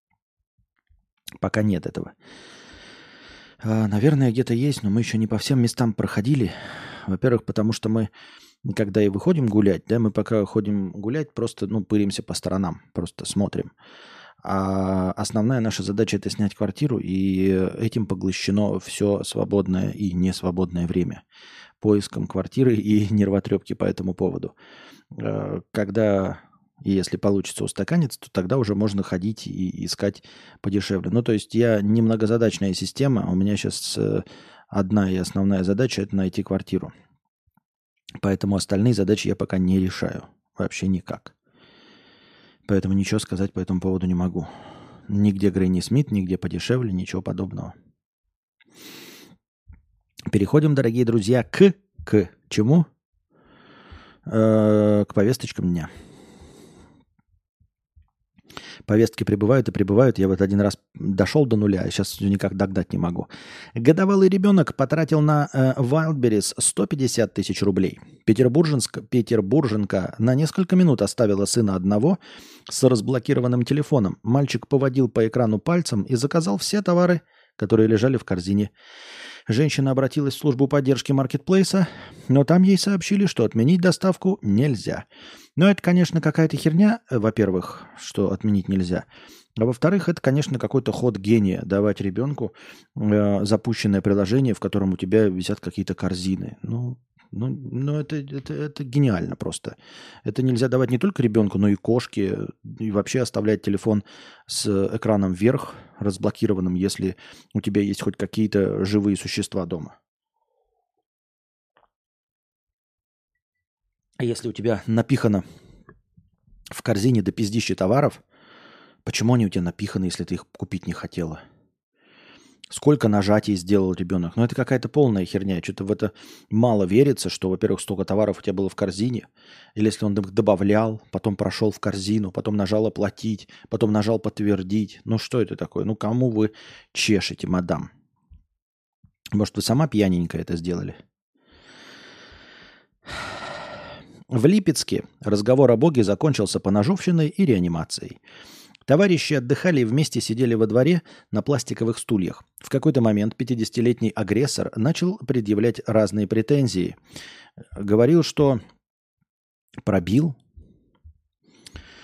Пока нет этого. Наверное, где-то есть, но мы еще не по всем местам проходили. Во-первых, потому что мы, когда и выходим гулять, да, мы пока ходим гулять, просто, пыримся по сторонам, просто смотрим. А основная наша задача – это снять квартиру, и этим поглощено все свободное и несвободное время. Поиском квартиры и нервотрепки по этому поводу. Когда, если получится устаканиться, то тогда уже можно ходить и искать подешевле. То есть я не многозадачная система, у меня сейчас одна и основная задача – это найти квартиру. Поэтому остальные задачи я пока не решаю. Вообще никак. Поэтому ничего сказать по этому поводу не могу. Нигде Грэнни Смит, нигде подешевле, ничего подобного. Переходим, дорогие друзья, к чему? К повесточкам дня. Повестки прибывают и прибывают. Я вот один раз дошел до нуля, а сейчас никак догнать не могу. Годовалый ребенок потратил на Wildberries 150 тысяч рублей. Петербурженка на несколько минут оставила сына одного с разблокированным телефоном. Мальчик поводил по экрану пальцем и заказал все товары, которые лежали в корзине. Женщина обратилась в службу поддержки маркетплейса, но там ей сообщили, что отменить доставку нельзя. Но это, конечно, какая-то херня, во-первых, что отменить нельзя. А во-вторых, это, конечно, какой-то ход гения давать ребенку запущенное приложение, в котором у тебя висят какие-то корзины. Это гениально просто. Это нельзя давать не только ребенку, но и кошке. И вообще оставлять телефон с экраном вверх, разблокированным, если у тебя есть хоть какие-то живые существа дома. А если у тебя напихано в корзине до пиздища товаров, почему они у тебя напиханы, если ты их купить не хотела? Сколько нажатий сделал ребенок? Это какая-то полная херня. Что-то в это мало верится, что, во-первых, столько товаров у тебя было в корзине. Или если он их добавлял, потом прошел в корзину, потом нажал оплатить, потом нажал подтвердить. Что это такое? Кому вы чешете, мадам? Может, вы сама пьяненькая это сделали? В Липецке разговор о Боге закончился поножовщиной и реанимацией. Товарищи отдыхали и вместе сидели во дворе на пластиковых стульях. В какой-то момент 50-летний агрессор начал предъявлять разные претензии. Говорил, что пробил,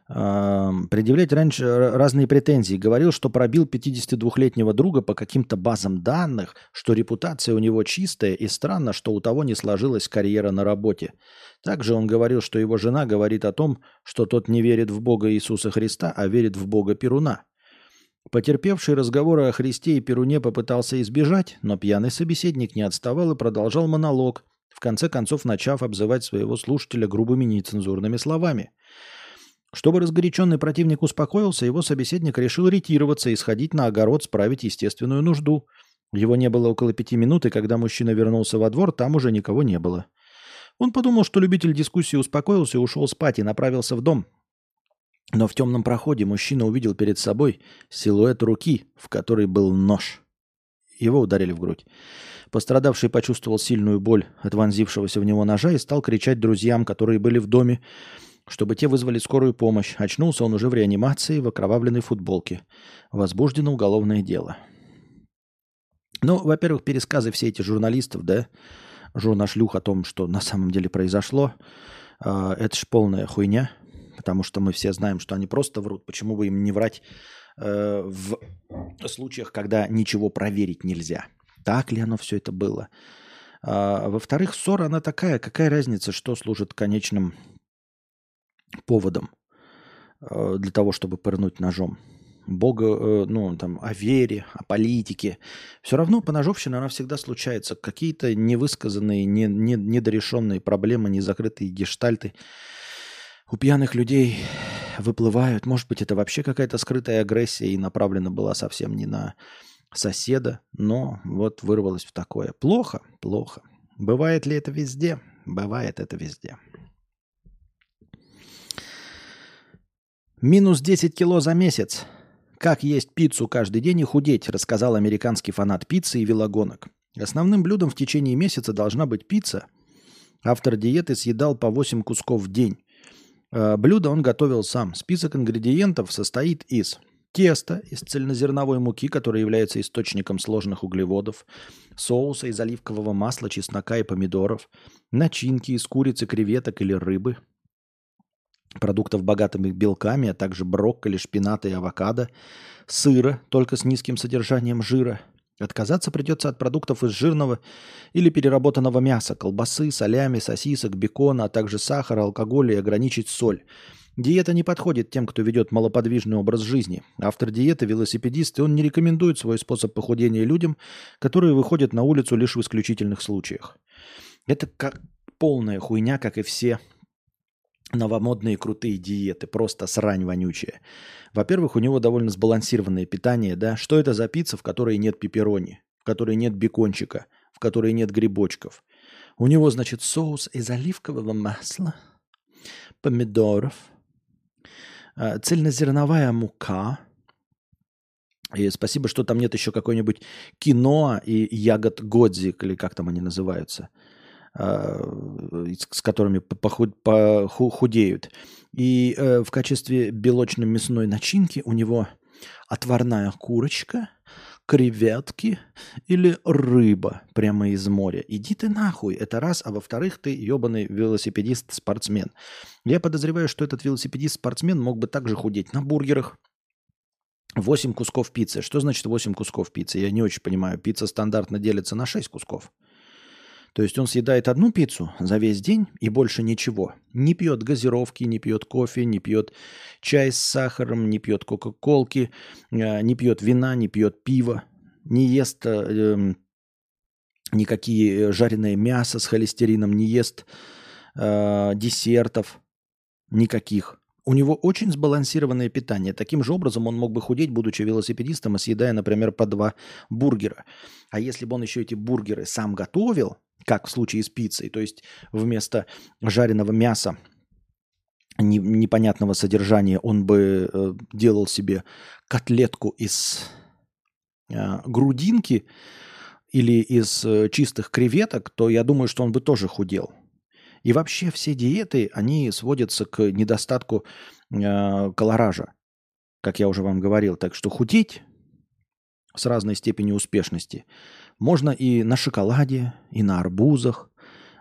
Предъявлять раньше разные претензии. Говорил, что пробил 52-летнего друга по каким-то базам данных, что репутация у него чистая, и странно, что у того не сложилась карьера на работе. Также он говорил, что его жена говорит о том, что тот не верит в Бога Иисуса Христа, а верит в Бога Перуна. Потерпевший разговоры о Христе и Перуне попытался избежать, но пьяный собеседник не отставал и продолжал монолог, в конце концов начав обзывать своего слушателя грубыми нецензурными словами. Чтобы разгоряченный противник успокоился, его собеседник решил ретироваться и сходить на огород справить естественную нужду. Его не было около 5 минут, и когда мужчина вернулся во двор, там уже никого не было. Он подумал, что любитель дискуссии успокоился и ушел спать и направился в дом. Но в темном проходе мужчина увидел перед собой силуэт руки, в которой был нож. Его ударили в грудь. Пострадавший почувствовал сильную боль от вонзившегося в него ножа и стал кричать друзьям, которые были в доме, чтобы те вызвали скорую помощь. Очнулся он уже в реанимации в окровавленной футболке. Возбуждено уголовное дело. Ну, во-первых, пересказы все эти журналистов, да, журнашлюх о том, что на самом деле произошло, это ж полная хуйня, потому что мы все знаем, что они просто врут. Почему бы им не врать в случаях, когда ничего проверить нельзя? Так ли оно все это было? Во-вторых, ссора, она такая, какая разница, что служит конечным поводом для того, чтобы пырнуть ножом. Бога, о вере, о политике. Все равно поножовщина, она всегда случается. Какие-то невысказанные, недорешенные проблемы, незакрытые гештальты у пьяных людей выплывают. Может быть, это вообще какая-то скрытая агрессия и направлена была совсем не на соседа, но вот вырвалось в такое. Плохо, плохо. Бывает ли это везде? Бывает это везде. Минус 10 кило за месяц. Как есть пиццу каждый день и худеть, рассказал американский фанат пиццы и велогонок. Основным блюдом в течение месяца должна быть пицца. Автор диеты съедал по 8 кусков в день. Блюдо он готовил сам. Список ингредиентов состоит из теста из цельнозерновой муки, которая является источником сложных углеводов, соуса из оливкового масла, чеснока и помидоров, начинки из курицы, креветок или рыбы, продуктов богатыми белками, а также брокколи, шпината и авокадо, сыра, только с низким содержанием жира. Отказаться придется от продуктов из жирного или переработанного мяса, колбасы, солями, сосисок, бекона, а также сахара, алкоголя и ограничить соль. Диета не подходит тем, кто ведет малоподвижный образ жизни. Автор диеты – велосипедист, и он не рекомендует свой способ похудения людям, которые выходят на улицу лишь в исключительных случаях. Это как полная хуйня, как и все новомодные крутые диеты, просто срань вонючая. Во-первых, у него довольно сбалансированное питание, да. Что это за пицца, в которой нет пепперони, в которой нет бекончика, в которой нет грибочков? У него, значит, соус из оливкового масла, помидоров, цельнозерновая мука. И спасибо, что там нет еще какой-нибудь киноа и ягод годзик, или как там они называются, с которыми похудеют. И в качестве белочно-мясной начинки у него отварная курочка, креветки или рыба прямо из моря. Иди ты нахуй, это раз. А во-вторых, ты ебаный велосипедист-спортсмен. Я подозреваю, что этот велосипедист-спортсмен мог бы также худеть на бургерах. 8 кусков пиццы. Что значит 8 кусков пиццы? Я не очень понимаю. Пицца стандартно делится на 6 кусков. То есть он съедает одну пиццу за весь день и больше ничего. Не пьет газировки, не пьет кофе, не пьет чай с сахаром, не пьет кока-колки, не пьет вина, не пьет пива, не ест никакие жареное мясо с холестерином, не ест десертов никаких. У него очень сбалансированное питание. Таким же образом он мог бы худеть, будучи велосипедистом и съедая, например, по 2 бургера. А если бы он еще эти бургеры сам готовил, как в случае с пиццей, то есть вместо жареного мяса непонятного содержания он бы делал себе котлетку из грудинки или из чистых креветок, то я думаю, что он бы тоже худел. И вообще все диеты, они сводятся к недостатку колоража, как я уже вам говорил. Так что худеть с разной степенью успешности можно и на шоколаде, и на арбузах,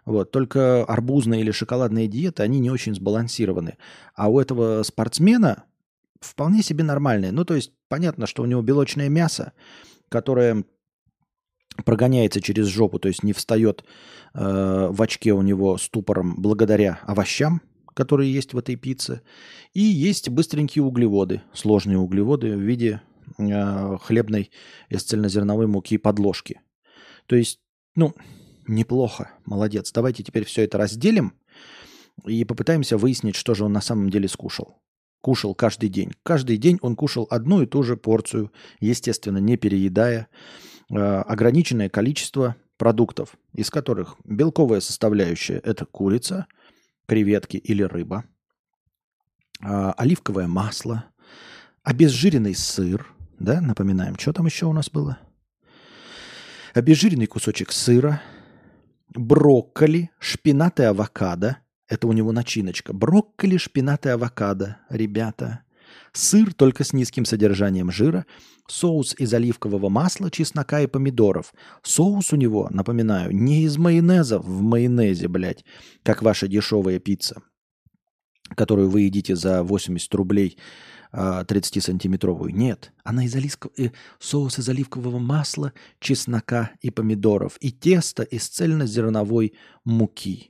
Вот, только арбузная или шоколадная диета, они не очень сбалансированы. А у этого спортсмена вполне себе нормальные. Ну, то есть, понятно, что у него белочное мясо, которое прогоняется через жопу, то есть не встает в очке у него ступором благодаря овощам, которые есть в этой пицце. И есть быстренькие углеводы, сложные углеводы в виде хлебной из цельнозерновой муки подложки. То есть, ну, неплохо, молодец. Давайте теперь все это разделим и попытаемся выяснить, что же он на самом деле скушал. Кушал каждый день. Каждый день он кушал одну и ту же порцию, естественно, не переедая. Ограниченное количество продуктов, из которых белковая составляющая – это курица, креветки или рыба, оливковое масло, обезжиренный сыр, да, напоминаем, что там еще у нас было? Обезжиренный кусочек сыра, брокколи, шпинат и авокадо. Это у него начиночка. Брокколи, шпинат и авокадо, ребята. Сыр только с низким содержанием жира. Соус из оливкового масла, чеснока и помидоров. Соус у него, напоминаю, не из майонеза в майонезе, блядь, как ваша дешевая пицца, которую вы едите за 80 рублей 30-сантиметровую. Нет, она соус из оливкового масла, чеснока и помидоров. И тесто из цельнозерновой муки.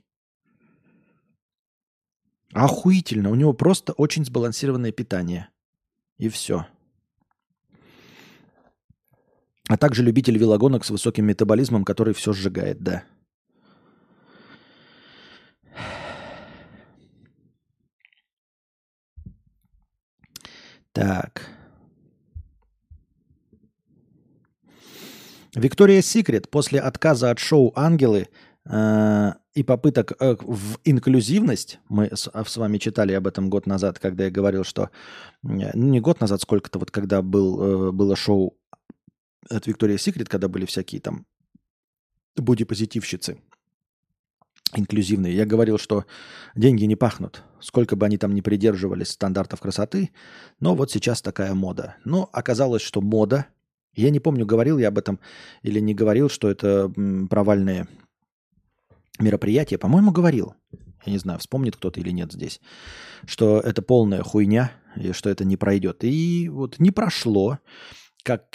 Охуительно. У него просто очень сбалансированное питание. И все. А также любитель велогонок с высоким метаболизмом, который все сжигает, да. Так. Виктория Секрет после отказа от шоу «Ангелы» и попыток в инклюзивность, мы с вами читали об этом год назад, когда я говорил, что, ну не год назад, сколько-то, вот когда было шоу от Виктория Секрет, когда были всякие там бодипозитивщицы инклюзивные, я говорил, что деньги не пахнут, сколько бы они там ни придерживались стандартов красоты, но вот сейчас такая мода. Но оказалось, что мода, я не помню, говорил я об этом или не говорил, что это провальные мероприятие, по-моему, говорил. Я не знаю, вспомнит кто-то или нет здесь, что это полная хуйня, и что это не пройдет. И вот не прошло, как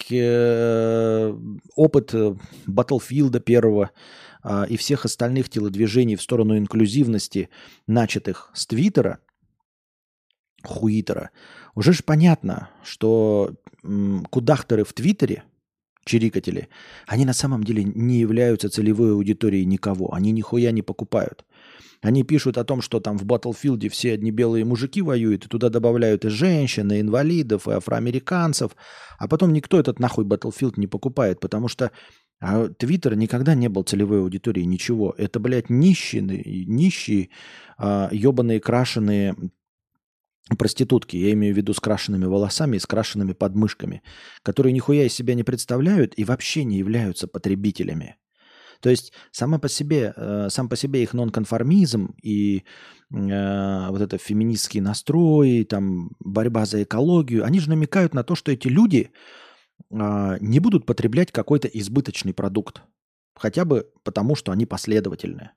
опыт Battlefield первого и всех остальных телодвижений в сторону инклюзивности, начатых с Твиттера, хуитера, уже ж понятно, что кудахтеры в Твиттере, чирикатели, они на самом деле не являются целевой аудиторией никого. Они нихуя не покупают. Они пишут о том, что там в Battlefield все одни белые мужики воюют, и туда добавляют и женщин, и инвалидов, и афроамериканцев, а потом никто этот нахуй Battlefield не покупает, потому что Твиттер никогда не был целевой аудиторией ничего. Это, блядь, нищие, ебаные крашеные проститутки, я имею в виду с крашенными волосами и с крашенными подмышками, которые нихуя из себя не представляют и вообще не являются потребителями. То есть сам по себе их нонконформизм и вот это феминистский настрой, там, борьба за экологию, они же намекают на то, что эти люди не будут потреблять какой-то избыточный продукт. Хотя бы потому, что они последовательны.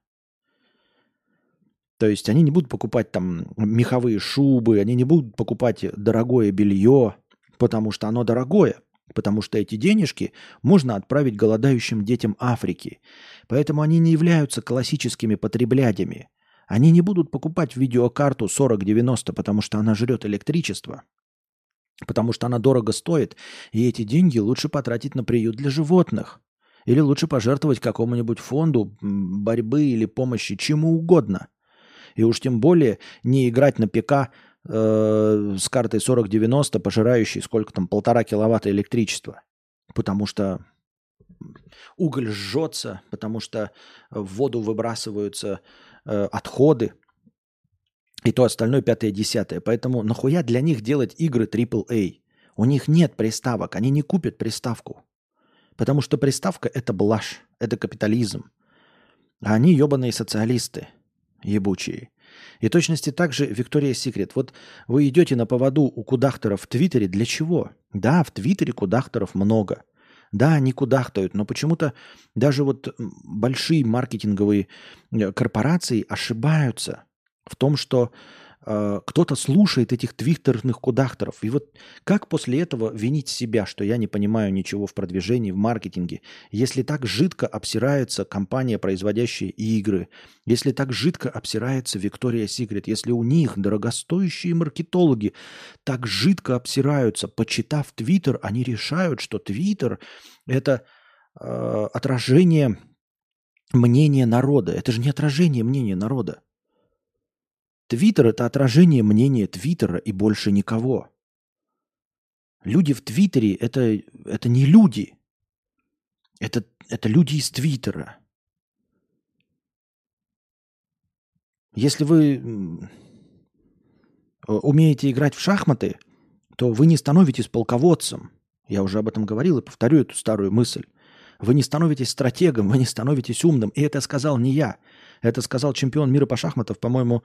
То есть они не будут покупать там меховые шубы, они не будут покупать дорогое белье, потому что оно дорогое, потому что эти денежки можно отправить голодающим детям Африки. Поэтому они не являются классическими потреблядями. Они не будут покупать видеокарту 4090, потому что она жрет электричество, потому что она дорого стоит, и эти деньги лучше потратить на приют для животных. Или лучше пожертвовать какому-нибудь фонду борьбы или помощи, чему угодно. И уж тем более не играть на ПК с картой 4090, пожирающей сколько там, 1,5 киловатта электричества. Потому что уголь жжется, потому что в воду выбрасываются отходы. И то остальное 5-10. Поэтому нахуя для них делать игры AAA? У них нет приставок, они не купят приставку. Потому что приставка – это блажь, это капитализм. А они ебаные социалисты. Ебучие. И точности так же Виктория Секрет. Вот вы идете на поводу у кудахтеров в Твиттере. Для чего? Да, в Твиттере кудахтеров много. Да, они кудахтают, но почему-то даже вот большие маркетинговые корпорации ошибаются в том, что кто-то слушает этих твиттерных кудахторов. И вот как после этого винить себя, что я не понимаю ничего в продвижении, в маркетинге, если так жидко обсирается компания, производящая игры, если так жидко обсирается Victoria's Secret, если у них дорогостоящие маркетологи так жидко обсираются, почитав Твиттер, они решают, что Твиттер – это отражение мнения народа. Это же не отражение мнения народа. Твиттер – это отражение мнения Твиттера и больше никого. Люди в Твиттере – это не люди. Это люди из Твиттера. Если вы умеете играть в шахматы, то вы не становитесь полководцем. Я уже об этом говорил и повторю эту старую мысль. Вы не становитесь стратегом, вы не становитесь умным. И это сказал не я. Это сказал чемпион мира по шахматам, по-моему,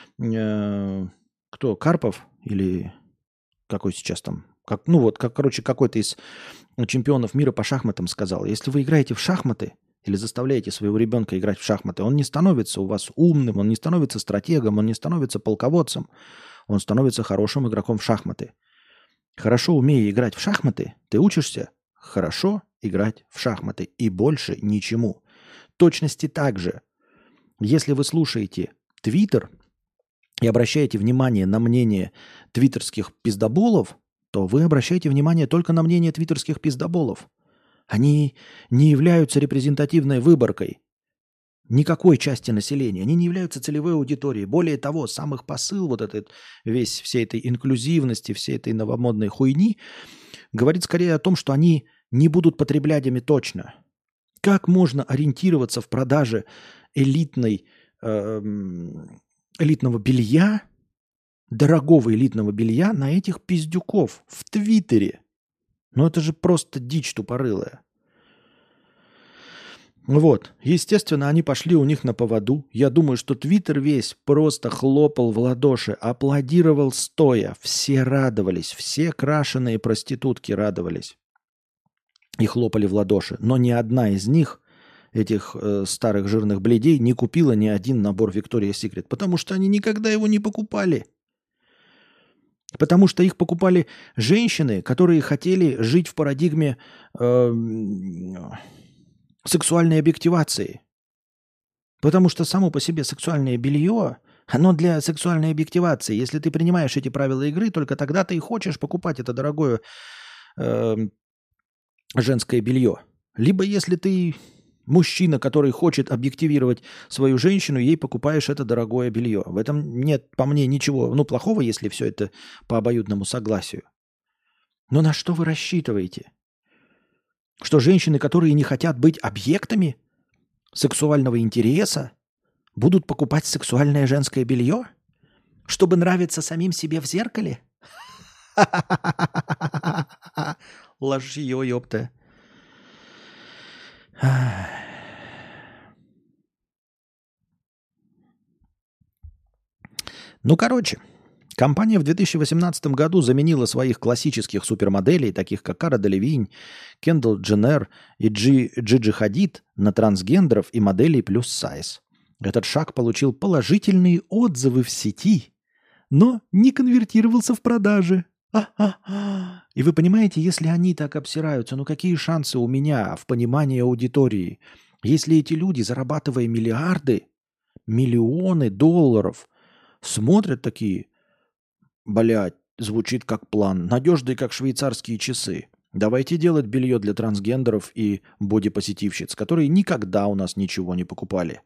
кто, Карпов или какой сейчас там? Какой-то из чемпионов мира по шахматам сказал. Если вы играете в шахматы или заставляете своего ребенка играть в шахматы, он не становится у вас умным, он не становится стратегом, он не становится полководцем. Он становится хорошим игроком в шахматы. Хорошо умея играть в шахматы, ты учишься хорошо играть в шахматы и больше ничему. В точности так же. Если вы слушаете Твиттер и обращаете внимание на мнение твиттерских пиздоболов, то вы обращаете внимание только на мнение твиттерских пиздоболов. Они не являются репрезентативной выборкой никакой части населения. Они не являются целевой аудиторией. Более того, сам их посыл, вот этот весь всей этой инклюзивности, всей этой новомодной хуйни, говорит скорее о том, что они не будут потребляями точно. Как можно ориентироваться в продаже элитного белья, дорогого элитного белья на этих пиздюков в Твиттере? Ну это же просто дичь тупорылая. Вот, естественно, они пошли у них на поводу. Я думаю, что Твиттер весь просто хлопал в ладоши, аплодировал стоя. Все радовались, все крашеные проститутки радовались и хлопали в ладоши. Но ни одна из них, этих старых жирных бледей, не купила ни один набор Victoria's Secret, потому что они никогда его не покупали. Потому что их покупали женщины, которые хотели жить в парадигме сексуальной объективации. Потому что само по себе сексуальное белье, оно для сексуальной объективации. Если ты принимаешь эти правила игры, только тогда ты и хочешь покупать это дорогое женское белье. Либо если ты мужчина, который хочет объективировать свою женщину, ей покупаешь это дорогое белье. В этом нет, по мне, ничего плохого, если все это по обоюдному согласию. Но на что вы рассчитываете? Что женщины, которые не хотят быть объектами сексуального интереса, будут покупать сексуальное женское белье, чтобы нравиться самим себе в зеркале? Ложье, ёпта. Ну, короче, компания в 2018 году заменила своих классических супермоделей, таких как Кара Делевинь, Кендалл Дженнер и Джиджи Хадид, на трансгендеров и моделей плюс сайз. Этот шаг получил положительные отзывы в сети, но не конвертировался в продажи. И вы понимаете, если они так обсираются, ну какие шансы у меня в понимании аудитории, если эти люди, зарабатывая миллиарды, миллионы долларов, смотрят такие: блядь, звучит как план, надежный, как швейцарские часы. Давайте делать белье для трансгендеров и бодипозитивщиц, которые никогда у нас ничего не покупали.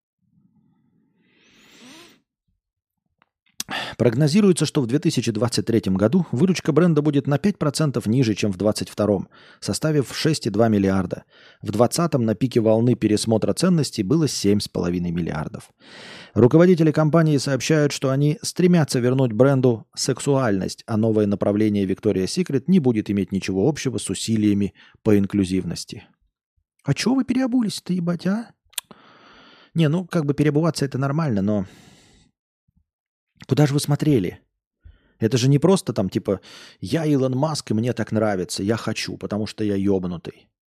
Прогнозируется, что в 2023 году выручка бренда будет на 5% ниже, чем в 2022, составив 6,2 миллиарда. В 2020 на пике волны пересмотра ценностей было 7,5 миллиардов. Руководители компании сообщают, что они стремятся вернуть бренду сексуальность, а новое направление Victoria's Secret не будет иметь ничего общего с усилиями по инклюзивности. А чё вы переобулись-то, ебать, а? Не, ну как бы переобуваться это нормально, но... Куда же вы смотрели? Это же не просто там типа «я Илон Маск, и мне так нравится, я хочу, потому что я ёбнутый».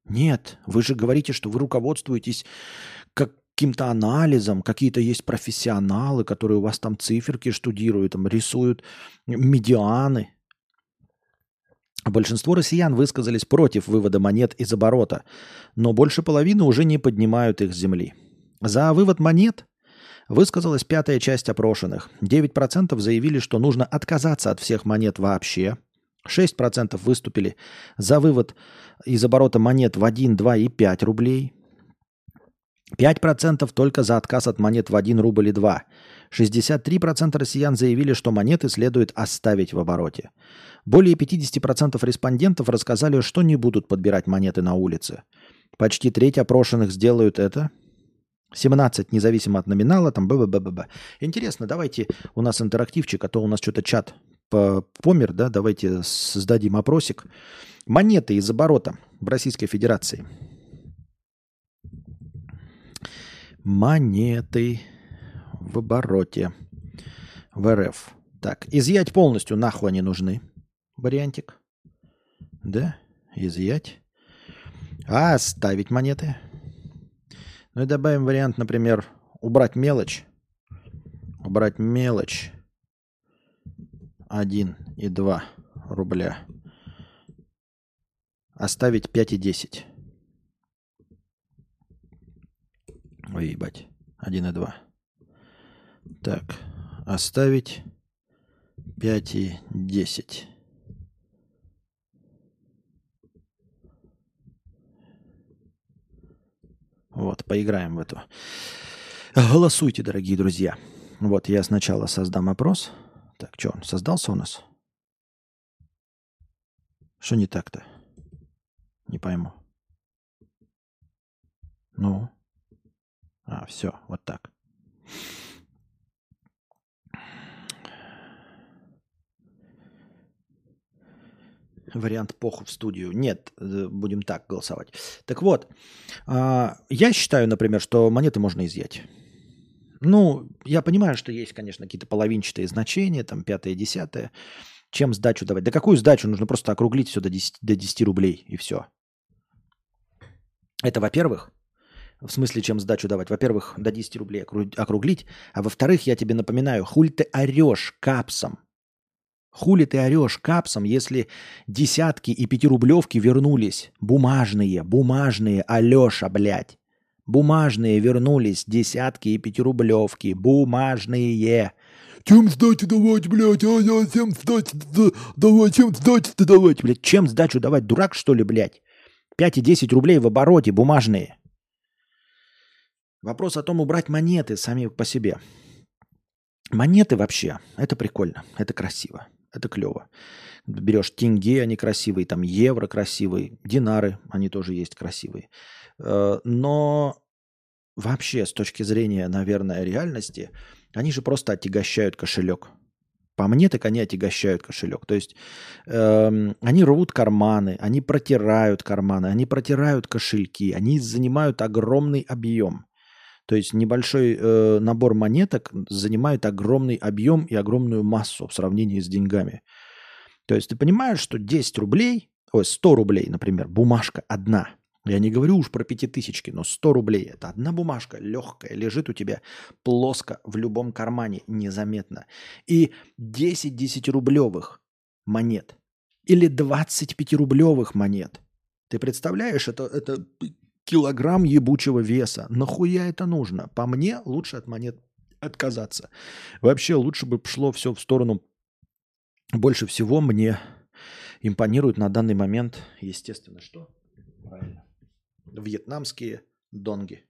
Нет, вы же говорите, что вы руководствуетесь каким-то анализом, какие-то есть профессионалы, которые у вас там циферки штудируют, там рисуют медианы. Большинство россиян высказались против вывода монет из оборота, но больше половины уже не поднимают их с земли. За вывод монет высказалась пятая часть опрошенных. 9% заявили, что нужно отказаться от всех монет вообще. 6% выступили за вывод из оборота монет в 1, 2 и 5 рублей. 5% только за отказ от монет в 1 рубль и 2. 63% россиян заявили, что монеты следует оставить в обороте. Более 50% респондентов рассказали, что не будут подбирать монеты на улице. Почти треть опрошенных сделают это. 17 независимо от номинала, там б. Интересно, давайте у нас интерактивчик, а то у нас что-то чат помер, да, давайте создадим опросик. Монеты из оборота в Российской Федерации. Монеты в обороте в РФ. Так, изъять полностью нахуй они нужны. Вариантик. Да, изъять. А оставить монеты. Ну и добавим вариант, например, убрать мелочь. Убрать мелочь. 1 и 2 рубля. Оставить 5 и 10. Ой, ебать. 1 и 2. Так. Оставить 5 и 10. Вот, поиграем в эту. Голосуйте, дорогие друзья. Вот, я сначала создам опрос. Так, что, он создался у нас? Что не так-то? Не пойму. Ну. Все, вот так. Вариант похуй в студию. Нет, будем так голосовать. Так вот, я считаю, например, что монеты можно изъять. Ну, я понимаю, что есть, конечно, какие-то половинчатые значения, там, 5-е, 10-е. Чем сдачу давать? Да какую сдачу? Нужно просто округлить все до 10 рублей, и все. Это, во-первых. В смысле, чем сдачу давать? Во-первых, до 10 рублей округлить. А во-вторых, я тебе напоминаю, хуль ты орешь капсом? Хули ты орешь капсом, если десятки и пятирублевки вернулись? Бумажные, Алеша, блядь. Бумажные вернулись, десятки и пятирублевки. Бумажные. Чем сдачу давать, блядь? Чем сдачу давать? Чем сдачу давать, блядь? Чем сдачу давать? Дурак, что ли, блядь? 5 и 10 рублей в обороте, бумажные. Вопрос о том, убрать монеты сами по себе. Монеты вообще, это прикольно, это красиво, это клево. Берешь тенге, они красивые, там евро красивые, динары, они тоже есть красивые. Но вообще, с точки зрения, наверное, реальности, они же просто отягощают кошелек. По мне, так они отягощают кошелек. То есть они рвут карманы, они протирают кошельки, они занимают огромный объем. То есть небольшой набор монеток занимает огромный объем и огромную массу в сравнении с деньгами. То есть ты понимаешь, что 10 рублей, 100 рублей, например, бумажка одна. Я не говорю уж про 5000, но 100 рублей – это одна бумажка, легкая, лежит у тебя плоско в любом кармане, незаметно. И 10 10-рублевых монет или 25-рублевых монет. Ты представляешь, это килограмм ебучего веса. Нахуя это нужно? По мне, лучше от монет отказаться. Вообще, лучше бы шло все в сторону. Больше всего мне импонирует на данный момент, естественно, что? Правильно. Вьетнамские донги.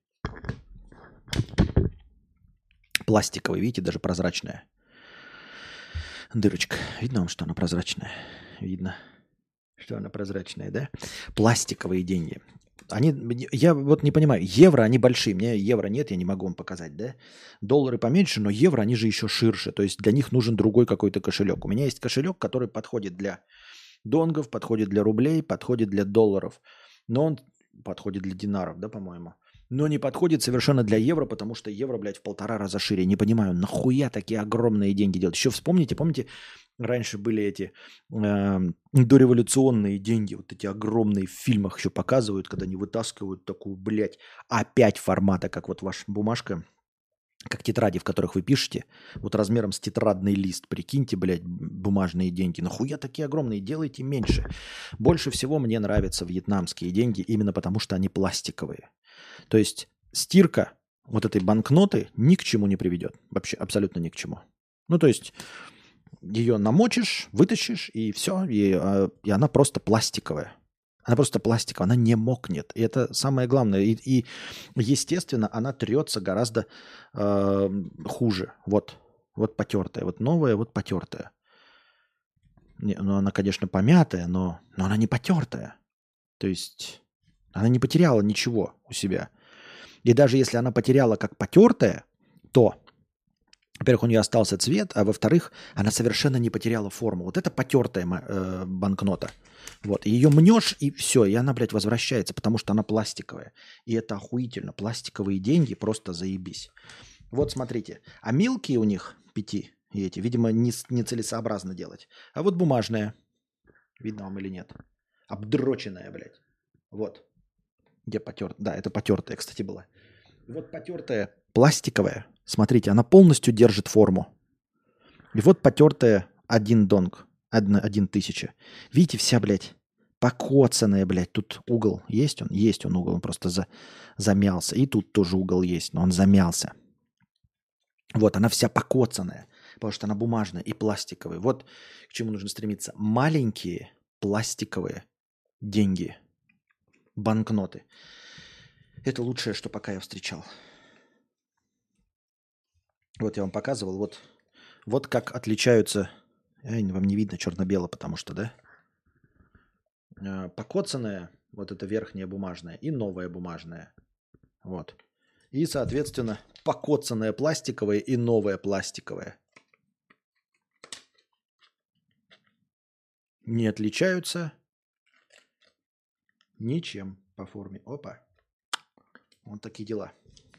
Пластиковые, видите, даже прозрачная. Дырочка. Видно вам, что она прозрачная? Видно, что она прозрачная, да? Пластиковые деньги. Я вот не понимаю, евро, они большие, мне евро нет, я не могу вам показать, да? Доллары поменьше, но евро, они же еще ширше, то есть для них нужен другой какой-то кошелек. У меня есть кошелек, который подходит для донгов, подходит для рублей, подходит для долларов, но он подходит для динаров, да, по-моему. Но не подходит совершенно для евро, потому что евро, блядь, в 1,5 раза шире. Не понимаю, нахуя такие огромные деньги делать? Еще вспомните, помните, раньше были эти дореволюционные деньги, вот эти огромные в фильмах еще показывают, когда они вытаскивают такую, блядь, А5 формата, как вот ваша бумажка, как тетради, в которых вы пишете, вот размером с тетрадный лист, прикиньте, блядь, бумажные деньги. Нахуя такие огромные? Делайте меньше. Больше всего мне нравятся вьетнамские деньги именно потому, что они пластиковые. То есть стирка вот этой банкноты ни к чему не приведет. Вообще абсолютно ни к чему. Ну, то есть ее намочишь, вытащишь, и все, и она просто пластиковая. Она просто пластиковая, она не мокнет. И это самое главное. И естественно, она трется гораздо хуже. Вот потертая. Вот новая, вот потертая. Ну, она, конечно, помятая, но она не потертая. То есть она не потеряла ничего у себя. И даже если она потеряла как потертая, то, во-первых, у нее остался цвет, а во-вторых, она совершенно не потеряла форму. Вот это потертая банкнота. Вот, ее мнешь, и все, и она, блядь, возвращается, потому что она пластиковая. И это охуительно. Пластиковые деньги просто заебись. Вот смотрите. А мелкие у них 5, и эти, видимо, нецелесообразно делать. А вот бумажная. Видно вам или нет? Обдроченная, блядь. Вот. Где потертая? Да, это потертая, кстати, была. И вот потертая пластиковая. Смотрите, она полностью держит форму. И вот потертая 1 донг. 1000. Видите, вся, блядь, покоцанная, блядь. Тут угол есть он? Есть он угол, он просто замялся. И тут тоже угол есть, но он замялся. Вот, она вся покоцанная, потому что она бумажная и пластиковая. Вот к чему нужно стремиться. Маленькие пластиковые деньги, банкноты. Это лучшее, что пока я встречал. Вот я вам показывал. Вот как отличаются... Вам не видно черно-бело, потому что, да? Покоцанная, вот эта верхняя бумажная, и новая бумажная. Вот. И, соответственно, покоцанная пластиковая и новая пластиковая. Не отличаются ничем по форме. Опа. Вот такие дела.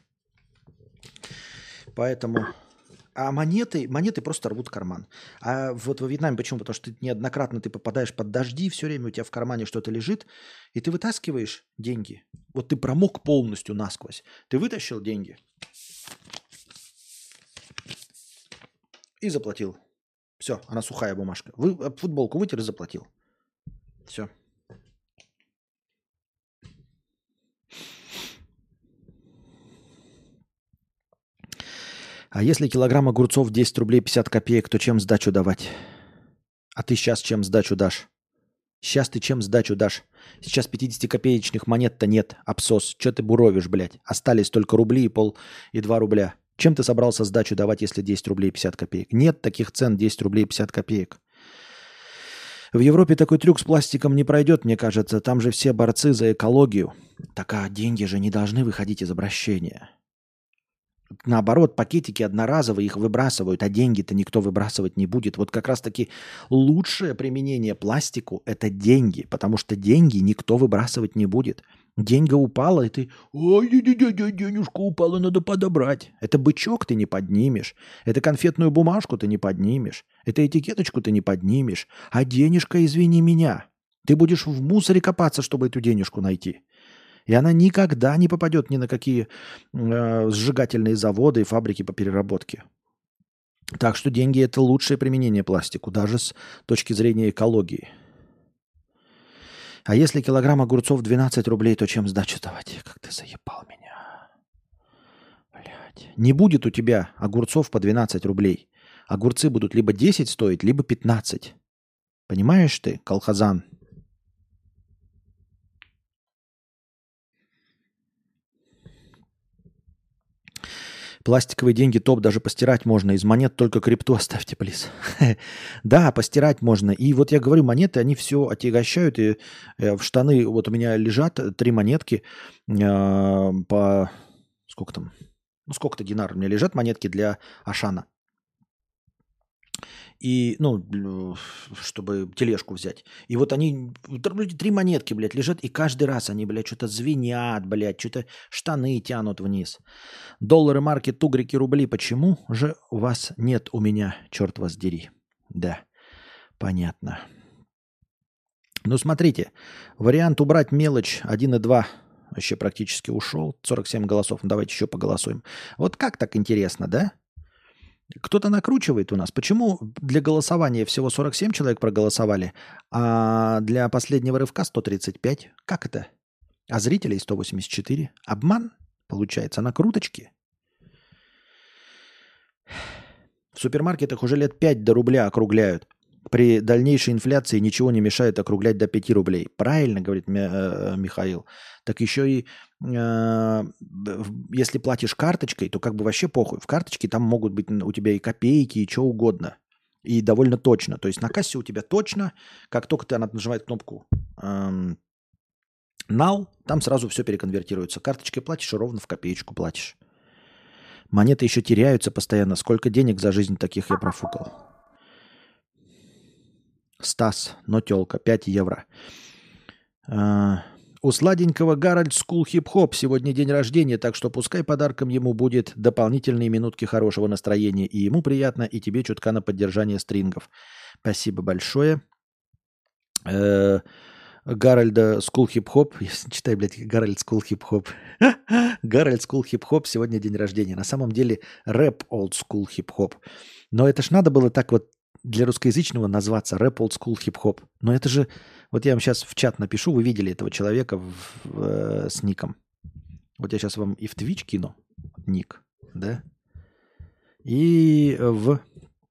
Поэтому... А монеты просто рвут карман. А вот во Вьетнаме почему? Потому что неоднократно ты попадаешь под дожди, все время у тебя в кармане что-то лежит, и ты вытаскиваешь деньги. Вот ты промок полностью насквозь. Ты вытащил деньги и заплатил. Все, она сухая бумажка. Футболку вытер и заплатил. Все. А если килограмм огурцов 10 рублей 50 копеек, то чем сдачу давать? А ты сейчас чем сдачу дашь? Сейчас ты чем сдачу дашь? Сейчас 50-копеечных монет-то нет, абсос. Че ты буровишь, блядь? Остались только рубли и 2 рубля. Чем ты собрался сдачу давать, если 10 рублей 50 копеек? Нет таких цен 10 рублей 50 копеек. В Европе такой трюк с пластиком не пройдет, мне кажется. Там же все борцы за экологию. Так а деньги же не должны выходить из обращения. Наоборот, пакетики одноразовые, их выбрасывают, а деньги-то никто выбрасывать не будет. Вот как раз-таки лучшее применение пластику – это деньги, потому что деньги никто выбрасывать не будет. Деньга упала, и ты «Ой, денежка упала, надо подобрать». Это бычок ты не поднимешь, это конфетную бумажку ты не поднимешь, это этикеточку ты не поднимешь, а денежка, извини меня, ты будешь в мусоре копаться, чтобы эту денежку найти. И она никогда не попадет ни на какие сжигательные заводы и фабрики по переработке. Так что деньги – это лучшее применение пластику, даже с точки зрения экологии. А если килограмм огурцов 12 рублей, то чем сдачу давать? Как ты заебал меня. Блядь. Не будет у тебя огурцов по 12 рублей. Огурцы будут либо 10 стоить, либо 15. Понимаешь ты, колхозан? Пластиковые деньги топ, даже постирать можно. Из монет только крипту оставьте, плиз. Да, постирать можно. И вот я говорю, монеты, они все отягощают. И в штаны, вот у меня лежат 3 монетки по... Сколько там? Ну, сколько-то динар. У меня лежат монетки для Ашана. И, ну, чтобы тележку взять. И вот они, 3 монетки, блядь, лежат, и каждый раз они, блядь, что-то звенят, блядь, что-то штаны тянут вниз. Доллары, марки, тугрики, рубли. Почему же у вас нет у меня, черт вас дери? Да, понятно. Ну, смотрите, вариант убрать мелочь 1,2 вообще практически ушел. 47 голосов. Ну, давайте еще поголосуем. Вот как так интересно, да? Кто-то накручивает у нас. Почему для голосования всего 47 человек проголосовали, а для последнего рывка 135? Как это? А зрителей 184? Обман, получается, накруточки? В супермаркетах уже лет 5 до рубля округляют. При дальнейшей инфляции ничего не мешает округлять до 5 рублей. Правильно, говорит Михаил. Так еще и если платишь карточкой, то как бы вообще похуй. В карточке там могут быть у тебя и копейки, и что угодно. И довольно точно. То есть на кассе у тебя точно, как только ты нажимает кнопку «Нал», там сразу все переконвертируется. Карточкой платишь, и ровно в копеечку платишь. Монеты еще теряются постоянно. Сколько денег за жизнь таких я профукал. Стас, но тёлка, 5 евро. У сладенького Гарольд Скул Хип-Хоп сегодня день рождения, так что пускай подарком ему будет дополнительные минутки хорошего настроения. И ему приятно, и тебе чутка на поддержание стрингов. Спасибо большое. Гарольда Скул Хип-Хоп. Я читаю, блядь, Гарольд Скул Хип-Хоп. Гарольд Скул Хип-Хоп сегодня день рождения. На самом деле рэп Олд Скул Хип-Хоп. Но это ж надо было так вот для русскоязычного назваться рэп Old School Hip Hop. Но это же... Вот я вам сейчас в чат напишу, вы видели этого человека с ником. Вот я сейчас вам и в Twitch кину ник, да? И в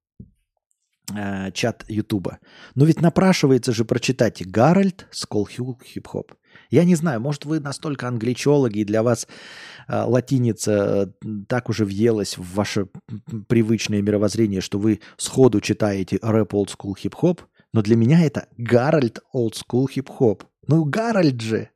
чат Ютуба. Но ведь напрашивается же прочитать Гарольд Скул Хип Хоп. Я не знаю, может вы настолько англичологи, и для вас латиница так уже въелась в ваше привычное мировоззрение, что вы сходу читаете рэп Old School Hip Hop, но для меня это Гарольд Old School Hip Hop. Ну, Гарольд же!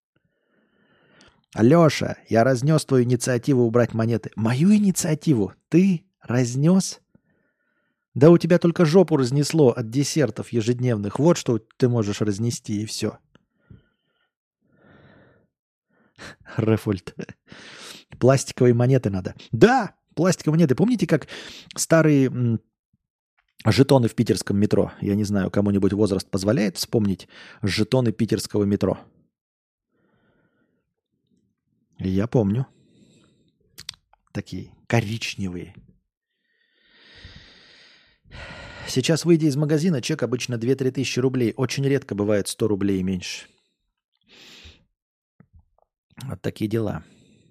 Алеша, я разнес твою инициативу убрать монеты. Мою инициативу ты разнес? Да у тебя только жопу разнесло от десертов ежедневных. Вот что ты можешь разнести, и все. Рефольд. Пластиковые монеты надо. Да, пластиковые монеты. Помните, как старые жетоны в питерском метро? Я не знаю, кому-нибудь возраст позволяет вспомнить жетоны питерского метро? Я помню. Такие коричневые. Сейчас, выйдя из магазина, чек обычно 2-3 тысячи рублей. Очень редко бывает 100 рублей и меньше. Вот такие дела.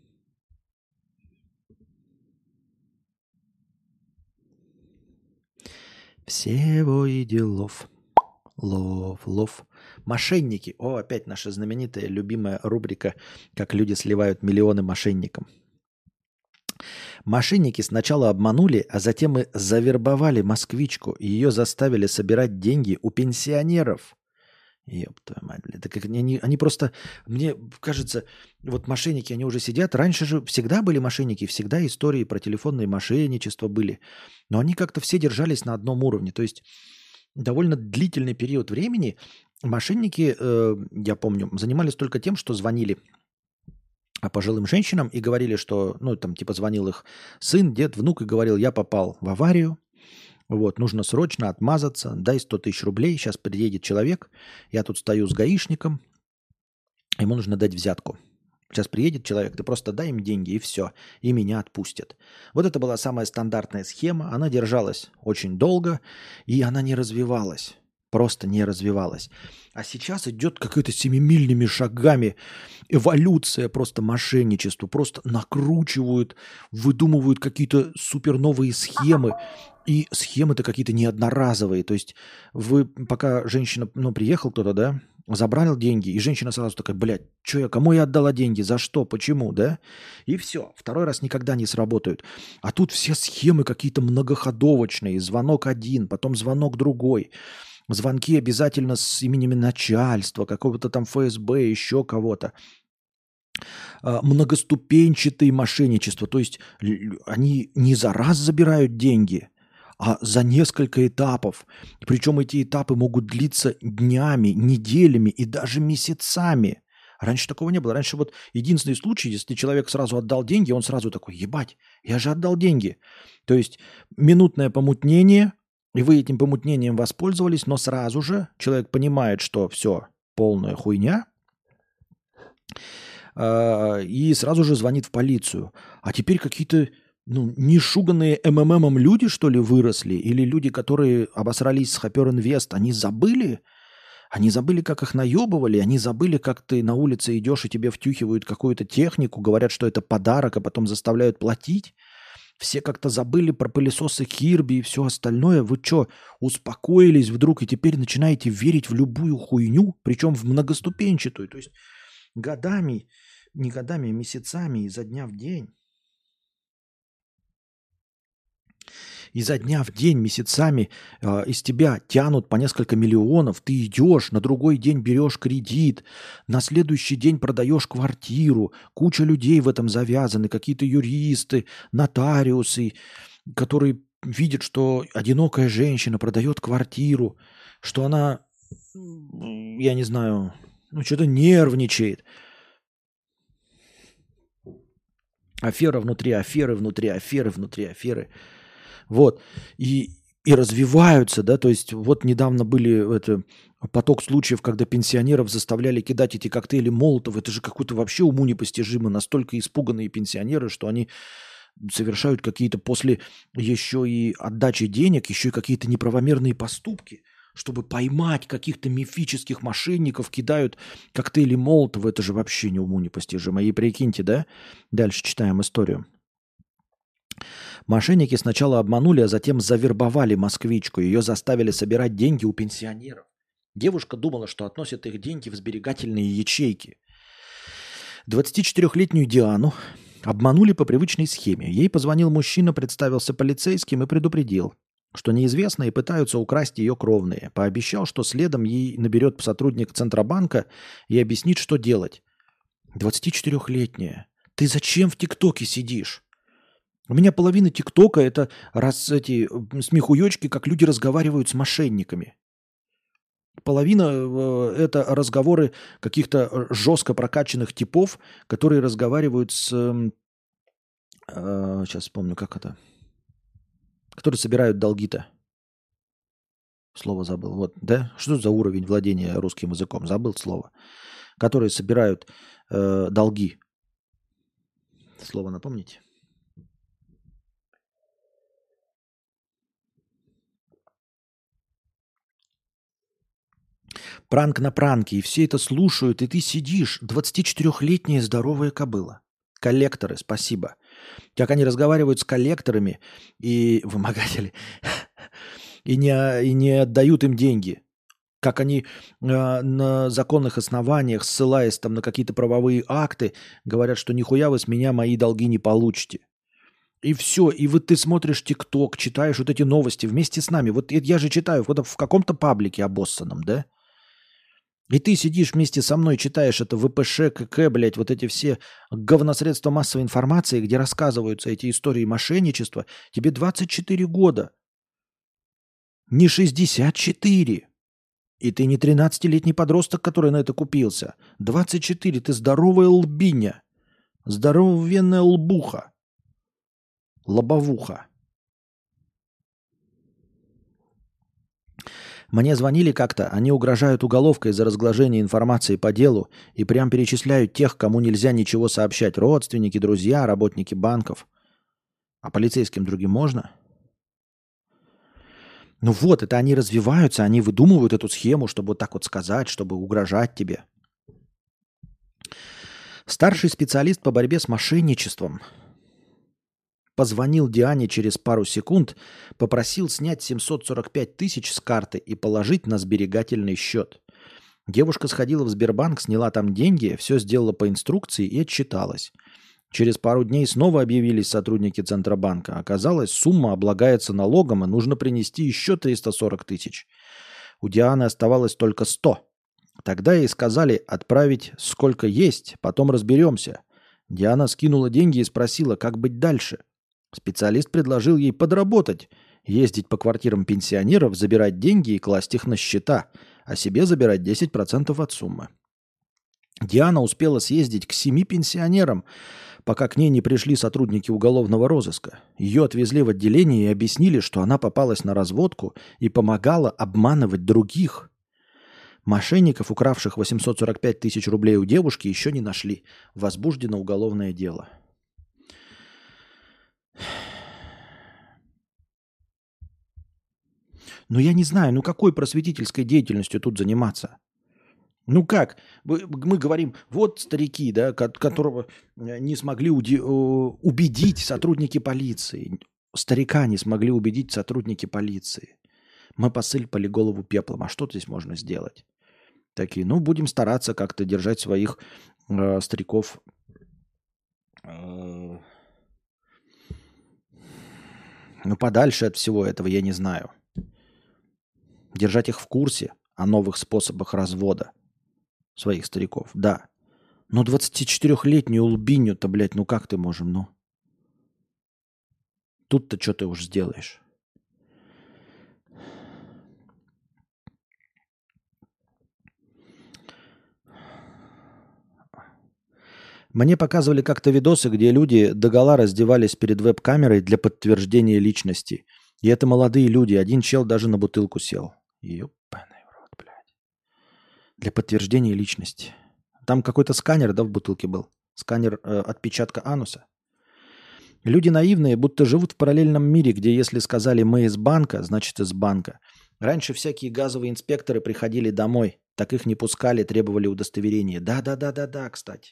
Всего и делов. Лов. Мошенники. О, опять наша знаменитая, любимая рубрика, как люди сливают миллионы мошенникам. Мошенники сначала обманули, а затем и завербовали москвичку, и ее заставили собирать деньги у пенсионеров. Ёб твою мать, блядь. Так они просто, мне кажется, вот мошенники, они уже сидят. Раньше же всегда были мошенники, всегда истории про телефонные мошенничества были. Но они как-то все держались на одном уровне. То есть довольно длительный период времени мошенники, я помню, занимались только тем, что звонили пожилым женщинам и говорили, что, ну, там, типа, звонил их сын, дед, внук и говорил, я попал в аварию, вот, нужно срочно отмазаться, дай 100 тысяч рублей, сейчас приедет человек, я тут стою с гаишником, ему нужно дать взятку. Сейчас приедет человек, ты просто дай им деньги и все, и меня отпустят. Вот это была самая стандартная схема, она держалась очень долго, и она не развивалась. Просто не развивалась. А сейчас идет какой-то семимильными шагами эволюция просто мошенничества. Просто накручивают, выдумывают какие-то суперновые схемы. И схемы-то какие-то неодноразовые. То есть вы, пока женщина, приехал кто-то, да, забрал деньги, и женщина сразу такая, блядь, что кому я отдала деньги, за что, почему, да? И все, второй раз никогда не сработают. А тут все схемы какие-то многоходовочные. Звонок один, потом звонок другой. Звонки обязательно с именем начальства, какого-то там ФСБ, еще кого-то. Многоступенчатые мошенничества. То есть они не за раз забирают деньги, а за несколько этапов. Причем эти этапы могут длиться днями, неделями и даже месяцами. Раньше такого не было. Раньше вот единственный случай, если человек сразу отдал деньги, он сразу такой: ебать, я же отдал деньги. То есть минутное помутнение, и вы этим помутнением воспользовались, но сразу же человек понимает, что все, полная хуйня, и сразу же звонит в полицию. А теперь какие-то нешуганные МММом люди, что ли, выросли? Или люди, которые обосрались с Хопер Инвест, они забыли? Они забыли, как их наебывали, они забыли, как ты на улице идешь, и тебе втюхивают какую-то технику, говорят, что это подарок, а потом заставляют платить. Все как-то забыли про пылесосы Кирби и все остальное. Вы что, успокоились вдруг и теперь начинаете верить в любую хуйню, причем в многоступенчатую? То есть годами, не годами, а месяцами, изо дня в день. Изо дня в день, месяцами из тебя тянут по несколько миллионов. Ты идешь, на другой день берешь кредит, на следующий день продаешь квартиру. Куча людей в этом завязаны, какие-то юристы, нотариусы, которые видят, что одинокая женщина продает квартиру, что она, я не знаю, что-то нервничает. Афера внутри аферы, внутри аферы, внутри аферы. Вот. И развиваются, да, то есть вот недавно были поток случаев, когда пенсионеров заставляли кидать эти коктейли Молотов. Это же какой-то вообще уму непостижимо. Настолько испуганные пенсионеры, что они совершают какие-то после еще и отдачи денег, еще и какие-то неправомерные поступки, чтобы поймать каких-то мифических мошенников, кидают коктейли Молотова. Это же вообще не уму непостижимо. И прикиньте, да? Дальше читаем историю. Мошенники сначала обманули, а затем завербовали москвичку. Ее заставили собирать деньги у пенсионеров. Девушка думала, что относят их деньги в сберегательные ячейки. 24-летнюю Диану обманули по привычной схеме. Ей позвонил мужчина, представился полицейским и предупредил, что неизвестные пытаются украсть ее кровные. Пообещал, что следом ей наберет сотрудник Центробанка и объяснит, что делать. 24-летняя. Ты зачем в ТикТоке сидишь? У меня половина ТикТока – это эти смехуёчки, как люди разговаривают с мошенниками. Половина – это разговоры каких-то жестко прокачанных типов, которые разговаривают с… сейчас вспомню, как это. Которые собирают долги-то. Слово забыл. Вот, да? Что за уровень владения русским языком? Забыл слово. Которые собирают долги. Слово напомните? Пранк на пранке, и все это слушают, и ты сидишь, 24-летняя здоровая кобыла. Коллекторы, спасибо. Как они разговаривают с коллекторами и вымогатели, и не отдают им деньги. Как они на законных основаниях, ссылаясь там на какие-то правовые акты, говорят, что нихуя вы с меня мои долги не получите. И все, и вот ты смотришь ТикТок, читаешь вот эти новости вместе с нами. Вот я же читаю вот в каком-то паблике обоссанном, да? И ты сидишь вместе со мной, читаешь это ВПШ, КК, блядь, вот эти все говносредства массовой информации, где рассказываются эти истории мошенничества. Тебе 24 года. Не 64. И ты не 13-летний подросток, который на это купился. 24. Ты здоровая лбиня. Здоровенная лбуха. Лобовуха. Мне звонили как-то, они угрожают уголовкой за разглашение информации по делу и прям перечисляют тех, кому нельзя ничего сообщать. Родственники, друзья, работники банков. А полицейским другим можно? Ну вот, это они развиваются, они выдумывают эту схему, чтобы вот так вот сказать, чтобы угрожать тебе. Старший специалист по борьбе с мошенничеством позвонил Диане через пару секунд, попросил снять 745 тысяч с карты и положить на сберегательный счет. Девушка сходила в Сбербанк, сняла там деньги, все сделала по инструкции и отчиталась. Через пару дней снова объявились сотрудники Центробанка. Оказалось, сумма облагается налогом, и нужно принести еще 340 тысяч. У Дианы оставалось только 100. Тогда ей сказали отправить сколько есть, потом разберемся. Диана скинула деньги и спросила, как быть дальше. Специалист предложил ей подработать Ездить по квартирам пенсионеров, забирать деньги и класть их на счета, а себе забирать 10% от суммы. Диана успела съездить к 7 пенсионерам, пока к ней не пришли сотрудники уголовного розыска. Ее отвезли в отделение и объяснили, что она попалась на разводку и помогала обманывать других. Мошенников, укравших 845 тысяч рублей у девушки, еще не нашли. Возбуждено уголовное дело. Но я не знаю, какой просветительской деятельностью тут заниматься? Как? Мы говорим, вот старики, да, которого не смогли убедить сотрудники полиции. Старика не смогли убедить сотрудники полиции. Мы посыпали голову пеплом. А что здесь можно сделать? Такие, будем стараться как-то держать своих стариков подальше от всего этого, я не знаю. Держать их в курсе о новых способах развода своих стариков, да. Но 24-летнюю Улбиню-то, блядь, как ты можем, Тут-то что ты уж сделаешь? Мне показывали как-то видосы, где люди догола раздевались перед веб-камерой для подтверждения личности. И это молодые люди. Один чел даже на бутылку сел. Ёбаный в рот, блядь. Для подтверждения личности. Там какой-то сканер, да, в бутылке был? Сканер отпечатка ануса. Люди наивные, будто живут в параллельном мире, где если сказали «мы из банка», значит из банка. Раньше всякие газовые инспекторы приходили домой. Так их не пускали, требовали удостоверения. Да, кстати.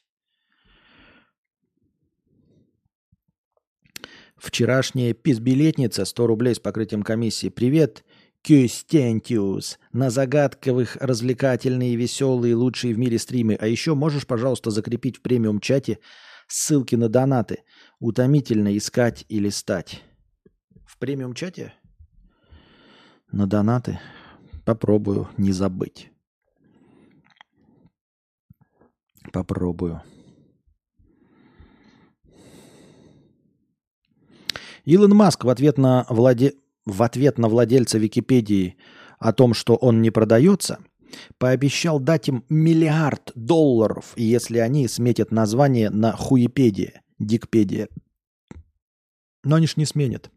Вчерашняя пизбилетница, 100 рублей с покрытием комиссии. Привет, Кюстентиус. На загадковых, развлекательные, веселые, лучшие в мире стримы. А еще можешь, пожалуйста, закрепить в премиум-чате ссылки на донаты. Утомительно искать и листать. В премиум-чате? На донаты? Попробую не забыть. Попробую. Илон Маск в ответ на владельца Википедии о том, что он не продается, пообещал дать им $1 миллиард, если они сметят название на хуепедия, дикпедия. Но они ж не сменят.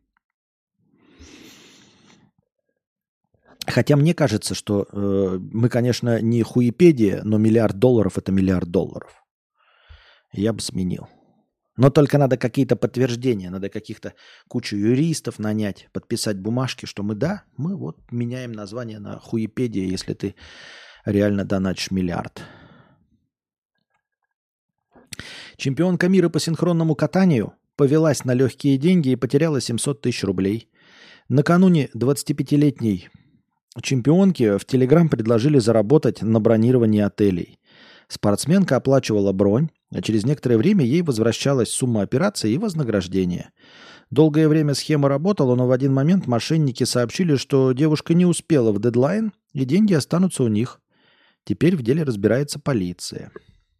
Хотя мне кажется, что мы, конечно, не хуепедия, но $1 миллиард – это $1 миллиард. Я бы сменил. Но только надо какие-то подтверждения, надо каких-то кучу юристов нанять, подписать бумажки, что мы вот меняем название на хуепедия, если ты реально донатишь $1 миллиард. Чемпионка мира по синхронному катанию повелась на легкие деньги и потеряла 700 тысяч рублей. Накануне 25-летней чемпионке в Телеграм предложили заработать на бронировании отелей. Спортсменка оплачивала бронь, а через некоторое время ей возвращалась сумма операции и вознаграждение. Долгое время схема работала, но в один момент мошенники сообщили, что девушка не успела в дедлайн, и деньги останутся у них. Теперь в деле разбирается полиция.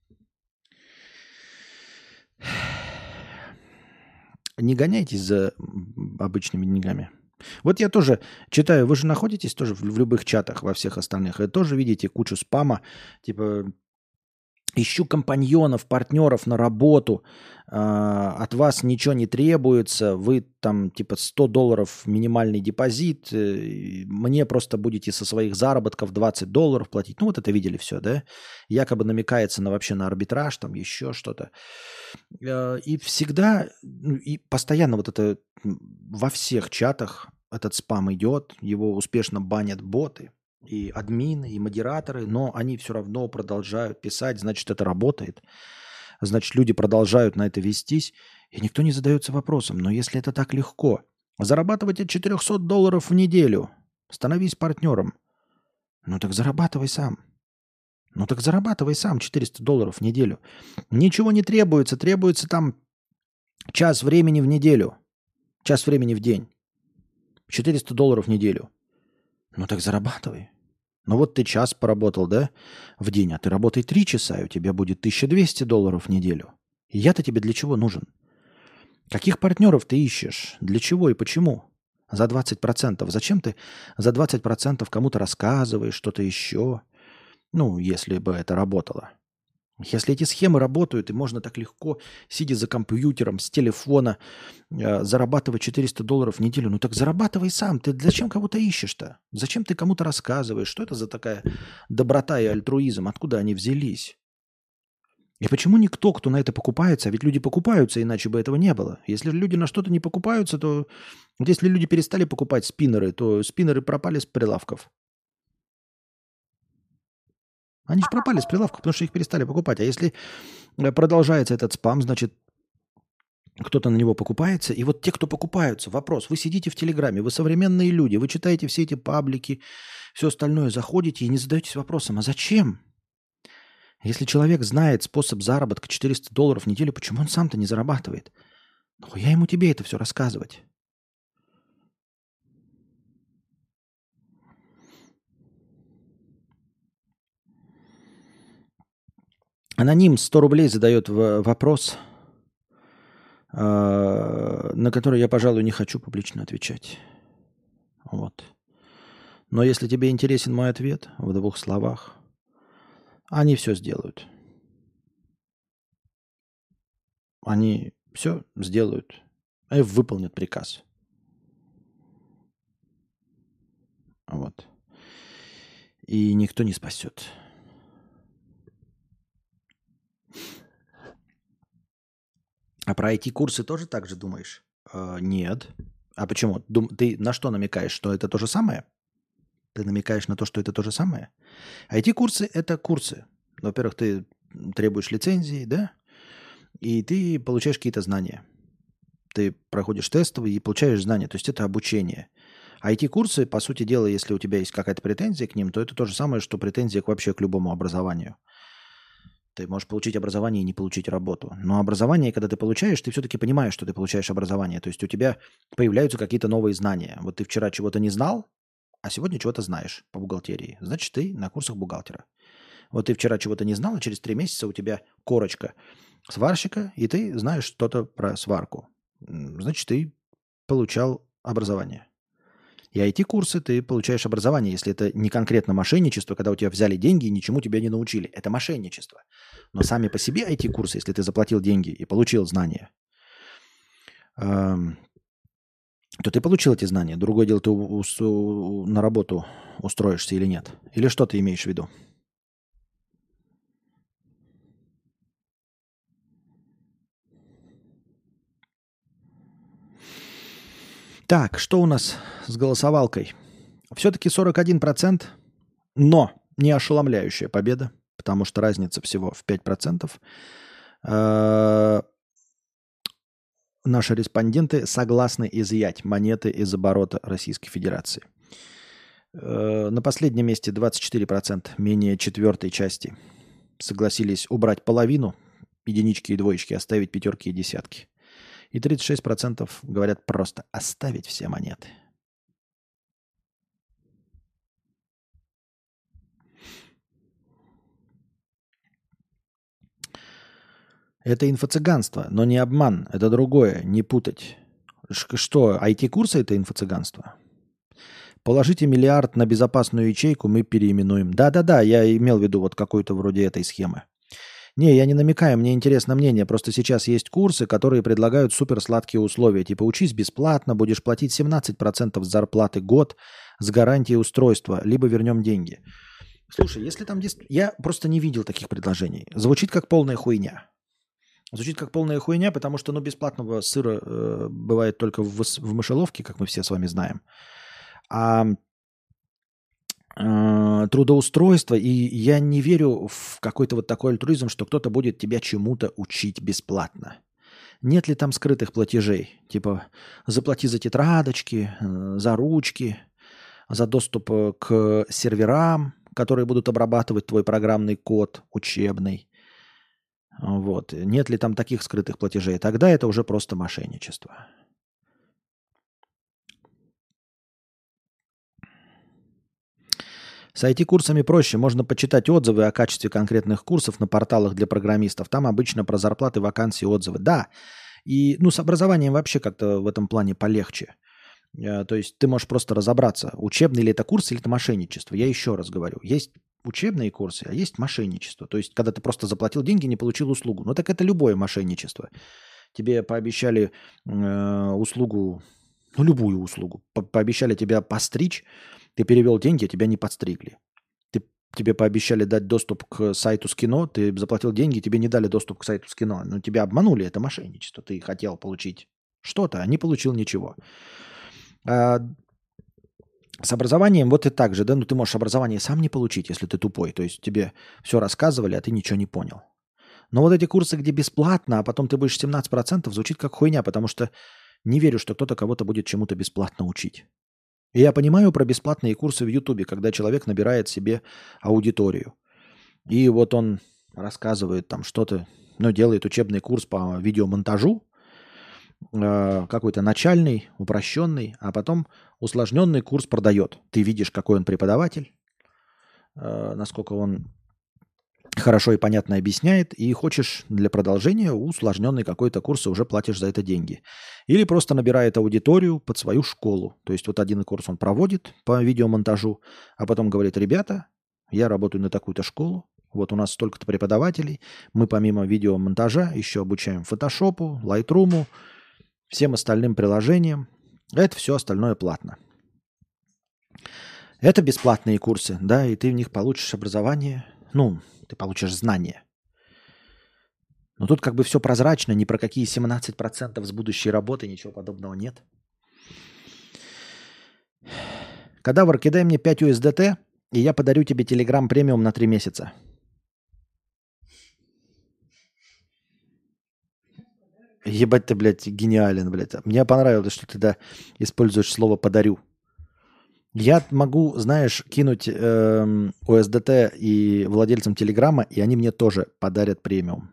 Не гоняйтесь за обычными деньгами. Вот я тоже читаю, вы же находитесь тоже в любых чатах, во всех остальных, и тоже видите кучу спама, типа ищу компаньонов, партнеров на работу, от вас ничего не требуется, вы там типа $100 минимальный депозит, мне просто будете со своих заработков $20 платить. Вот это видели все, да? Якобы намекается вообще на арбитраж, там еще что-то. И всегда, и постоянно вот это во всех чатах этот спам идет, его успешно банят боты. И админы, и модераторы, но они все равно продолжают писать, значит, это работает. Значит, люди продолжают на это вестись, и никто не задается вопросом, но если это так легко, зарабатывать от $400 в неделю, становись партнером, так зарабатывай сам. $400 в неделю. Ничего не требуется, требуется там час времени в неделю, час времени в день, $400 в неделю. Так зарабатывай. Вот ты час поработал, да, в день, а ты работай 3 часа, и у тебя будет $1200 в неделю. И я-то тебе для чего нужен? Каких партнеров ты ищешь? Для чего и почему? За 20%. Зачем ты за 20% кому-то рассказываешь что-то еще? Ну, если бы это работало. Если эти схемы работают, и можно так легко, сидя за компьютером, с телефона, зарабатывать $400 в неделю, ну так зарабатывай сам. Ты зачем кого-то ищешь-то? Зачем ты кому-то рассказываешь? Что это за такая доброта и альтруизм? Откуда они взялись? И почему никто, кто на это покупается, а ведь люди покупаются, иначе бы этого не было. Если люди на что-то не покупаются, то вот если люди перестали покупать спиннеры, то спиннеры пропали с прилавков. Они же пропали с прилавков, потому что их перестали покупать. А если продолжается этот спам, значит, кто-то на него покупается. И вот те, кто покупаются, вопрос, вы сидите в Телеграме, вы современные люди, вы читаете все эти паблики, все остальное, заходите и не задаетесь вопросом, а зачем? Если человек знает способ заработка $400 в неделю, почему он сам-то не зарабатывает? Нахуя ему тебе это все рассказывать? Аноним 100 рублей задает вопрос, на который я, пожалуй, не хочу публично отвечать. Вот. Но если тебе интересен мой ответ в 2 словах, они все сделают. Они все сделают. И выполнят приказ. Вот. И никто не спасет. А про IT-курсы тоже так же думаешь? Нет. А почему? Ты на что намекаешь? Что это то же самое? Ты намекаешь на то, что это то же самое? IT-курсы – это курсы. Во-первых, ты требуешь лицензии, да? И ты получаешь какие-то знания. Ты проходишь тестовые и получаешь знания. То есть это обучение. А IT-курсы, по сути дела, если у тебя есть какая-то претензия к ним, то это то же самое, что претензия вообще к любому образованию. Ты можешь получить образование и не получить работу. Но образование, когда ты получаешь, ты все-таки понимаешь, что ты получаешь образование. То есть у тебя появляются какие-то новые знания. Вот ты вчера чего-то не знал, а сегодня чего-то знаешь по бухгалтерии. Значит, ты на курсах бухгалтера. Вот ты вчера чего-то не знал, а через 3 месяца у тебя корочка сварщика, и ты знаешь что-то про сварку. Значит, ты получал образование. И IT-курсы ты получаешь образование, если это не конкретно мошенничество, когда у тебя взяли деньги и ничему тебя не научили. Это мошенничество. Но сами по себе IT-курсы, если ты заплатил деньги и получил знания, то ты получил эти знания. Другое дело, ты на работу устроишься или нет. Или что ты имеешь в виду? Так, что у нас с голосовалкой? Все-таки 41%, но не ошеломляющая победа, потому что разница всего в 5%. Наши респонденты согласны изъять монеты из оборота Российской Федерации. На последнем месте 24%, менее четвертой части, согласились убрать половину, единички и двоечки, оставить пятерки и десятки. И 36% говорят просто оставить все монеты. Это инфо-цыганство, но не обман. Это другое, не путать. Что, IT-курсы – это инфо-цыганство? Положите миллиард на безопасную ячейку, мы переименуем. Да-да-да, я имел в виду вот какой-то вроде этой схемы. Не, я не намекаю, мне интересно мнение. Просто сейчас есть курсы, которые предлагают суперсладкие условия. Типа учись бесплатно, будешь платить 17% с зарплаты год с гарантией устройства, либо вернем деньги. Слушай, если там... Я просто не видел таких предложений. Звучит как полная хуйня. Звучит как полная хуйня, потому что бесплатного сыра бывает только в мышеловке, как мы все с вами знаем. А трудоустройство, и я не верю в какой-то вот такой альтруизм, что кто-то будет тебя чему-то учить бесплатно. Нет ли там скрытых платежей? Типа заплати за тетрадочки, за ручки, за доступ к серверам, которые будут обрабатывать твой программный код учебный. Вот. Нет ли там таких скрытых платежей? Тогда это уже просто мошенничество. С IT-курсами проще. Можно почитать отзывы о качестве конкретных курсов на порталах для программистов. Там обычно про зарплаты, вакансии, отзывы. Да. И с образованием вообще как-то в этом плане полегче. То есть ты можешь просто разобраться, учебный ли это курс или это мошенничество. Я еще раз говорю, есть учебные курсы, а есть мошенничество. То есть когда ты просто заплатил деньги, не получил услугу. Ну так это любое мошенничество. Тебе пообещали услугу, ну любую услугу, пообещали тебя постричь, ты перевел деньги, а тебя не подстригли. Тебе пообещали дать доступ к сайту с кино, ты заплатил деньги, тебе не дали доступ к сайту с кино. Но тебя обманули, это мошенничество. Ты хотел получить что-то, а не получил ничего. А с образованием вот и так же, да, ну ты можешь образование сам не получить, если ты тупой. То есть тебе все рассказывали, а ты ничего не понял. Но вот эти курсы, где бесплатно, а потом ты будешь 17%, звучит как хуйня, потому что не верю, что кто-то кого-то будет чему-то бесплатно учить. И я понимаю про бесплатные курсы в Ютубе, когда человек набирает себе аудиторию. И вот он рассказывает там что-то, ну, делает учебный курс по видеомонтажу, какой-то начальный, упрощенный, а потом усложненный курс продает. Ты видишь, какой он преподаватель, насколько он хорошо и понятно объясняет, и хочешь для продолжения усложненный какой-то курс, и уже платишь за это деньги. Или просто набирает аудиторию под свою школу. То есть вот один курс он проводит по видеомонтажу, а потом говорит: ребята, я работаю на такую-то школу, вот у нас столько-то преподавателей, мы помимо видеомонтажа еще обучаем фотошопу, лайтруму, всем остальным приложениям. Это все остальное платно. Это бесплатные курсы, да, и ты в них получишь образование, ну, ты получишь знания. Но тут как бы все прозрачно, ни про какие 17% с будущей работы, ничего подобного нет. Кадавр, кидай мне 5 USDT, и я подарю тебе Telegram премиум на 3 месяца. Ебать ты, блядь, гениален, блядь. Мне понравилось, что ты используешь слово «подарю». Я могу, знаешь, кинуть USDT и владельцам Телеграма, и они мне тоже подарят премиум.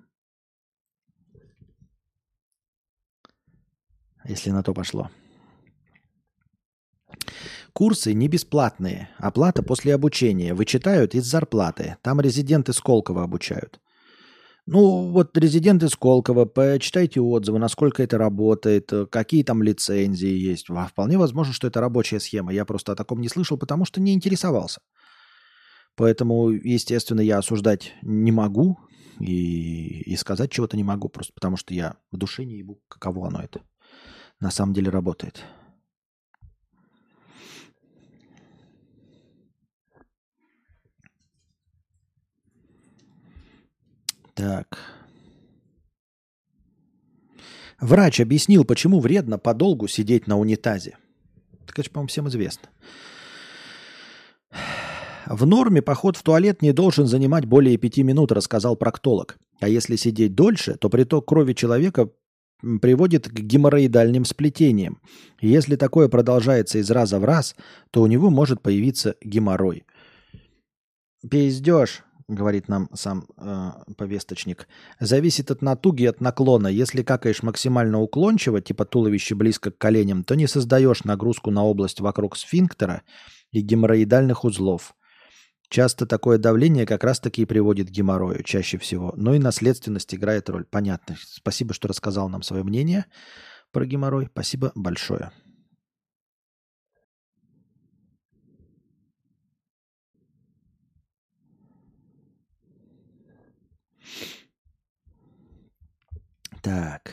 Если на то пошло. Курсы не бесплатные. Оплата после обучения. Вычитают из зарплаты. Там резиденты Сколково обучают. Ну, вот резиденты Сколково, почитайте отзывы, насколько это работает, какие там лицензии есть. Вполне возможно, что это рабочая схема. Я просто о таком не слышал, потому что не интересовался. Поэтому, естественно, я осуждать не могу и сказать чего-то не могу, просто потому что я в душе не ебу, каково оно это на самом деле работает. Так. Врач объяснил, почему вредно подолгу сидеть на унитазе. Так это, по-моему, всем известно. В норме поход в туалет не должен занимать более 5 минут, рассказал проктолог. А если сидеть дольше, то приток крови человека приводит к геморроидальным сплетениям. И если такое продолжается из раза в раз, то у него может появиться геморрой. Пиздеж, говорит нам сам повесточник, зависит от натуги и от наклона. Если какаешь максимально уклончиво, типа туловище близко к коленям, то не создаешь нагрузку на область вокруг сфинктера и геморроидальных узлов. Часто такое давление как раз-таки и приводит к геморрою, чаще всего. Но и наследственность играет роль. Понятно. Спасибо, что рассказал нам свое мнение про геморрой. Спасибо большое. Так.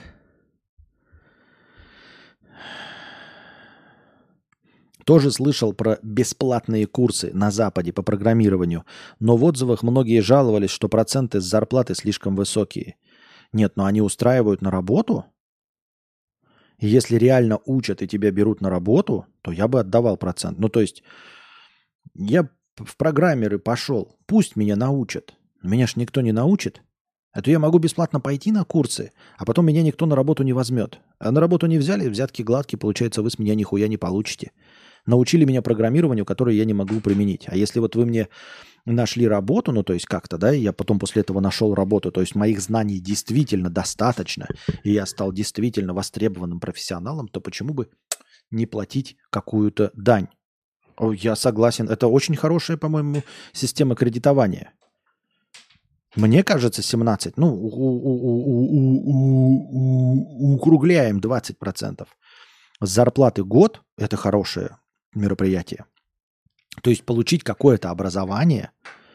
Тоже слышал про бесплатные курсы на Западе по программированию, но в отзывах многие жаловались, что проценты с зарплаты слишком высокие. Нет, но они устраивают на работу? И если реально учат и тебя берут на работу, то я бы отдавал процент. Ну, то есть, я в программеры пошел, пусть меня научат. Меня ж никто не научит. А то я могу бесплатно пойти на курсы, а потом меня никто на работу не возьмет. А на работу не взяли, взятки гладкие, получается, вы с меня нихуя не получите. Научили меня программированию, которое я не могу применить. А если вот вы мне нашли работу, ну то есть как-то, да, и я потом после этого нашел работу, то есть моих знаний действительно достаточно, и я стал действительно востребованным профессионалом, то почему бы не платить какую-то дань? Я согласен, это очень хорошая, по-моему, система кредитования. Мне кажется, 17, ну, укругляем 20%. с зарплаты год– это хорошее мероприятие. То есть получить какое-то образование,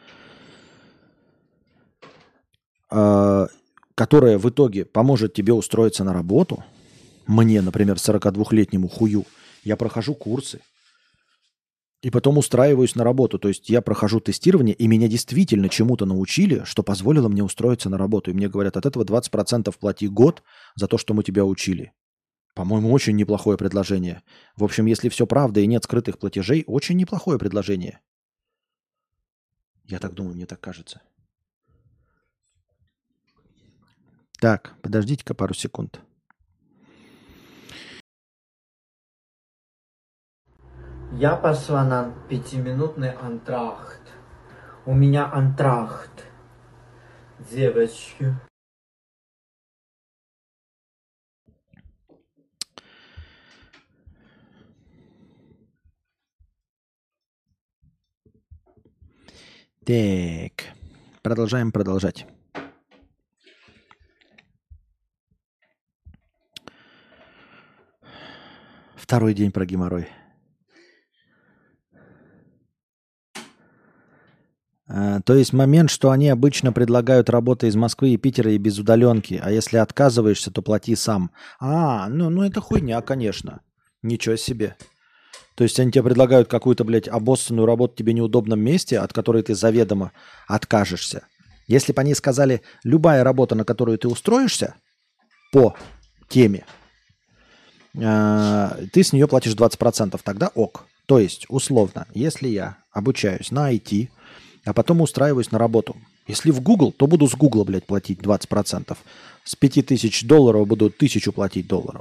которое в итоге поможет тебе устроиться на работу. Мне, например, 42-летнему хую, я прохожу курсы и потом устраиваюсь на работу. То есть я прохожу тестирование, и меня действительно чему-то научили, что позволило мне устроиться на работу. И мне говорят, от этого 20% плати год за то, что мы тебя учили. По-моему, очень неплохое предложение. В общем, если все правда и нет скрытых платежей, очень неплохое предложение. Я так думаю, мне так кажется. Так, подождите-ка пару секунд. Я пошла на 5-минутный антрахт. У меня антрахт. Девочки. Так, продолжаем продолжать. Второй день про геморрой. То есть момент, что они обычно предлагают работы из Москвы и Питера и без удаленки, а если отказываешься, то плати сам. Ну это хуйня, конечно. Ничего себе. То есть они тебе предлагают какую-то, блядь, обоссанную работу тебе в неудобном месте, от которой ты заведомо откажешься. Если бы они сказали, любая работа, на которую ты устроишься по теме, ты с нее платишь 20%, тогда ок. То есть, условно, если я обучаюсь на IT, а потом устраиваюсь на работу. Если в Google, то буду с Google, блядь, платить 20%. С $5000 буду 1000 платить долларов.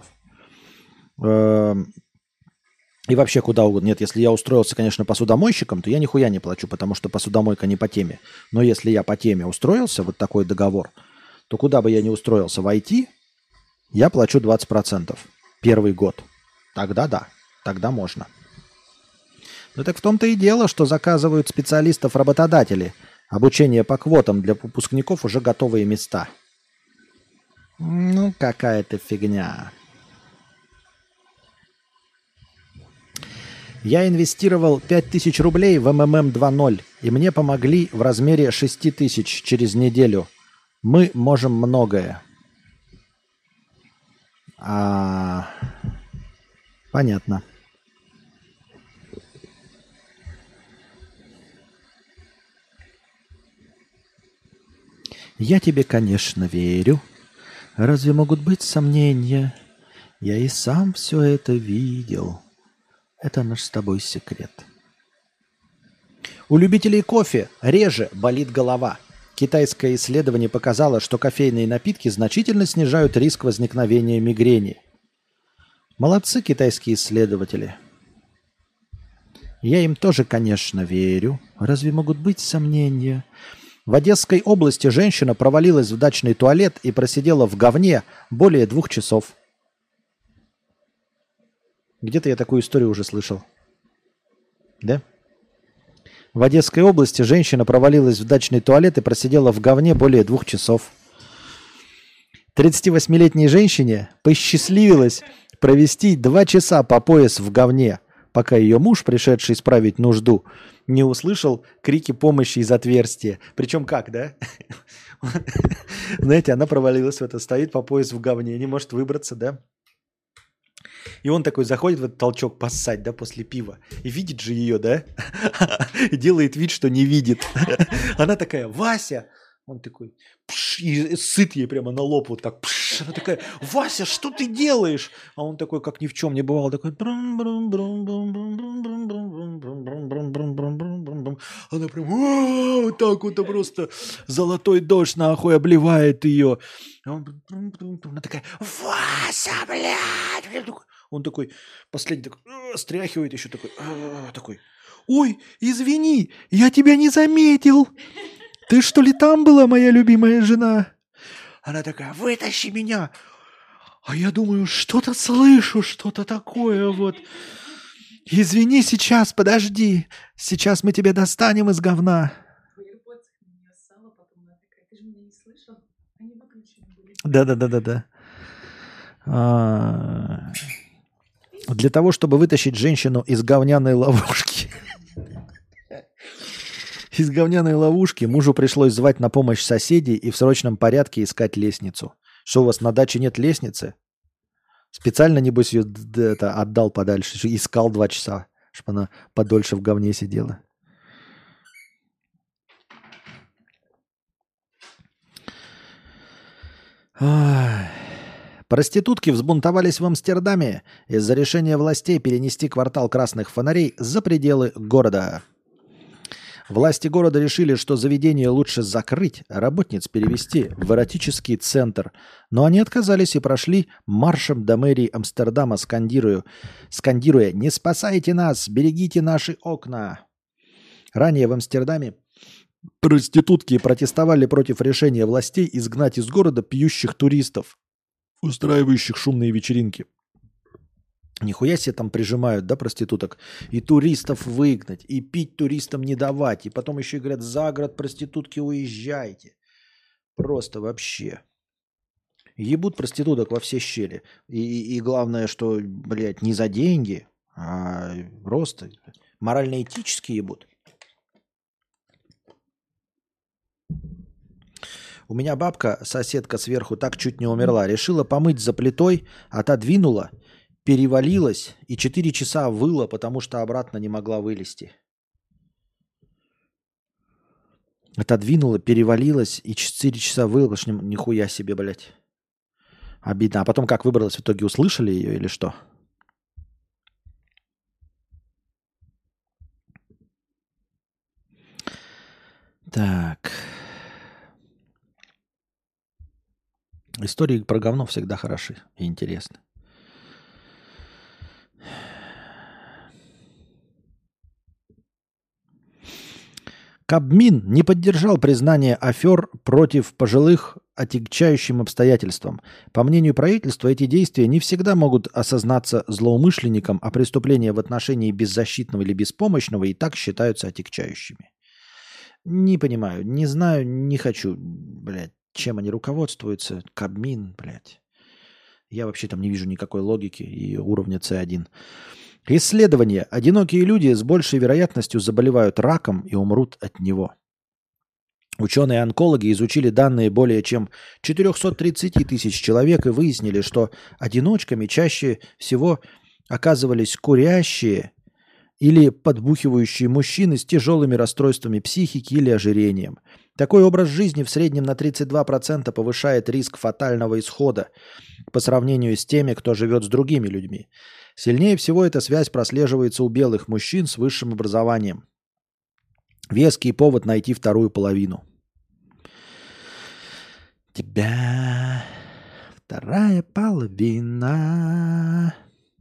И вообще куда угодно. Нет, если я устроился, конечно, посудомойщиком, то я нихуя не плачу, потому что посудомойка не по теме. Но если я по теме устроился, вот такой договор, то куда бы я ни устроился в IT, я плачу 20% первый год. Тогда да, тогда можно. Ну так в том-то и дело, что заказывают специалистов работодатели. Обучение по квотам для выпускников уже готовые места. Ну, какая-то фигня. Я инвестировал 5000 рублей в МММ 2.0, и мне помогли в размере 6000 через неделю. Мы можем многое. Понятно. Я тебе, конечно, верю. Разве могут быть сомнения? Я и сам все это видел. Это наш с тобой секрет. У любителей кофе реже болит голова. Китайское исследование показало, что кофейные напитки значительно снижают риск возникновения мигрени. Молодцы китайские исследователи. Я им тоже, конечно, верю. Разве могут быть сомнения? В Одесской области женщина провалилась в дачный туалет и просидела в говне более 2 часов. Где-то я такую историю уже слышал. Да? В Одесской области женщина провалилась в дачный туалет и просидела в говне более 2 часов. 38-летней женщине посчастливилось провести 2 часа по пояс в говне, пока ее муж, пришедший исправить нужду, не услышал крики помощи из отверстия. Причем как, да? Знаете, она провалилась в это, стоит по пояс в говне, не может выбраться, да? И он такой заходит в этот толчок поссать, да, после пива. И видит же ее, да? И делает вид, что не видит. Она такая: «Вася!» Он такой пш, и сыт ей прямо на лоб вот так. Пш. Она такая: «Вася, что ты делаешь?» А он такой, как ни в чем не бывало, такой. Она прям вот так вот просто золотой дождь нахуй обливает ее. Она такая: «Вася, блядь!» Он такой, последний такой, стряхивает еще такой, такой: «Ой, извини, я тебя не заметил. Ты что ли там была, моя любимая жена?» Она такая: «Вытащи меня!» А я думаю, что-то слышу, что-то такое вот. «Извини, сейчас, подожди. Сейчас мы тебя достанем из говна». Да. Для того, чтобы вытащить женщину из говняной ловушки. Из говняной ловушки мужу пришлось звать на помощь соседей и в срочном порядке искать лестницу. Что, у вас на даче нет лестницы? Специально, небось, ее отдал подальше. Искал 2 часа, чтобы она подольше в говне сидела. Проститутки взбунтовались в Амстердаме из-за решения властей перенести квартал красных фонарей за пределы города. Власти города решили, что заведение лучше закрыть, а работниц перевести в эротический центр. Но они отказались и прошли маршем до мэрии Амстердама, скандируя «Не спасайте нас! Берегите наши окна!». Ранее в Амстердаме проститутки протестовали против решения властей изгнать из города пьющих туристов, устраивающих шумные вечеринки. Нихуя себе там прижимают, да, проституток. И туристов выгнать, и пить туристам не давать. И потом еще и говорят, за город проститутки уезжайте. Просто вообще. Ебут проституток во все щели. И главное, что, блядь, не за деньги, а просто морально-этически ебут. У меня бабка, соседка сверху, так чуть не умерла. Решила помыть за плитой, отодвинула, перевалилась и 4 часа выла, потому что обратно не могла вылезти. Отодвинула, перевалилась и 4 часа выла, потому что нихуя себе, блядь. Обидно. А потом как выбралась, в итоге услышали ее или что? Так. Истории про говно всегда хороши и интересны. Кабмин не поддержал признание афер против пожилых отягчающим обстоятельствам. По мнению правительства, эти действия не всегда могут осознаться злоумышленником, а преступления в отношении беззащитного или беспомощного и так считаются отягчающими. Не понимаю, не знаю, не хочу, блядь, чем они руководствуются. Кабмин, блядь. Я вообще там не вижу никакой логики и уровня С1. Исследование. Одинокие люди с большей вероятностью заболевают раком и умрут от него. Ученые-онкологи изучили данные более чем 430 тысяч человек и выяснили, что одиночками чаще всего оказывались курящие или подбухивающие мужчины с тяжелыми расстройствами психики или ожирением. Такой образ жизни в среднем на 32% повышает риск фатального исхода по сравнению с теми, кто живет с другими людьми. Сильнее всего эта связь прослеживается у белых мужчин с высшим образованием. Веский повод найти вторую половину. Тебя вторая половина.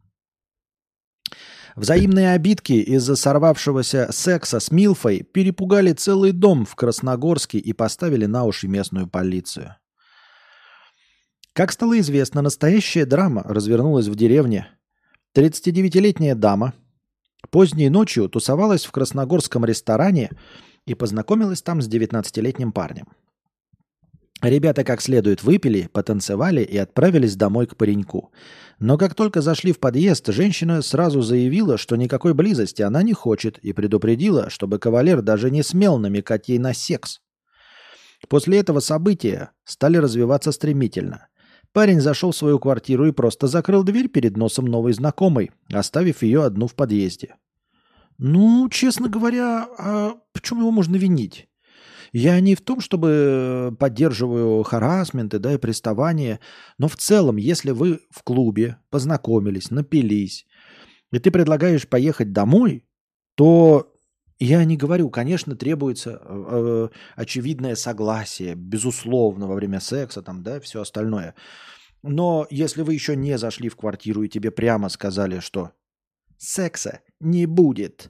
Взаимные обидки из-за сорвавшегося секса с Милфой перепугали целый дом в Красногорске и поставили на уши местную полицию. Как стало известно, настоящая драма развернулась в деревне. 39-летняя дама поздней ночью тусовалась в красногорском ресторане и познакомилась там с 19-летним парнем. Ребята как следует выпили, потанцевали и отправились домой к пареньку. Но как только зашли в подъезд, женщина сразу заявила, что никакой близости она не хочет, и предупредила, чтобы кавалер даже не смел намекать ей на секс. После этого события стали развиваться стремительно. Парень зашел в свою квартиру и просто закрыл дверь перед носом новой знакомой, оставив ее одну в подъезде. Ну, честно говоря, а в чем его можно винить? Я не в том, чтобы поддерживаю харассменты, да, и приставания, но в целом, если вы в клубе познакомились, напились, и ты предлагаешь поехать домой, то я не говорю, конечно, требуется очевидное согласие, безусловно, во время секса, там, да, все остальное. Но если вы еще не зашли в квартиру и тебе прямо сказали, что секса не будет,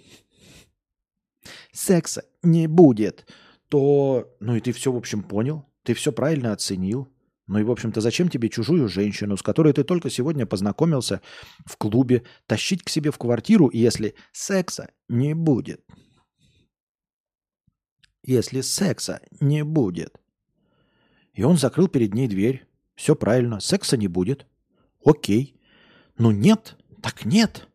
то, ну и ты все, в общем, понял, ты все правильно оценил. Ну и, в общем-то, зачем тебе чужую женщину, с которой ты только сегодня познакомился в клубе, тащить к себе в квартиру, если секса не будет? Если секса не будет. И он закрыл перед ней дверь. Все правильно, секса не будет. Окей. Но нет, Так нет.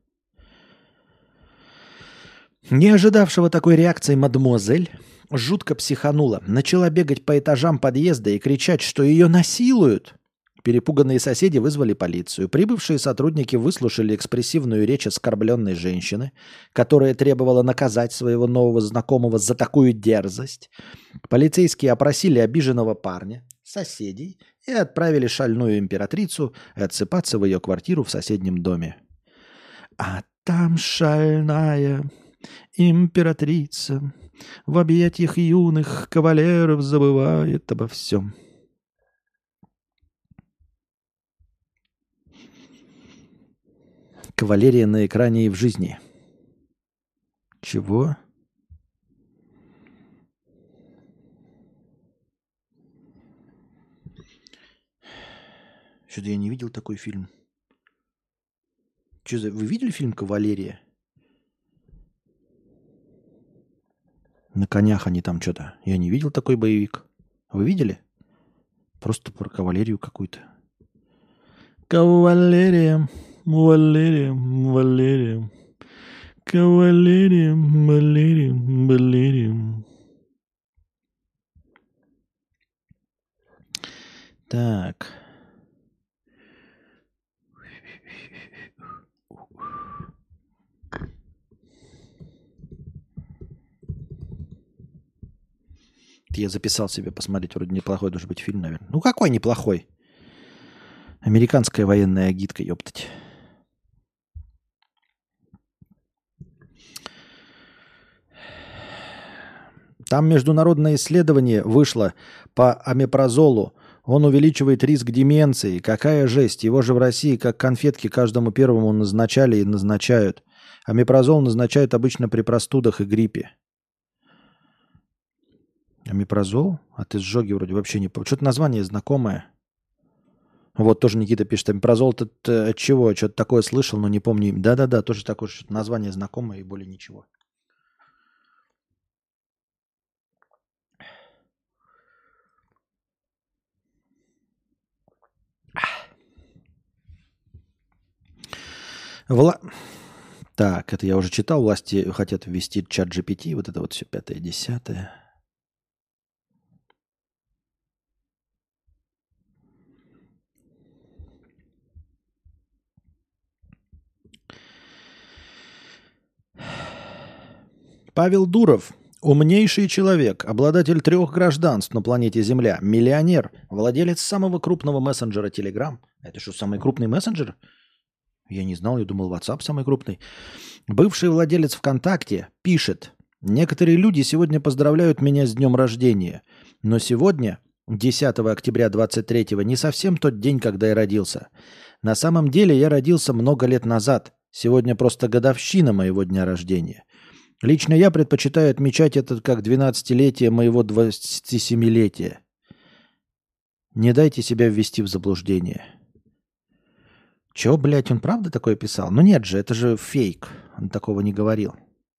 Не ожидавшего такой реакции мадемуазель жутко психанула. Начала бегать по этажам подъезда и кричать, что ее насилуют. Перепуганные соседи вызвали полицию. Прибывшие сотрудники выслушали экспрессивную речь оскорбленной женщины, которая требовала наказать своего нового знакомого за такую дерзость. Полицейские опросили обиженного парня, соседей и отправили шальную императрицу отсыпаться в ее квартиру в соседнем доме. А там шальная императрица в объятиях юных кавалеров забывает обо всем. Кавалерия на экране и в жизни. Чего? Что-то я не видел такой фильм. Что за... Вы видели фильм «Кавалерия»? На конях они там что-то. Я не видел такой боевик. Вы видели? Просто про кавалерию какую-то. Кавалерия, Валерия, Валерия. Кавалерия, Валерия, Валерия. Так. Я записал себе посмотреть. Вроде неплохой должен быть фильм, наверное. Ну какой неплохой? Американская военная агитка, ёптать. Там международное исследование вышло по омепразолу. Он увеличивает риск деменции. Какая жесть. Его же в России как конфетки каждому первому назначали и назначают. Омепразол назначают обычно при простудах и гриппе. Омепразол? А ты сжоги вроде вообще не помню. Что-то название знакомое. Вот тоже Никита пишет, омепразол-то от чего? Что-то такое слышал, но не помню. Да-да-да, тоже такое что-то название знакомое и более ничего. Так, это я уже читал. Власти хотят ввести чат GPT. Вот это вот все 5-10. Павел Дуров. Умнейший человек, обладатель 3 гражданств на планете Земля, миллионер, владелец самого крупного мессенджера Telegram. Это что, самый крупный мессенджер? Я не знал, я думал, WhatsApp самый крупный. Бывший владелец ВКонтакте пишет. Некоторые люди сегодня поздравляют меня с днем рождения. Но сегодня, 10 октября 23-го, не совсем тот день, когда я родился. На самом деле я родился много лет назад. Сегодня просто годовщина моего дня рождения. Лично я предпочитаю отмечать это как 12-летие моего 27-летия. Не дайте себя ввести в заблуждение. Чего, блядь, он правда такое писал? Ну нет же, это же фейк. Он такого не говорил.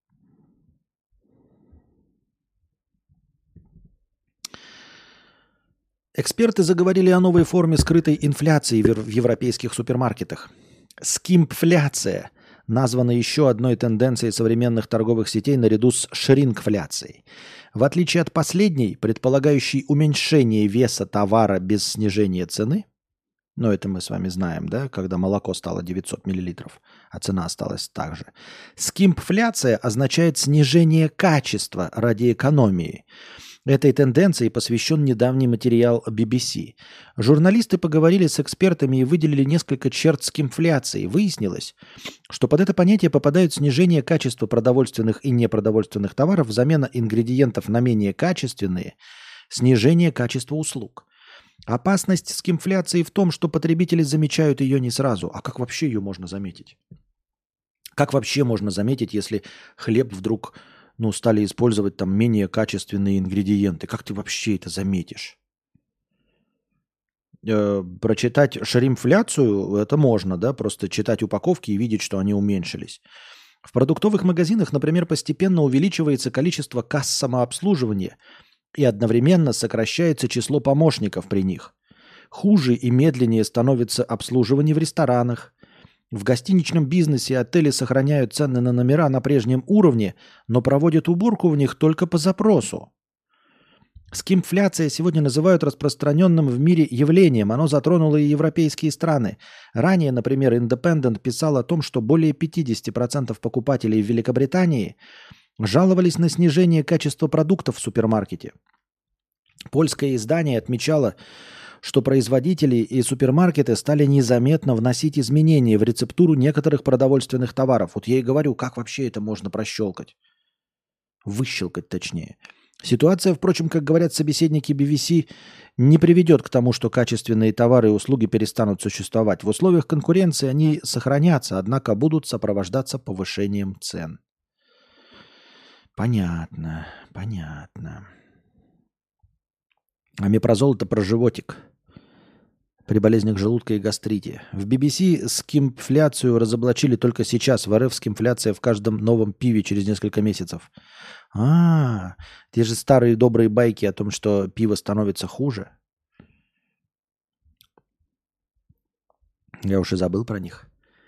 Эксперты заговорили о новой форме скрытой инфляции в европейских супермаркетах. Скимпфляция названа еще одной тенденцией современных торговых сетей наряду с шрингфляцией. В отличие от последней, предполагающей уменьшение веса товара без снижения цены, ну это мы с вами знаем, да, когда молоко стало 900 мл, а цена осталась так же. Скимпфляция означает снижение качества ради экономии. Этой тенденции посвящен недавний материал BBC. Журналисты поговорили с экспертами и выделили несколько черт скимфляции. Выяснилось, что под это понятие попадают снижение качества продовольственных и непродовольственных товаров, замена ингредиентов на менее качественные, снижение качества услуг. Опасность скимфляции в том, что потребители замечают ее не сразу. А как вообще ее можно заметить? Как вообще можно заметить, если хлеб вдруг... стали использовать там менее качественные ингредиенты. Как ты вообще это заметишь? Прочитать шримфляцию, это можно, да, просто читать упаковки и видеть, что они уменьшились. В продуктовых магазинах, например, постепенно увеличивается количество касс самообслуживания и одновременно сокращается число помощников при них. Хуже и медленнее становится обслуживание в ресторанах. В гостиничном бизнесе отели сохраняют цены на номера на прежнем уровне, но проводят уборку в них только по запросу. Скимфляция сегодня называют распространенным в мире явлением. Оно затронуло и европейские страны. Ранее, например, Independent писал о том, что более 50% покупателей в Великобритании жаловались на снижение качества продуктов в супермаркете. Польское издание отмечало, что производители и супермаркеты стали незаметно вносить изменения в рецептуру некоторых продовольственных товаров. Вот я и говорю, как вообще это можно прощелкать? Выщелкать точнее. Ситуация, впрочем, как говорят собеседники BBC, не приведет к тому, что качественные товары и услуги перестанут существовать. В условиях конкуренции они сохранятся, однако будут сопровождаться повышением цен. Понятно, понятно. Омепразол – это про животик. При болезнях желудка и гастрите. В BBC скимфляцию разоблачили только сейчас. В РФ скимфляция в каждом новом пиве через несколько месяцев. Те же старые добрые байки о том, что пиво становится хуже. Я уж и забыл про них.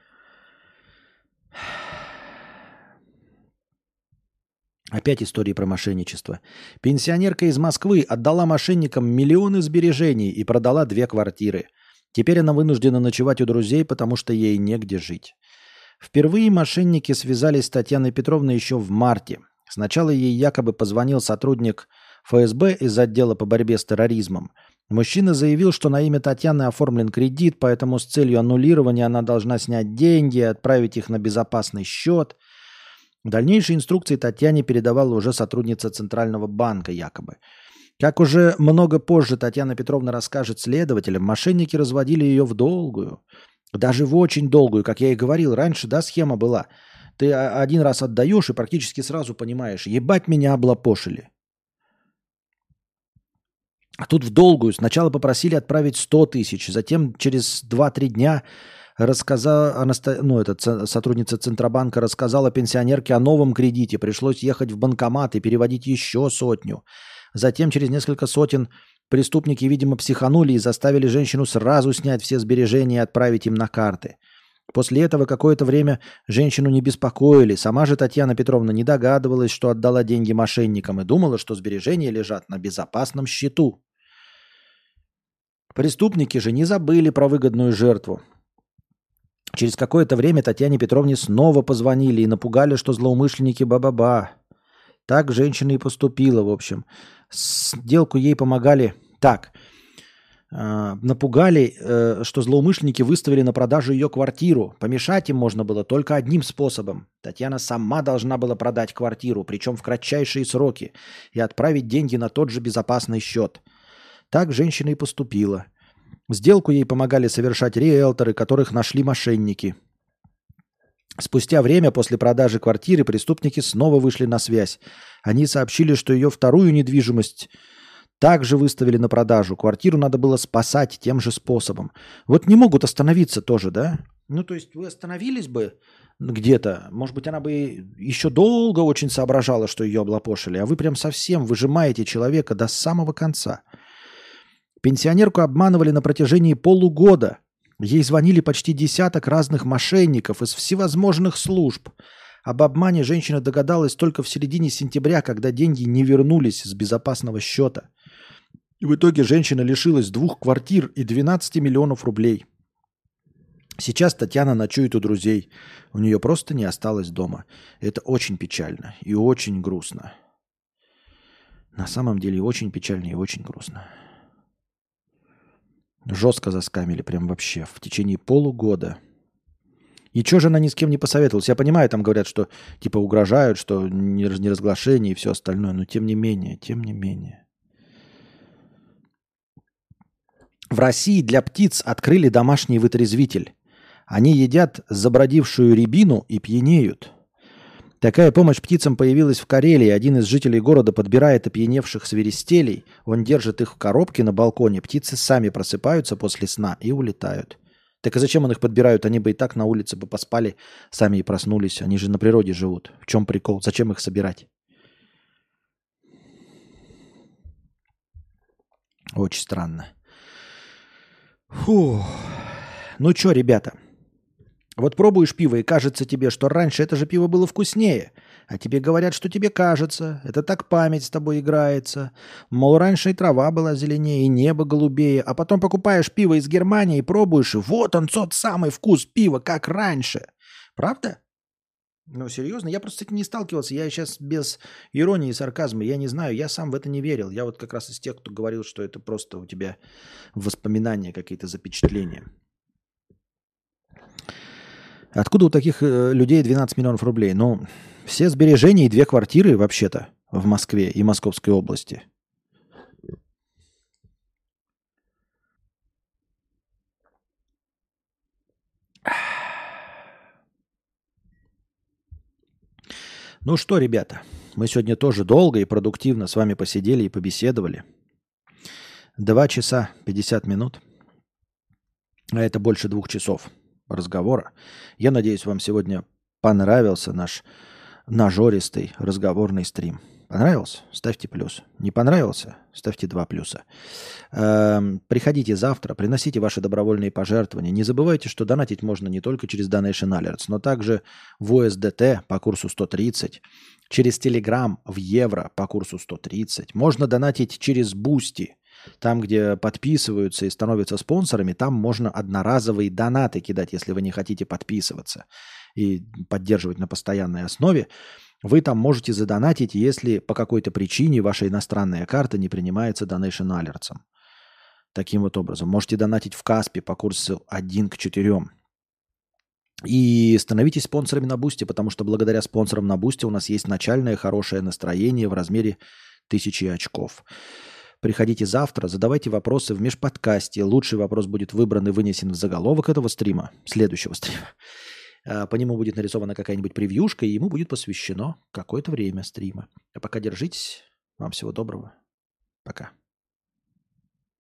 Опять истории про мошенничество. Пенсионерка из Москвы отдала мошенникам миллионы сбережений и продала 2 квартиры. Теперь она вынуждена ночевать у друзей, потому что ей негде жить. Впервые мошенники связались с Татьяной Петровной еще в марте. Сначала ей якобы позвонил сотрудник ФСБ из отдела по борьбе с терроризмом. Мужчина заявил, что на имя Татьяны оформлен кредит, поэтому с целью аннулирования она должна снять деньги и отправить их на безопасный счет. Дальнейшие инструкции Татьяне передавала уже сотрудница Центрального банка якобы. Как уже много позже Татьяна Петровна расскажет следователям, мошенники разводили ее в долгую. Даже в очень долгую, как я и говорил раньше, да, схема была. Ты один раз отдаешь и практически сразу понимаешь, ебать меня облапошили. А тут в долгую. Сначала попросили отправить 100 тысяч, затем через 2-3 дня сотрудница Центробанка рассказала пенсионерке о новом кредите. Пришлось ехать в банкомат и переводить еще 100. Затем через несколько сотен преступники, видимо, психанули и заставили женщину сразу снять все сбережения и отправить им на карты. После этого какое-то время женщину не беспокоили. Сама же Татьяна Петровна не догадывалась, что отдала деньги мошенникам и думала, что сбережения лежат на безопасном счету. Преступники же не забыли про выгодную жертву. Через какое-то время Татьяне Петровне снова позвонили и напугали, что злоумышленники ба-ба-ба. Так женщина и поступила, в общем. Сделку ей помогали... напугали, что злоумышленники выставили на продажу ее квартиру. Помешать им можно было только одним способом. Татьяна сама должна была продать квартиру, причем в кратчайшие сроки, и отправить деньги на тот же безопасный счет. Так женщина и поступила. Сделку ей помогали совершать риэлторы, которых нашли мошенники. Спустя время после продажи квартиры преступники снова вышли на связь. Они сообщили, что ее вторую недвижимость также выставили на продажу. Квартиру надо было спасать тем же способом. Вот не могут остановиться тоже, да? Ну, то есть вы остановились бы где-то, может быть, она бы еще долго очень соображала, что ее облапошили, а вы прям совсем выжимаете человека до самого конца. Пенсионерку обманывали на протяжении полугода. Ей звонили почти десяток разных мошенников из всевозможных служб. Об обмане женщина догадалась только в середине сентября, когда деньги не вернулись с безопасного счета. И в итоге женщина лишилась 2 квартир и 12 миллионов рублей. Сейчас Татьяна ночует у друзей. У нее просто не осталось дома. Это очень печально и очень грустно. На самом деле очень печально и очень грустно. Жестко заскамили, прям вообще, в течение полугода. И что же она ни с кем не посоветовалась? Я понимаю, там говорят, что типа угрожают, что не разглашение и все остальное, но тем не менее. В России для птиц открыли домашний вытрезвитель. Они едят забродившую рябину и пьянеют. Такая помощь птицам появилась в Карелии. Один из жителей города подбирает опьяневших свиристелей. Он держит их в коробке на балконе. Птицы сами просыпаются после сна и улетают. Так и зачем он их подбирают? Они бы и так на улице бы поспали, сами и проснулись. Они же на природе живут. В чем прикол? Зачем их собирать? Очень странно. Фу. Ну что, ребята? Вот пробуешь пиво, и кажется тебе, что раньше это же пиво было вкуснее. А тебе говорят, что тебе кажется. Это так память с тобой играется. Мол, раньше и трава была зеленее, и небо голубее. А потом покупаешь пиво из Германии и пробуешь, и вот он, тот самый вкус пива, как раньше. Правда? Ну, серьезно, я просто с этим не сталкивался. Я сейчас без иронии и сарказма, я не знаю, я сам в это не верил. Я вот как раз из тех, кто говорил, что это просто у тебя воспоминания, какие-то запечатления. Откуда у таких людей 12 миллионов рублей? Ну, все сбережения и 2 квартиры вообще-то в Москве и Московской области. Ну что, ребята, мы сегодня тоже долго и продуктивно с вами посидели и побеседовали. 2 часа 50 минут. А это больше 2 часов разговора. Я надеюсь, вам сегодня понравился наш нажористый разговорный стрим. Понравился? Ставьте плюс. Не понравился? Ставьте 2 плюса. Приходите завтра, приносите ваши добровольные пожертвования. Не забывайте, что донатить можно не только через Donation Alerts, но также в USDT по курсу 130, через Telegram в евро по курсу 130. Можно донатить через Boosty. Там, где подписываются и становятся спонсорами, там можно одноразовые донаты кидать, если вы не хотите подписываться и поддерживать на постоянной основе. Вы там можете задонатить, если по какой-то причине ваша иностранная карта не принимается Donation Alerts. Таким вот образом. Можете донатить в Каспе по курсу 1:4. И становитесь спонсорами на Бусти, потому что благодаря спонсорам на Бусти у нас есть начальное хорошее настроение в размере 1000 очков. Приходите завтра, задавайте вопросы в межподкасте. Лучший вопрос будет выбран и вынесен в заголовок этого стрима, следующего стрима. По нему будет нарисована какая-нибудь превьюшка, и ему будет посвящено какое-то время стрима. А пока держитесь. Вам всего доброго. Пока.